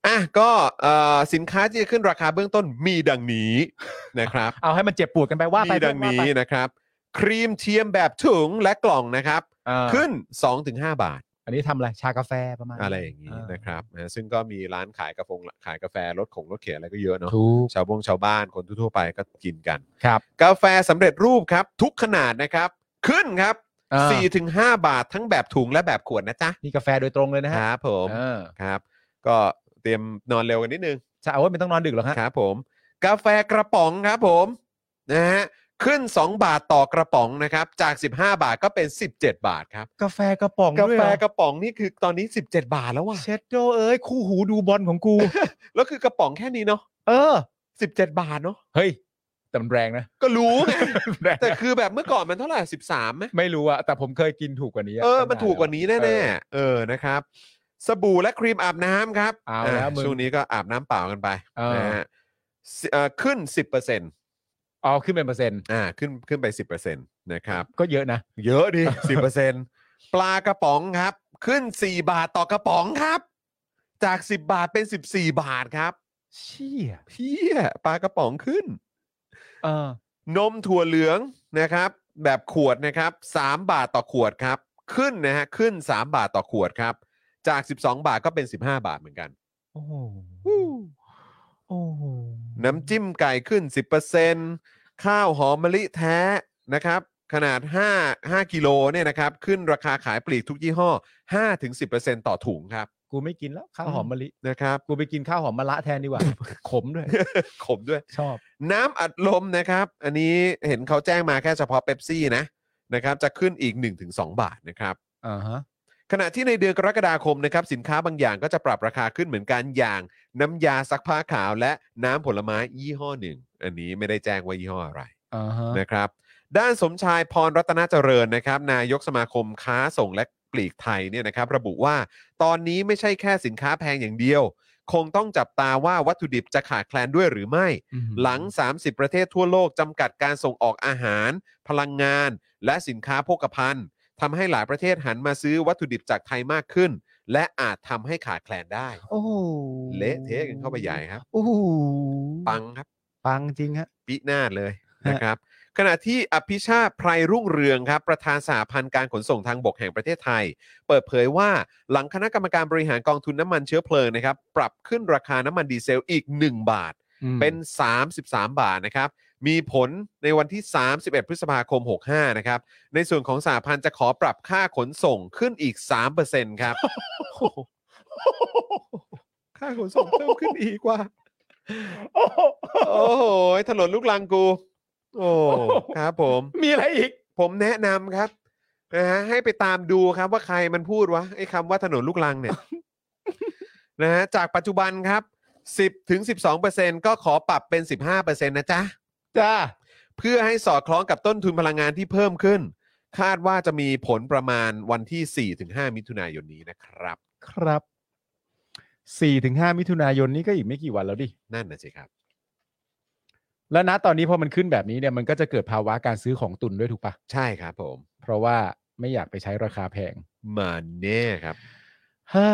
อ่ะก็เอ่อสินค้าที่จะขึ้นราคาเบื้องต้นมีดังนี้นะครับเอาให้มันเจ็บปวดกันไปว่าไปมีดังนี้ว่าไปนะครับครีมเทียมแบบถุงและกล่องนะครับอ่าขึ้น สองถึงห้า บาทอันนี้ทำอะไรชากาแฟประมาณอะไรอย่างนี้นี้นะครับนะซึ่งก็มีร้านขายกาแฟขายกาแฟรถของรถเข็นอะไรก็เยอะเนาะถูกชาวบงชาวบ้านคนทั่วๆไปก็กินกันครับกาแฟสำเร็จรูปครับทุกขนาดนะครับขึ้นครับอ่าสี่ถึงห้า บาททั้งแบบถุงและแบบขวดนะจ๊ะนี่กาแฟโดยตรงเลยนะคฮะรับผมเออครับก็เตรียมนอนเร็วกันนิดนึงจะเอาว่าไม่ต้องนอนดึกหรอกฮะครับผมกาแฟกระป๋องครับผมนะฮะขึ้นสองบาทต่อกระป๋องนะครับจากสิบห้าบาทก็เป็นสิบเจ็ดบาทครับกาแฟกระป๋องกาด้วยแฟเหรอกระป๋องนี่คือตอนนี้สิบเจ็ดบาทแล้วว่ะเช็ดโดเอ้ยคู่หูดูบอลของกูแล้วคือกระป๋องแค่นี้เนาะเออสิบเจ็ดบาทเนาะเฮ้ยแต่มันแรงนะก็รู้ไงแรงแต่คือแบบเมื่อก่อนมันเท่าไหร่สิบสามไหมไม่รู้อะแต่ผมเคยกินถูกกว่านี้ะเออตั้งมันถูกกว่านี้แล้วแน่ๆเออนะครับสบู่และครีมอาบน้ำครับเอาแล้วอ่ะมึงช่วงนี้ก็อาบน้ำเปล่ากันไปเออนะฮะสิเอ่อขึ้น สิบเปอร์เซ็นต์อ๋อขึ้นเป็นเปอร์เซ็นต์อ่าขึ้นขึ้นไป สิบเปอร์เซ็นต์ นะครับก็เยอะนะเยอะดิ สิบเปอร์เซ็นต์ ปลากระป๋องครับ ขึ้น สี่ บาทต่อกระป๋องครับ จาก สิบบาทเป็น สิบสี่ บาทครับเชี่ยเพี้ยปลากระป๋องขึ้นเออนมถั่วเหลืองนะครับ แบบขวดนะครับ สาม บาทต่อขวดครับ ขึ้นนะฮะขึ้น สาม บาทต่อขวดครับ จาก สิบสอง บาทก็เป็น สิบห้า บาทเหมือนกันโอ้โหโอ้โหน้ำจิ้มไก่ขึ้น สิบเปอร์เซ็นต์ ข้าวหอมมะลิแท้นะครับ ขนาดห้า ห้ากิโลเนี่ยนะครับ ขึ้นราคาขายปลีกทุกยี่ห้อ ห้าถึงสิบเปอร์เซ็นต์ ต่อถุงครับกูไม่กินแล้วข้าวหอมมะลินะครับกูไปกินข้าวหอมมะละแทนดีกว่า ขมด้วยขมด้วยชอบน้ำอัดลมนะครับ อันนี้เห็นเขาแจ้งมาแค่เฉพาะเป๊ปซี่นะนะครับ จะขึ้นอีก หนึ่งถึงสอง บาทนะครับอ่าฮะขณะที่ในเดือนกรกฎาคมนะครับสินค้าบางอย่างก็จะปรับราคาขึ้นเหมือนกันอย่างน้ำยาซักผ้าขาวและน้ำผลไม้ยี่ห้อหนึ่ง อันนี้ไม่ได้แจ้งว่ายี่ห้ออะไรอ่าฮะนะครับด้านสมชายพรรัตนเจริญนะครับนายกสมาคมค้าส่งและปลีกไทยเนี่ยนะครับระบุว่าตอนนี้ไม่ใช่แค่สินค้าแพงอย่างเดียวคงต้องจับตาว่าวัตถุดิบจะขาดแคลนด้วยหรือไม่อืมหลังสามสิบประเทศทั่วโลกจำกัดการส่งออกอาหาร พลังงาน และสินค้าโภคภัณฑ์ทำให้หลายประเทศหันมาซื้อวัตถุดิบจากไทยมากขึ้น และอาจทำให้ขาดแคลนได้โอ้โหเละเทะกันเข้าไปใหญ่ครับโอ้โหปังครับปังจริงฮะปินาศเลยฮะนะครับขณะที่อภิชาติไพรรุ่งเรืองครับประธานสหพันธ์การขนส่งทางบกแห่งประเทศไทย เปิดเผยว่าหลังคณะกรรมการบริหารกองทุนน้ำมันเชื้อเพลิงนะครับปรับขึ้นราคาน้ำมันดีเซลอีกหนึ่งบาทอืมเป็น สามสิบสาม บาทนะครับมีผลในวันที่สามสิบเอ็ดพฤษภาคมหกสิบห้านะครับในส่วนของสหพันธ์จะขอปรับค่าขนส่งขึ้นอีก สามเปอร์เซ็นต์ ครับค่าขนส่งเพิ่มขึ้นอีกว่าโอ้โหโอ้โหถนนลูกลังกู โอ้ครับผมมีอะไรอีกผมแนะนำครับนะฮะให้ไปตามดูครับว่าใครมันพูดวะไอ้คำว่าถนนลูกลังเนี่ย นะฮะจากปัจจุบันครับ สิบถึงสิบสองเปอร์เซ็นต์ ก็ขอปรับเป็น สิบห้าเปอร์เซ็นต์ นะจ๊ะจ้าเพื่อให้สอดคล้องกับต้นทุนพลังงานที่เพิ่มขึ้น คาดว่าจะมีผลประมาณวันที่ สี่ถึงห้า มิถุนายนนี้นะครับครับสี่ถึงห้ามิถุนายนนี้ก็อีกไม่กี่วันแล้วดินั่นนะสิครับแล้วนะตอนนี้พอมันขึ้นแบบนี้เนี่ยมันก็จะเกิดภาวะการซื้อของตุนด้วยถูกปะใช่ครับผมเพราะว่าไม่อยากไปใช้ราคาแพงมาแน่ครับฮ่า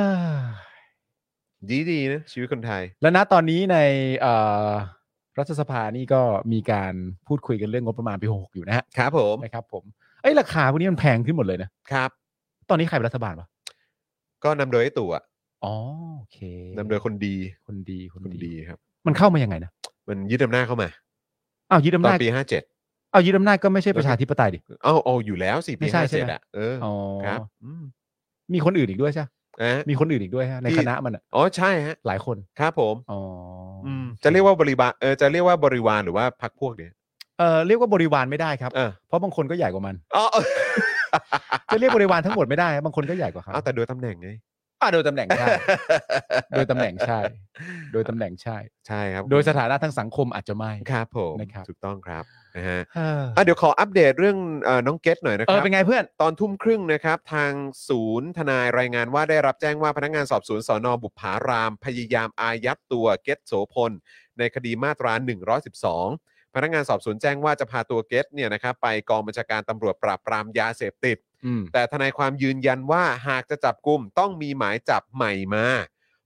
ดีๆนะชีวิตคนไทยแล้วนะตอนนี้ในเอ่อรัฐสภานี่ก็มีการพูดคุยกันเรื่องงบประมาณปีหกอยู่นะฮะครับผมนะครับผมเอ้ยราคาพวกนี้มันแพงขึ้นหมดเลยนะครับ ตอนนี้ใครเป็นรัฐบาลวะก็นำโดยไอ้ตู่อะอ๋อโอเคนำโดยคนดีคนดีคนคนดีดีครับมันเข้ามายังไงนะมันยึดอำนาจเข้ามาอ้าวยึดอำตอนาจนปีห้าเจ็ดอ้าวยึดอำนาจก็ไม่ใช่ประชาธิปไตยดิเอาเอาอยู่แล้วสิปีไม่ใช่ห้าใช่เจ็ดไหมอ่ะเอออ๋อครับอืมมีคนอื่นอีกด้วยใช่ไหมอ่ะมีคนอื่นอีกด้วยฮะในที่คณะมันอ่ะอ๋อใช่ฮะหลายคนครับผมอ๋ออมจะเรียกว่าบริบาลเออจะเรียกว่าบริวารหรือว่าพรรคพวกเนี่ยเออเรียกว่าบริวารไม่ได้ครับเออเพราะบางคนก็ใหญ่กว่ามันอ๋อเออจะเรียกบริวารทั้งหมดไม่ได้ครับบางคนก็ใหญ่กว่าเขาเอาแต่โดยตำแหน่งไงอ่าโดยตำแหน่งใช่ โดยตำแหน่งใช่ โดยตำแหน่งใช่ใช่ครับโดยสถานะทางสังคมอาจจะไม่ครับผมนะครับถูกต้องครับนะฮะเอออ่ะเดี๋ยวขออัปเดตเรื่องเอ่อน้องเกตหน่อยนะคเอรัอบ เป็นไงเพื่อนตอนทุ่มครึ่งนะครับทางศูนย์ทนายรายงานว่าได้รับแจ้งว่าพนักงานสอบสวนสนบุปผาราม พยายามอายัดตัวเกตโสพลในคดีมาตราหนึ่งร้อยสิบสองพนักงานสอบสวนแจ้งว่าจะพาตัวเกตเนี่ยนะครับไปกองบัญชาการตำรวจปราบปรามยาเสพติดอืมแต่ทนายความยืนยันว่าหากจะจับกุมต้องมีหมายจับใหม่มา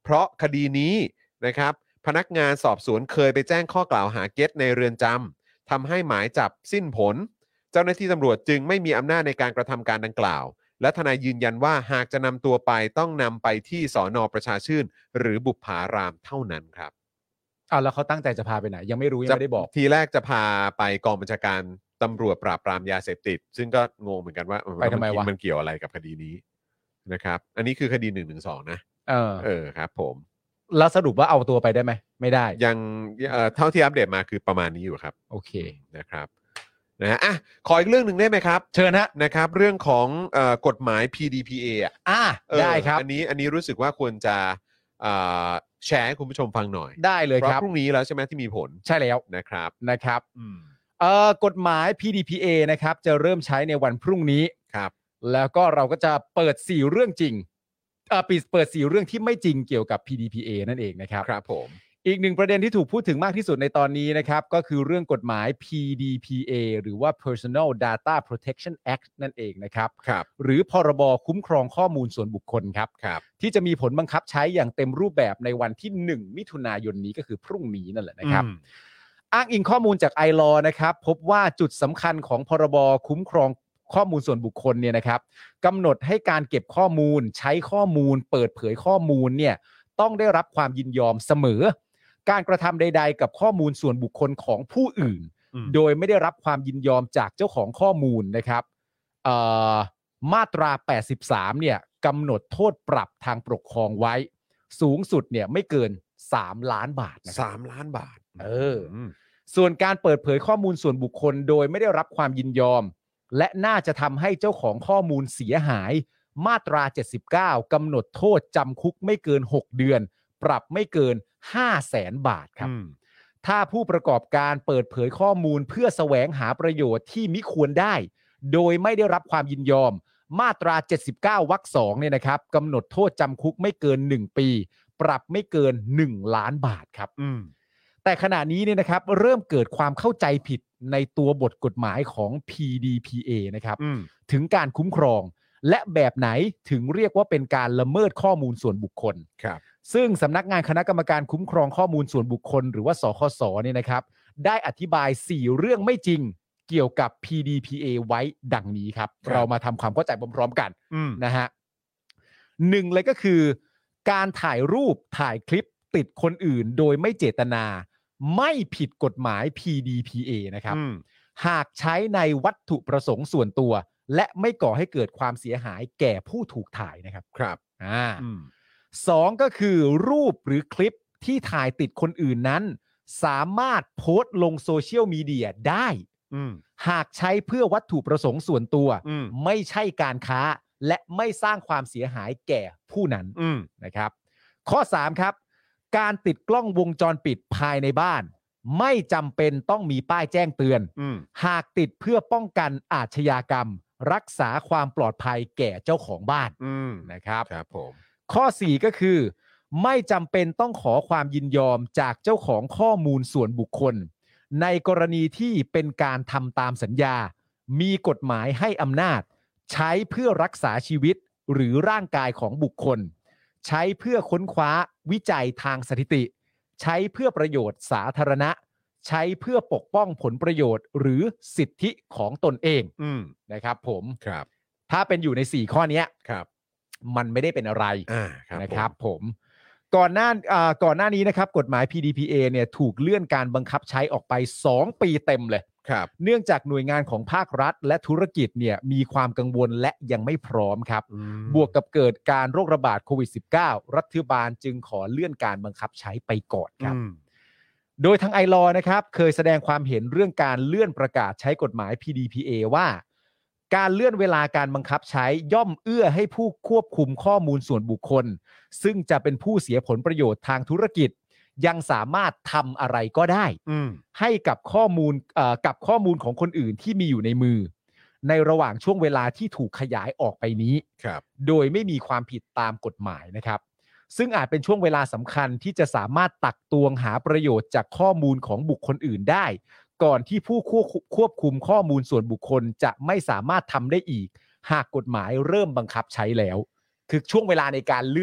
เพราะคดีนี้นะครับพนักงานสอบสวนเคยไปแจ้งข้อกล่าวหาเกตในเรือนจำทำให้หมายจับสิ้นผลเจ้าหน้าที่ตำรวจจึงไม่มีอำนาจในการกระทำการดังกล่าวและทนายยืนยันว่าหากจะนำตัวไปต้องนำไปที่สน.ประชาชื่นหรือบุปผารามเท่านั้นครับอ้าวแล้วเขาตั้งใจจะพาไปไหนยังไม่รู้ยังไม่ได้บอกทีแรกจะพาไปกองบัญชาการตำรวจปราบปรามยาเสพติดซึ่งก็งงเหมือนกันว่าไปทำไมวะมันเกี่ยวอะไรกับคดีนี้นะครับอันนี้คือคดีหนึ่งหนึ่งสองนะเออเออครับผมแล้วสรุปว่าเอาตัวไปได้ไหมไม่ได้ยังเอ่อเท่าที่อัปเดตมาคือประมาณนี้อยู่ครับโอเคนะครับนะฮะอ่ะขออีกเรื่องหนึ่งได้ไหมครับเชิญฮะนะครับเรื่องของเอ่อกฎหมาย พี ดี พี เอ อ่ะอ่าได้ครับอันนี้อันนี้รู้สึกว่าควรจะเอ่อแชร์ให้คุณผู้ชมฟังหน่อยได้เลยครับพรุ่งนี้แล้วใช่ไหมที่มีผลใช่แล้วนะครับนะครับเอ่อกฎหมาย พี ดี พี เอ นะครับจะเริ่มใช้ในวันพรุ่งนี้ครับแล้วก็เราก็จะเปิดสี่เรื่องจริงเอ่อปิดเปิดสี่เรื่องที่ไม่จริงเกี่ยวกับ พี ดี พี เอ นั่นเองนะครับครับผมอีกหนึ่งประเด็นที่ถูกพูดถึงมากที่สุดในตอนนี้นะครับก็คือเรื่องกฎหมาย พี ดี พี เอ หรือว่า Personal Data Protection Act นั่นเองนะครับครับหรือพรบคุ้มครองข้อมูลส่วนบุคคลครับครับที่จะมีผลบังคับใช้อย่างเต็มรูปแบบในวันที่หนึ่งมิถุนายนนี้ก็คือพรุ่งนี้นั่นแหละนะครับอ้างอิงข้อมูลจาก ไอ แอล โอ นะครับพบว่าจุดสำคัญของพรบคุ้มครองข้อมูลส่วนบุคคลเนี่ยนะครับกำหนดให้การเก็บข้อมูลใช้ข้อมูลเปิดเผยข้อมูลเนี่ยต้องได้รับความยินยอมเสมอการกระทำใดๆกับข้อมูลส่วนบุคคลของผู้อื่นโดยไม่ได้รับความยินยอมจากเจ้าของข้อมูลนะครับมาตราแปดสิบสามเนี่ยกำหนดโทษปรับทางปกครองไว้สูงสุดเนี่ยไม่เกินสามล้านบาทนะสามล้านบาทเออส่วนการเปิดเผยข้อมูลส่วนบุคคลโดยไม่ได้รับความยินยอมและน่าจะทำให้เจ้าของข้อมูลเสียหายมาตราเจ็ดสิบเก้ากำหนดโทษจำคุกไม่เกินหกเดือนปรับไม่เกิน ห้าแสน บาทครับถ้าผู้ประกอบการเปิดเผยข้อมูลเพื่อแสวงหาประโยชน์ที่มิควรได้โดยไม่ได้รับความยินยอมมาตราเจ็ดสิบเก้าวรรคสองเนี่ยนะครับกำหนดโทษจำคุกไม่เกินหนึ่งปีปรับไม่เกินหนึ่งล้านบาทครับแต่ขณะนี้เนี่ยนะครับเริ่มเกิดความเข้าใจผิดในตัวบทกฎหมายของ พี ดี พี เอ นะครับถึงการคุ้มครองและแบบไหนถึงเรียกว่าเป็นการละเมิดข้อมูลส่วนบุคคลครับซึ่งสำนักงานคณะกรรมการคุ้มครองข้อมูลส่วนบุคคลหรือว่าสคสเนี่ยนะครับได้อธิบายสี่เรื่องไม่จริงเกี่ยวกับ พี ดี พี เอ ไว้ดังนี้ครับเรามาทำความเข้าใจพร้อมๆกันนะฮะหนึ่งเลยก็คือการถ่ายรูปถ่ายคลิปติดคนอื่นโดยไม่เจตนาไม่ผิดกฎหมาย พี ดี พี เอ นะครับหากใช้ในวัตถุประสงค์ส่วนตัวและไม่ก่อให้เกิดความเสียหายแก่ผู้ถูกถ่ายนะครับครับอ่าสองก็คือรูปหรือคลิปที่ถ่ายติดคนอื่นนั้นสามารถโพสต์ลงโซเชียลมีเดียได้หากใช้เพื่อวัตถุประสงค์ส่วนตัวไม่ใช่การค้าและไม่สร้างความเสียหายแก่ผู้นั้นนะครับข้อสามครับการติดกล้องวงจรปิดภายในบ้านไม่จำเป็นต้องมีป้ายแจ้งเตือนหากติดเพื่อป้องกันอาชญากรรมรักษาความปลอดภัยแก่เจ้าของบ้านนะครับครับผมข้อสี่ก็คือไม่จำเป็นต้องขอความยินยอมจากเจ้าของข้อมูลส่วนบุคคลในกรณีที่เป็นการทำตามสัญญามีกฎหมายให้อำนาจใช้เพื่อรักษาชีวิตหรือร่างกายของบุคคลใช้เพื่อค้นคว้าวิจัยทางสถิติใช้เพื่อประโยชน์สาธารณะใช้เพื่อปกป้องผลประโยชน์หรือสิทธิของตนเองนะครับผมครับถ้าเป็นอยู่ในสี่ข้อนี้ครับมันไม่ได้เป็นอะไรนะครับผมก่อนหน้าก่อนหน้านี้นะครับกฎหมาย พี ดี พี เอ เนี่ยถูกเลื่อนการบังคับใช้ออกไปสองปีเต็มเลยครับเนื่องจากหน่วยงานของภาครัฐและธุรกิจเนี่ยมีความกังวลและยังไม่พร้อมครับบวกกับเกิดการโรคระบาดโควิด สิบเก้า รัฐบาลจึงขอเลื่อนการบังคับใช้ไปก่อนครับโดยทาง ไอ แอล โอ นะครับเคยแสดงความเห็นเรื่องการเลื่อนประกาศใช้กฎหมาย พี ดี พี เอ ว่าการเลื่อนเวลาการบังคับใช้ย่อมเอื้อให้ผู้ควบคุมข้อมูลส่วนบุคคลซึ่งจะเป็นผู้เสียผลประโยชน์ทางธุรกิจยังสามารถทำอะไรก็ได้ให้กับข้อมูลเอ่อกับข้อมูลของคนอื่นที่มีอยู่ในมือในระหว่างช่วงเวลาที่ถูกขยายออกไปนี้โดยไม่มีความผิดตามกฎหมายนะครับซึ่งอาจเป็นช่วงเวลาสำคัญที่จะสามารถตักตวงหาประโยชน์จากข้อมูลของบุคคลอื่นได้ก่อนที่ผู้ควบคุมข้อมูลส่วนบุคคลจะไม่สามารถทำได้อีกหากกฎหมายเริ่มบังคับใช้แล้วคือช่วงเวลาในการเลื่อนเนี่ย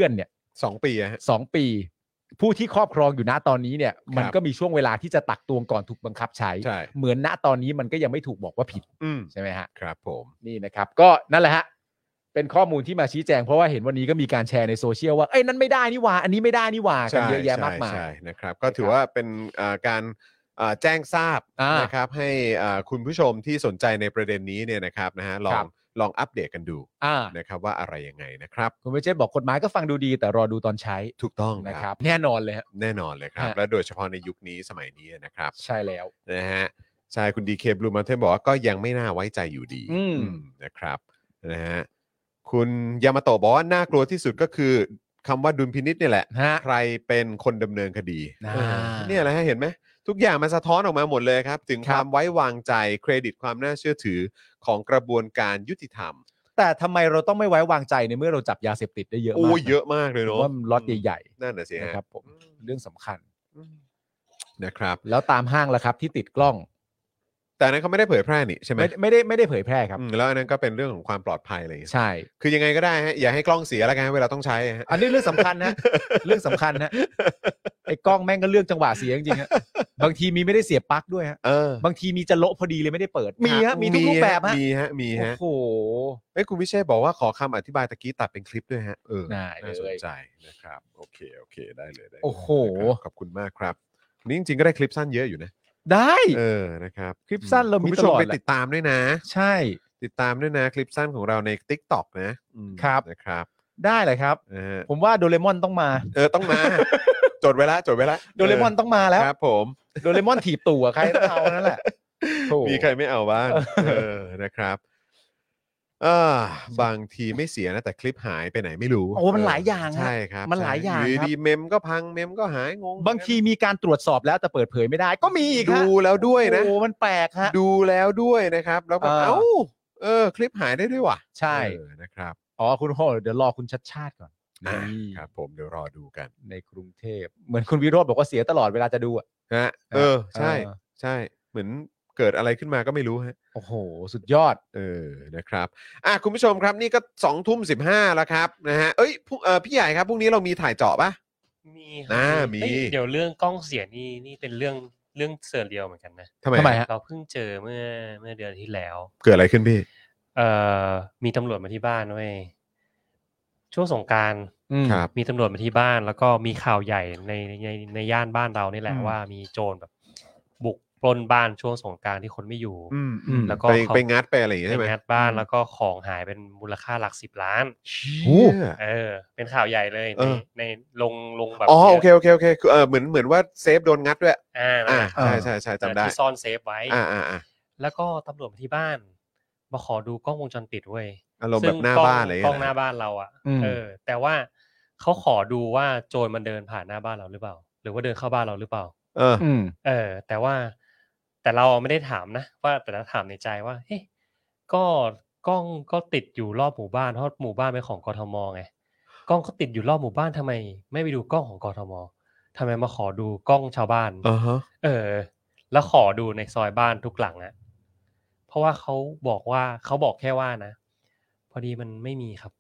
สองปีอะฮะสองปีผู้ที่ครอบครองอยู่ณตอนนี้เนี่ยมันก็มีช่วงเวลาที่จะตักตวงก่อนถูกบังคับใช้ใช่เหมือนณตอนนี้มันก็ยังไม่ถูกบอกว่าผิดอืมใช่ไหมฮะครับผมนี่นะครับก็นั่นแหละฮะเป็นข้อมูลที่มาชี้แจงเพราะว่าเห็นวันนี้ก็มีการแชร์ในโซเชียลว่าเอ้ยนั่นไม่ได้นี่หว่าอันนี้ไม่ได้นี่หว่ากันเยอะแยะมากมายใช่นะครับก็ถือว่าเป็นอ่าการอ่าแจ้งทราบอ่านนะครับให้อ่าคุณผู้ชมที่สนใจในประเด็นนี้เนี่ยนะครับนะฮะลอครังบลองอัปเดตกันดูอ่านะครับว่าอะไรยังไงนะครับคุณเวชเจตบอกกฎหมายก็ฟังดูดีแต่รอดูตอนใช้ถูกต้องนะคครัรับ บแน่นอนเลยฮะแน่นอนเลยครับฮะและโดยเฉพาะในยุคนี้สมัยนี้นะครับใช่แล้วนะฮะใช่คุณดีเคบลูมาเทนบอกว่าก็ยังไม่น่าไว้ใจอยู่ดีอืมอืมนะครับนะฮะคุณยามาโตะบอกว่าน่ากลัวที่สุดก็คือคำว่าดุลพินิษเนี่ยแหละฮะใครเป็นคนดำเนินคดีอ่าเออเนี่ยแหละฮะเห็นไหมทุกอย่างมันสะท้อนออกมาหมดเลยครับ ถึงคครับ วามไว้วางใจเครดิตความน่าเชื่อถือของกระบวนการยุติธรรมแต่ทำไมเราต้องไม่ไว้วางใจในเมื่อเราจับยาเสพติดได้เยอะมากโอ้ยนเยอะมากเลยผมเนาะว่ามันล็อตใหญ่นั่นน่ะสิๆฮะนะครับผมเรื่องสำคัญนะครับแล้วตามห้างแล้วครับที่ติดกล้องแต่อันนั้นเขาไม่ได้เผยแพร่นี่ใช่ไหมไม่ไม่ได้ไม่ได้เผยแพร่ครับอืมแล้วอันนั้นก็เป็นเรื่องของความปลอดภัยอะไรอย่างเงี้ยใช่คือยังไงก็ได้ฮะอย่าให้กล้องเสียแล้วกันเวลาต้องใช้ฮะอันนี้เรื่องสำคัญนะ เรื่องสำคัญนะไอ้กล้องแม่งก็เรื่องจังหวะเสียจริงๆฮะบางทีมีไม่ได้เสียปลั๊กด้วยฮะเออบางทีมีจะโละพอดีเลยไม่ได้เปิด มีฮะมีทุกรูปแบบฮะมีฮะมีโอ้ฮะโหเอ้ยคุณวิเชษบอกว่าขอคำอธิบายตะกี้ตัดเป็นคลิปด้วยฮะเออได้เลยน่าสนใจนะครับโอเคโอเคได้เลยได้เลยโอ้โหนะครับขอบคุณมากครับนี่จริงๆก็ได้คลิปสั้นเยอะอยู่นะได้เออนะครับคลิปสั้นเรามีคุณผู้ชมตลอดไปแหละติดตามด้วยนะใช่ติดตามด้วยนะคลิปสั้นของเราใน TikTok นะอืมครับนะครับได้เลยครับนะฮะผมว่าโดเรมอนต้องมาเออต้องมา จดไว้ละจดไว้ละโดเรมอนต้องมาแล้วครับผมโดเรมอนถีบตู่อะใครต้องเอานั่นแหละโถ่มีใครไม่เอาบ้างเออนะครับเออบางทีไม่เสียนะแต่คลิปหายไปไหนไม่รู้โอ้มันหลายอย่างฮะใช่ครับมันหลายอย่างใช่ครับดีๆเมมก็พังเมมก็หายงงบางทีมีการตรวจสอบแล้วแต่เปิดเผยไม่ได้ ก็มีอีกฮะดูแล้วด้วยนะโอ้มันแปลกฮะดูแล้วด้วยนะครับ แล้วแบบเออเอ้าเออ คลิปหายได้ด้วยว่ะใช่เออนะครับอ๋อคุณโหเดี๋ยวรอคุณชัดชาติก่อนอ่านี่ครับผมเดี๋ยวรอดูกันในกรุงเทพเหมือนคุณวิโรจน์บอกว่าเสียตลอดเวลาจะดูอะฮะเออใช่เออใช่เหมือนเกิดอะไรขึ้นมาก็ไม่รู้ฮะโอ้โห สุดยอดเออ นะครับ อ่ะ คุณผู้ชมครับ นี่ก็สองทุ่มสิบห้าแล้วครับ นะฮะ เอ้ยพรุ่งเออพี่ใหญ่ครับ พรุ่งนี้เรามีถ่ายเจาะปะมีคอ่ารับมีเอ้ยเดี๋ยวเรื่องกล้องเสียนี่นี่เป็นเรื่องเรื่องเสือเรียวเหมือนกันนะทำไมทำไมฮะเราเพิ่งเจอเมื่อเมื่อเดือนที่แล้วเกิดอะไรขึ้นพี่เอ่อมีตำรวจมาที่บ้านเว้ยช่วงสงกรานต์อืมครับมีตำรวจมาที่บ้าน แล้วก็มีข่าวใหญ่ในในในย่านบ้านเรานี่แหละอืมว่ามีโจรแบบบุกปล้นบ้านช่วงสงกรานต์ที่คนไม่อยู่อืมอืมแล้วก็ไปเขาไปงัดไปอะไรอย่างงี้ไปใช่ไหมงัดบ้านอืมแล้วก็ของหายเป็นมูลค่าหลักสิบล้านโอ้เออ เป็นข่าวใหญ่เลยเอในอในลงลงแบบอ๋อ โอเคยะโอเค โอเคคือเออเหมือน เหมือนว่าเซฟโดนงัดด้วยอ่าอ่านั่นแหละใช่ใช่ใช่จำได้ที่ซ่อนเซฟไว้อ่าอ่าอ่าแล้วก็ตำรวจมาที่บ้าน มาขอดูกล้องวงจรปิดเว้ยอารมณ์แบบหน้าซึ่งกล้องบ้านอะไรอย่างกล้เงี้อย งหน้านะบ้านเราอ่ะอืมเออ แต่ว่าเขาขอดูว่าโจรมันเดินผ่านหน้าบ้านเราหรือเปล่า หรือว่าเดินเข้าบ้านเราหรือเปล่าเอออืมเออ แต่ว่าแต่เราไม่ได้ถามนะว่าแต่เราถามในใจว่าเฮ้ยก็กล้องก็ติดอยู่รอบหมู่บ้านเพราะหมู่บ้านเป็นของกทมไงกล้องก็ติดอยู่รอบหมู่บ้านทำไม ไม่ไปดูกล้องของกทมทำไมมาขอดูกล้องชาวบ้านอ่าฮะเออ แล้วขอดูในซอยบ้านทุกหลังอะเพราะว่าเขาบอกว่าเขาบอกแค่ว่านะ พอดีมันไม่มีครับ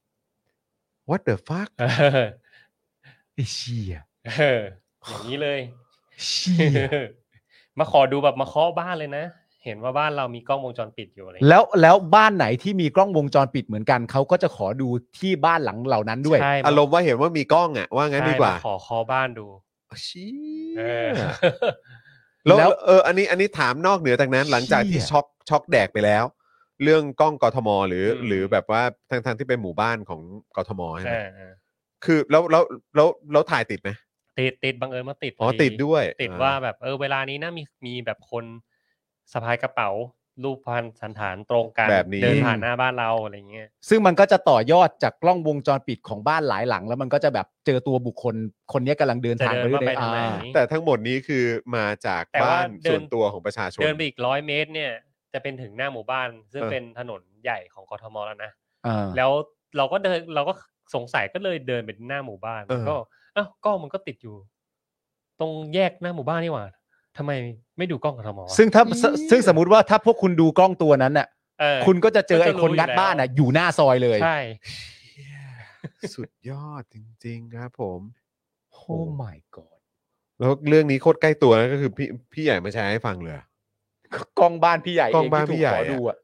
what the fuck เออไอ้เชี่ยเอออย่างนี้เลยเชี่ยมาขอดูแบบมาเคาะบ้านเลยนะ เห็นว่าบ้านเรามีกล้องวงจรปิดอยู่อะไรแล้วแล้วบ้านไหนที่มีกล้องวงจรปิดเหมือนกันเขาก็จะขอดูที่บ้านหลังเหล่านั้นด้วยใช่อารมณ์ว่าเห็นว่ามีกล้องอ่ะ ว่างั้นดีกว่าใช่มขอเคาะบ้านดูเชี้เออแล้วแล้วเอออันนี้อันนี้ถามนอกเหนือจากนั้น หลังจากที่เชี่ยช็อกช็อกแดกไปแล้ว เรื่องกล้องกทมหรืออืมหรือแบบว่าทางทางที่เป็นหมู่บ้านของกทมใช่ไหมเออเออคือแล้วแล้วแล้วแล้วถ่ายติดไหมติดติดบังเอิญมาติดอ๋อพติดด้วยติดอ่าว่าแบบเออเวลานี้นะมีมีแบบคนสะพายกระเป๋า รูปพันสันฐานตรงกันแบบนี้เดินผ่านหน้าบ้านเราอะไรเงี้ยซึ่งมันก็จะต่อยอดจากกล้องวงจรปิดของบ้านหลายหลัง แล้วมันก็จะแบบเจอตัวบุคคลคนนี้กำลังเดินจะทางเดินไปว่าเรื่ไปอยๆทางไหนอ่าแต่ทั้งหมดนี้คือมาจากแต่ว่าบ้านเดินส่วนตัวของประชาชนเดินไปอีกร้อยเมตรเนี่ย จะเป็นถึงหน้าหมู่บ้าน ซึ่งเออเป็นถนนใหญ่ของกทมแล้วนะอ่าแล้วเราก็เดินเราก็สงสัยก็เลยเดินไปหน้าหมู่บ้านเออก็อ้าวกล้องมันก็ติดอยู่ ตรงแยกหน้าหมู่บ้านนี่หว่าทำไมไม่ดูกล้องกทมวะซึ่งถ้าซึ่งสมมุติว่าถ้าพวกคุณดูกล้องตัวนั้นน่ะเออคุณก็จะเจอก็จะไอ้คนรู้งัดอยู่แล้วบ้านน่ะอยู่หน้าซอยเลยใช่สุดยอดจริงๆครับผมโอ้ my god แล้วเรื่องนี้โคตรใกล้ตัวนะก็คือพี่พี่ใหญ่มาแชร์ให้ฟังเลยกล้องบ้านพี่ใหญ่กล้เอองงบ้านที่ถูพี่กใหญ่ขออะดูอ่ะ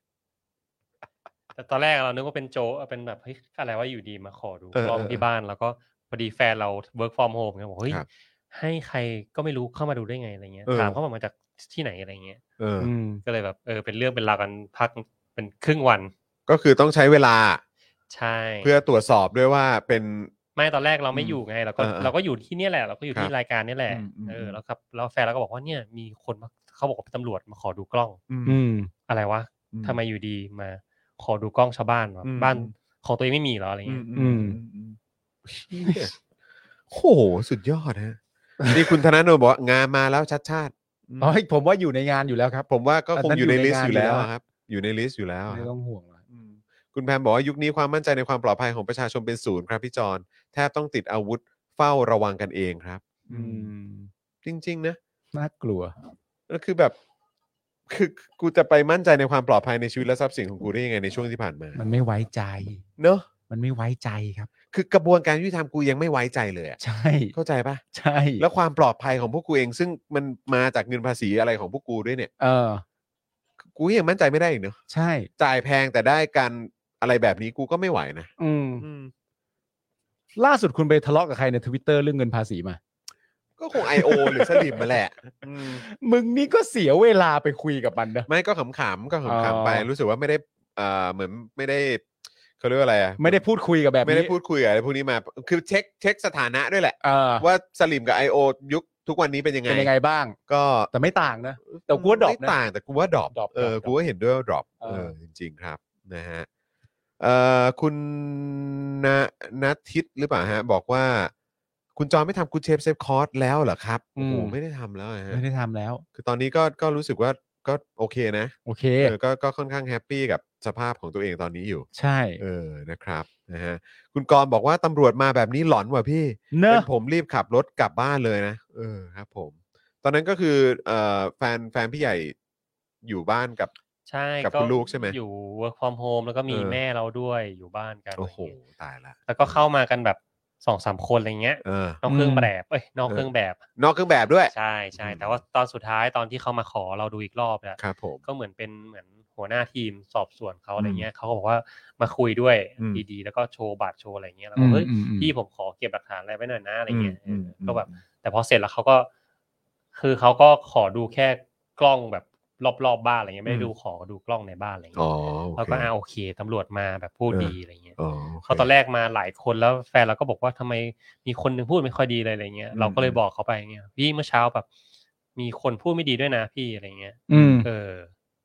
แต่ตอนแรกเรานึกว่าเป็นโจเป็นแบบเฮ้ยอะไรว่าอยู่ดีมาขอดูเออกล้องเออที่บ้านแล้วก็พอดีแฟนเรา work from home ไงบอกเฮ้ยครับให้ใครก็ไม่รู้เข้ามาดูได้ไงอะไรเงี้ยเออถามเขาบอกมาจากที่ไหนอะไรเงี้ยเอออืมก็เลยแบบเออเป็นเรื่องเป็นราวกันพักเป็นครึ่งวันก็คือต้องใช้เวลาใช่เพื่อตรวจสอบด้วยว่าเป็นไม่ตอนแรกเราไม่อืมอยู่ไงเราก็เออเออเราก็อยู่ที่เนี่ยแหละเราก็อยู่ครับที่รายการนี่แหละอืมอืมเออแล้วครับแล้วแฟนเราก็บอกว่าเนี่ยมีคนมาเขาบอกว่าเป็นตำรวจมาขอดูกล้องอืมอืมอะไรวะอืมทำไมอยู่ดีมาขอดูกล้องชาวบ้านวะอืมบ้านของตัวเองไม่มีเหรออะไรอืเงี้มยอืมอืมเหี้ยโอ้โหสุดยอดฮะนี่คุณธนาโนบอกว่างานมาแล้วชัดชาติอืมอ๋อผมว่าอยู่ในงานอยู่แล้วครับผมว่าก็คงอันนั้นอยู่ในอยู่ในลิสต์งานอยู่แล้วอยู่แล้วครับ อยู่ในลิสต์อยู่แล้วคไม่รับต้องห่วงหรอกอืมคุณแพมบอกว่ายุคนี้ความมั่นใจในความปลอดภัยของประชาชนเป็นศูนย์ครับพี่จอนแทบต้องติดอาวุธเฝ้าระวังกันเองครับอืมจริง ๆ นะน่ากลัวก็คือแบบ คือกูจะไปมั่นใจในความปลอดภัยในชีวิตและทรัพย์สินของกูได้ยังไงในช่วงที่ผ่านมามันไม่ไว้ใจเนอะมันไม่ไว้ใจครับคือกระบวนการยุติธรรมกูยังไม่ไว้ใจเลยอะใช่เข้าใจปะใช่แล้วความปลอดภัยของพวกกูเองซึ่งมันมาจากเงินภาษีอะไรของพวกกูด้วยเนี่ยเออกูยังมั่นใจไม่ได้อีกเนอะใช่จ่ายแพงแต่ได้การอะไรแบบนี้กูก็ไม่ไหวนะอืมอืมล่าสุดคุณไปทะเลาะกับใครใน Twitter เรื่องเงินภาษีมาก็คง ไอ โอ หรือสลิมมาแหละอืมมึงนี่ก็เสียเวลาไปคุยกับมันนะไม่ก็ขำๆก็อ๋อขำๆไปรู้สึกว่าไม่ได้เอ่อเหมือนไม่ได้เขาเรียกว่าอะไรอะไม่ได้พูดคุยกับแบบนี้ไม่ได้พูดคุยอะไรพวกนี้มาคือเช็คเช็คสถานะด้วยแหละเออว่าสลิมกับ ไอ โอ ยุคทุกวันนี้เป็นยังไงเป็นยังไงบ้างก็แต่ไม่ต่างนะ แต่กูว่าดรอปไม่นะต่างแต่กูว่าดรอปดรอปเออดรอปกูก็เห็นด้วยว่าดรอปเออเออจริงๆครับนะฮะเอ่อคุณณณทิศหรือเปล่าฮะบอกว่าคุณจอไม่ทำกูเชฟเซฟคอร์สแล้วเหรอครับโอ้โหไม่ได้ทำแล้วนะฮะไม่ได้ทำแล้วคือตอนนี้ก็ก็รู้สึกว่าก็โอเคนะโอเคเออก็ก็ค่อนข้างแฮปปี้กับสภาพของตัวเองตอนนี้อยู่ใช่เออนะครับนะฮะคุณกรณ์บอกว่าตำรวจมาแบบนี้หลอนว่ะพี่เนเป็อะนผมรีบขับรถกลับบ้านเลยนะเออครับผม ตอนนั้นก็คือเอ่อแฟนแฟนพี่ใหญ่อยู่บ้านกับใช่กับคุณลูกใช่ไหมอยู่ work from home แล้วก็มีเออแม่เราด้วยอยู่บ้านกันโอ้โหอะไรเงี้ยตายละแล้วก็เข้ามากันแบบสองสามคนอะไรเงี้ยเออนอกเครื่องแบบเอ้ยนอกเครื่องแบบนอกเครื่องแบบด้วยใช่ใช่อืมแต่ว่าตอนสุดท้ายตอนที่เขามาขอเราดูอีกรอบเนี่ยครับผมก็เหมือนเป็นเหมือนหัวหน้าทีมสอบสวนเขาอะไรเงี้ยเขาก็บอกว่ามาคุยด้วยอืมดีๆแล้วก็โชว์บัตรโชว์อะไรเงี้ยแล้วก็เฮ้ยอืมอืมพี่ผมขอเก็บหลักฐานอะไรไว้หน่อยนะอะไรเงี้ยอืมเอออืมก็แบบ แต่พอเสร็จแล้วเขาก็ คือเขาก็ขอดูแค่กล้องแบบรอบๆบ้านอะไรเงี้ยไม่ได้ดูขอดูกล้องในบ้านอะไรอ๋อเงี้ยโอแล้วเคก็อ่าโอเคตำรวจมาแบบพูดเออดีอะไรเงี้ยอ๋อโคเขาตอนแรกมาหลายคนแล้วแฟนเราก็บอกว่าทำไมมีคนหนึงพูดไม่ค่อยดีเลยอะไรเงี้ยอืมเราก็เลยบอกเขาไปเงี้ยพี่เมื่อเช้าแบบ มีคนพูดไม่ดีด้วยนะพี่อะไรเงี้ยอืมเออ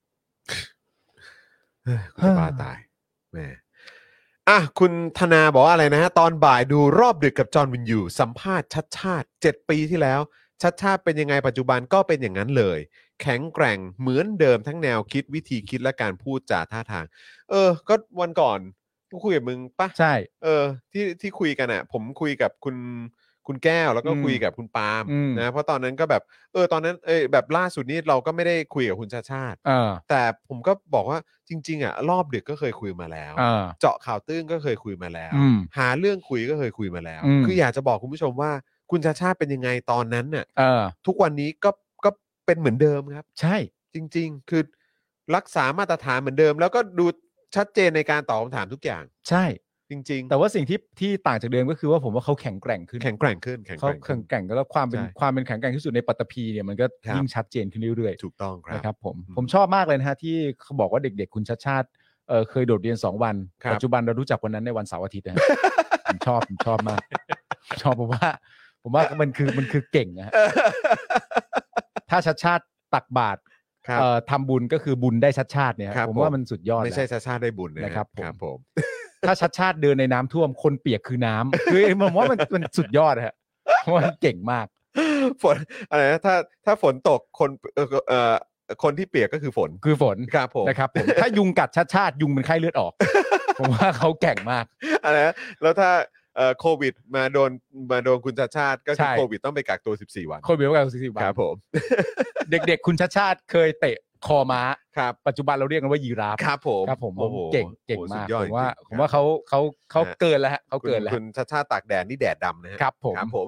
เฮ้ยกูจะบ้าตายแหม่อ่ะคุณธนาบอกว่าอะไรนะฮะตอนบ่ายดูรอบดึกกับจอห์นวินยูสัมภาษณ์ชัดชาติเจ็ดปีที่แล้ว ชัดชาติเป็นยังไงปัจจุบันก็เป็นอย่างนั้นเลย แข็งแกร่งเหมือนเดิมทั้งแนวคิดวิธีคิดและการพูดจาท่าทาง เออ ก็วันก่อนกูคุยกับมึงปะใช่เออที่ที่คุยกันอ่ะ ผมคุยกับคุณคุณแก้วแล้วก็อืมคุยกับคุณปาล์มอืมนะเพราะตอนนั้นก็แบบเออตอนนั้นเออแบบล่าสุดนี้เราก็ไม่ได้คุยกับคุณชาชาติเออแต่ผมก็บอกว่าจริง ๆอ่ะรอบดึกก็เคยคุยมาแล้วเออเจาะข่าวตื้นก็เคยคุยมาแล้วอืมหาเรื่องคุยก็เคยคุยมาแล้วอืมคืออยากจะบอกคุณผู้ชมว่าคุณชาชาติเป็นยังไงตอนนั้นน่ะเออทุกวันนี้ก็ก็เป็นเหมือนเดิมครับใช่จริง ๆ คือรักษามาตรฐานเหมือนเดิม แล้วก็ดูชัดเจนในการตอบคำถามทุกอย่างใช่จริงแต่ว่าสิ่งที่ที่ต่างจากเดิมก็คือว่าผมว่าเขาแข็งแกร่งขึ้นๆ แข็งแกร่งขึ้นแข็งแกเขาร่งขึ้แข็นงแกร่งแล้วความเป็นใช่ความเป็นแข็งแกร่งที่สุดในปัตตภีเนี่ยมันก็ครับยิ่งชัดเจนขึ้นเรื่อยถูกต้องคๆรับนะครับผมอืมผมชอบมากเลยนะฮะที่เขาบอกว่าเด็กๆคุณชัดชาติเออเคยโดดเรียนสองวันครับปัจจุบันเรารู้จักวันนั้นในวันเสาร์อาทิตย์นะฮะ ผมชอบผมชอบมากชอบผมว่า ผมว่ามันคือมันคือเก่งนะฮะถ้าชัดชาติตักบาตรครับเอ่อทำบุญก็คือบุญได้ชัดชาติเนี่ยครับผมผมว่ามันสุดยอดไม่ใช่แล้วชาชาติได้บุญนะนะครับผมครับผมถ้าชัดชาติเดินในน้ำท่วมคนเปียกคือน้ำคือผมว่ามันมันสุดยอดฮะเพราะว่ามันเก่งมากฝนอะไรนะถ้าถ้าฝนตกคนเอ่อเอ่อคนที่เปียกก็คือฝนคือฝนครับผมนะครับผมถ้ายุงกัดชัดชาติยุงเป็นไข้เลือดออก ผมว่าเขาแก่งมากอะไรนะแล้วถ้าเอ่อโควิดมาโดนมาโดนคุณชาชาติก็ใช่คือโควิดต้องไปกักตัวสิบสี่วันคนเบียวกันสี่สิบวันครับผมเด็กๆ คุณชัดชาติเคยเตะคอม้าครับปัจจุบันเราเรียกกันว่ายีราฟครับผมครับผมโอ้โหเก่งเก่งโอ้โหมากสุดยอดผมว่าจริงๆผมว่าเขาเขาเขาเกินแล้วฮะเขาคุณเกินแล้วคุณชาติชาติตากแดดนี่แดดดำนะฮะครับผมครับผม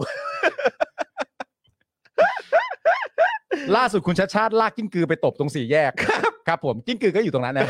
ล่าสุดคุณชาติชาติลากกิ้งกือไปตบตรงสี่แยกครับผมกิ้งกือก็อยู่ตรงนั้นนะ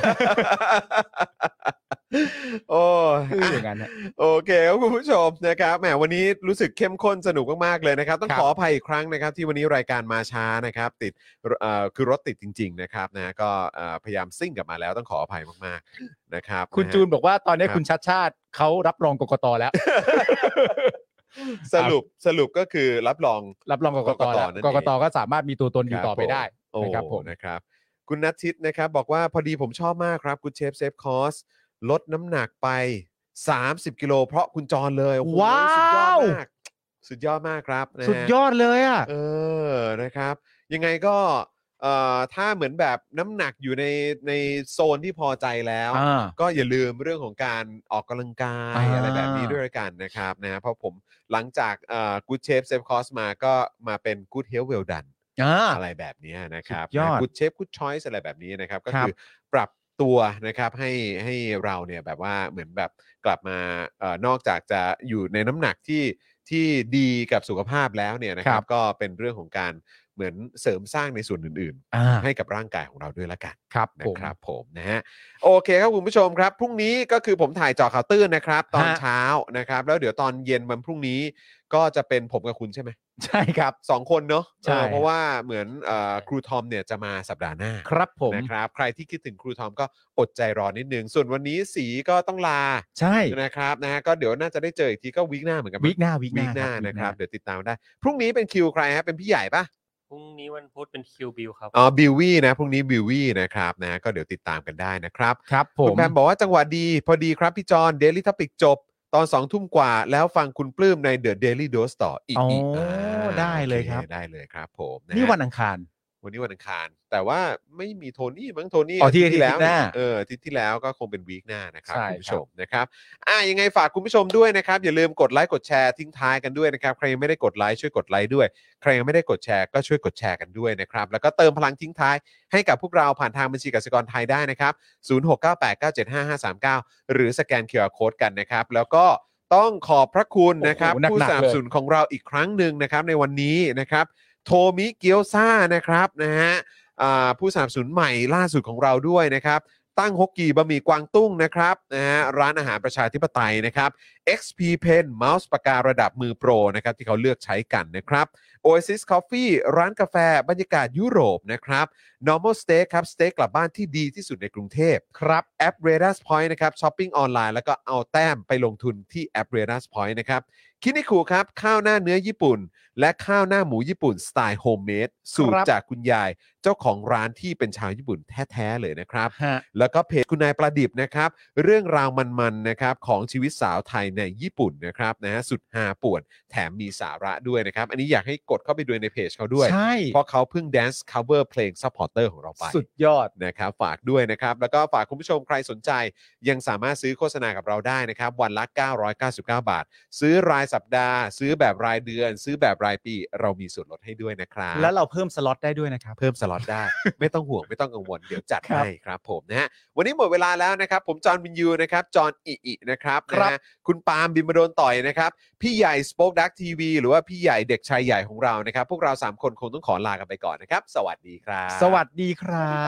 โอ้คืออย่างนั้นฮะโอเคครับคุณผู้ชมนะครับแหมวันนี้รู้สึกเข้มข้นสนุกมากๆเลยนะครับต้องครับขออภัยอีกครั้งนะครับที่วันนี้รายการมาช้านะครับติดเอ่อคือรถติดจริงๆนะครับนะก็เอ่อพยายามซิ่งกลับมาแล้วต้องขออภัยมากๆนะครับคุณะฮะจูนบอกว่าตอนนี้ครับคุณชัดชาติเขารับรองกกตแล้วสรุปสรุปก็คือรับรองรับรองกกตแล้วนั่นเองกกตก็สามารถมีตัวตนอยู่ต่อไปได้โอ้นะครับผมนะครับคุณนัทชิตนะครับบอกว่าพอดีผมชอบมากครับคุณเชฟเซฟคอสลดน้ำหนักไปสามสิบกิโลเพราะคุณจรเลยโอ้โหว้าวสุดยอดมากสุดยอดมากครับนะฮะสุดยอดเลยอ่ะเออนะครับยังไงก็เอ่อถ้าเหมือนแบบน้ำหนักอยู่ในในโซนที่พอใจแล้วอ่าก็อย่าลืมเรื่องของการออกกำลังกายอ่าอะไรแบบนี้ด้วยกันนะครับนะเพราะผมหลังจากเอ่อ Good Chef Safe Course มาก็มาเป็น Good Health Well Done อ่าอะไรแบบนี้นะครับสุดยอดกูดเชฟกูดชอยส์อะไรแบบนี้นะครับก็ครับคือปรับตัวนะครับให้ให้เราเนี่ยแบบว่าเหมือนแบบกลับมาเอ่อนอกจากจะอยู่ในน้ำหนักที่ที่ดีกับสุขภาพแล้วเนี่ยนะครับก็เป็นเรื่องของการเหมือนเสริมสร้างในส่วนอื่นอ่าๆ ให้กับร่างกายของเราด้วยละกันครับนะผมครับผมนะฮะโอเคครับคุณผู้ชมครับพรุ่งนี้ก็คือผมถ่ายเจอข่าวตื้นนะครับตอนฮะเช้านะครับแล้วเดี๋ยวตอนเย็นวันพรุ่งนี้ก็จะเป็นผมกับคุณใช่ไหมใช่ครับสองคนเนาะใช่เออเพราะว่าเหมือนเอ่อครูทอมเนี่ยจะมาสัปดาห์หน้าครับผมนะครับใครที่คิดถึงครูทอมก็อดใจรอนิดนึง ส่วนวันนี้สีก็ต้องลาใช่นะครับนะฮะก็เดี๋ยวน่าจะได้เจออีกทีก็วีคหน้าเหมือนกันวีคหน้าวีคหวีน้าคหน้าครับนะครับวีคหเดี๋ยวติดตามได้ พรุ่งนี้เป็นคิวใครฮะเป็นพี่ใหญ่ปะพรุ่งนี้วันพุธเป็นคิวบิวครับอ๋อบิววี่นะพรุ่งนี้บิววี่นะครับนะก็เดี๋ยวติดตามกันได้นะครับครับผคุณมแพมบอกว่าจังหวะดีพอดีครับพี่จอน Daily Topic จบตอนสองทุ่มกว่าแล้วฟังคุณปลื้มใน The Daily Dose ต่ออีกอ๋ออีกาได้เลยครับโอได้เลยครับผมะฮะนี่วันอังคารวันนี้วันอังคาร แต่ว่าไม่มีโทนี่มั้งโทนี่อ๋อที่อาทิตย์ที่แล้วอาทิตย์หน้าเอออาทิตย์ที่แล้วก็คงเป็นวีคหน้านะครับใช่คุณผู้ครัชบมนะครับอ่ะยังไงฝากคุณผู้ชมด้วยนะครับอย่าลืมกดไลค์กดแชร์ทิ้งท้ายกันด้วยนะครับใครยังไม่ได้กดไลค์ช่วยกดไลค์ด้วยใครยังไม่ได้กดแชร์ก็ช่วยกดแชร์กันด้วยนะครับแล้วก็เติมพลังทิ้งท้ายให้กับพวกเราผ่านทางบัญชีกสิกรไทยได้นะครับศูนย์ หก เก้า แปด เก้า เจ็ด ห้า ห้า สาม เก้าหรือสแกน คิว อาร์ Code กันนะครับแล้วก็ต้องขอบพระคุณนะครับโอ้โหหนักๆผู้สนับสนุนของเราอีกครั้งหนึ่งนะครับในวันนี้นะครับโทมิเกียวซ่านะครับนะฮะ อ่าผู้สนับสนุนใหม่ล่าสุดของเราด้วยนะครับตั้งฮกกีบะหมี่กวางตุ้งนะครับนะฮะร้านอาหารประชาธิปไตยนะครับ เอ็กซ์ พี Pen เมาส์ปากการะดับมือโปรนะครับที่เขาเลือกใช้กันนะครับ Oasis Coffee ร้านกาแฟบรรยากาศยุโรปนะครับ Normal Steak ครับสเต็กกลับบ้านที่ดีที่สุดในกรุงเทพครับแอป Radar Point นะครับช้อปปิ้งออนไลน์แล้วก็เอาแต้มไปลงทุนที่แอป Radar Point นะครับคินิคูครับข้าวหน้าเนื้อญี่ปุ่น และข้าวหน้าหมูญี่ปุ่นสไตล์โฮมเมดสูตรจากคุณยายเจ้าของร้านที่เป็นชาวญี่ปุ่นแท้ๆเลยนะครับฮะแล้วก็เพจคุณนายประดิบนะครับเรื่องราวมันๆนะครับของชีวิตสาวไทยในญี่ปุ่นนะครับนะฮะสุดฮาป่วนแถมมีสาระด้วยนะครับอันนี้อยากให้กดเข้าไปดูในเพจเขาด้วยใช่เพราะเขาเพิ่ง Dance Cover เพลง Supporter ของเราไปสุดยอดนะครับฝากด้วยนะครับแล้วก็ฝากคุณผู้ชมใครสนใจยังสามารถซื้อโฆษณากับเราได้นะครับวันละเก้าร้อยเก้าสิบเก้าบาทซื้อรายสัปดาห์ซื้อแบบรายเดือน ซื้อแบบรายปีเรามีส่วนลดให้ด้วยนะครับแล้วเราเพิ่มสล็อตได้ด้วยนะครับเพิ่มสล็อตได้ ไม่ต้องห่วงไม่ต้องกังวลเดี๋ยวจัดครับให้ครับผมนะฮะวันนี้หมดเวลาแล้วนะครับผมจอห์นวินยูนะครับจอห์นอิอินะครับครับนะฮะคุณปาล์มบินมาโดนต่อยนะครับพี่ใหญ่ Spoke Dark ที วี หรือว่าพี่ใหญ่เด็กชายใหญ่ของเรานะครับพวกเราสามคนคงต้องขอลากันไปก่อนนะครับสวัสดีครับสวัสดีครับ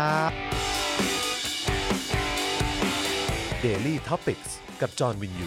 Daily Topics กับจอห์นวินยู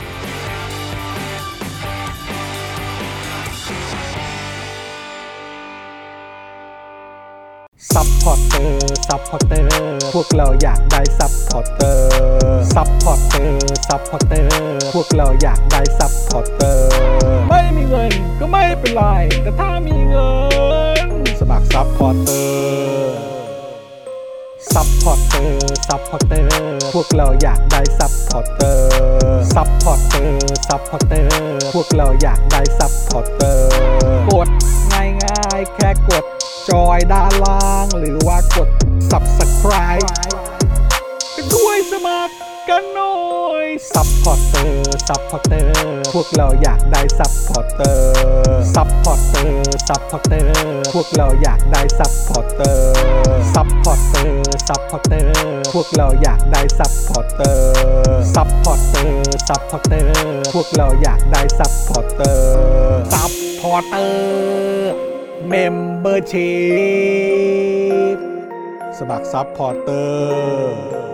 ซัพพอร์เตอร์ซัพพอร์เตอร์พวกเราอยากได้ซัพพอร์เตอร์ซัพพอร์เตอร์ซัพพอร์เตอร์พวกเราอยากได้ซัพพอร์เตอร์ไม่มีเงินก็ไม่เป็นไรแต่ถ้ามีเงินสมัครซัพพอร์เตอร์ซัพพอร์เตอร์ซัพพอร์เตอร์พวกเราอยากได้ซัพพอร์เตอร์ซัพพอร์เตอร์ซัพพอร์เตอร์พวกเราอยากได้ซัพพอร์เตอร์กดง่ายๆแค่กดจอยด้านล่างหรือว่ากด ซับสไครบ์ ไปด้วยสมัครกันหน่อยซัพพอร์เตอร์ซัพพอร์เตอร์พวกเราอยากได้ซัพพอร์เตอร์ซัพพอร์เตอร์ซัพพอร์เตอร์พวกเราอยากได้ซัพพอร์เตอร์ซัพพอร์เตอร์ซัพพอร์เตอร์พวกเราอยากได้ซัพพอร์เตอร์ซัพพอร์เตอร์ซัพพอร์เตอร์พวกเราอยากได้ซัพพอร์เตอร์ซัพพอร์เตอร์เมมเบอร์ชีพสมัครซัพพอร์เตอร์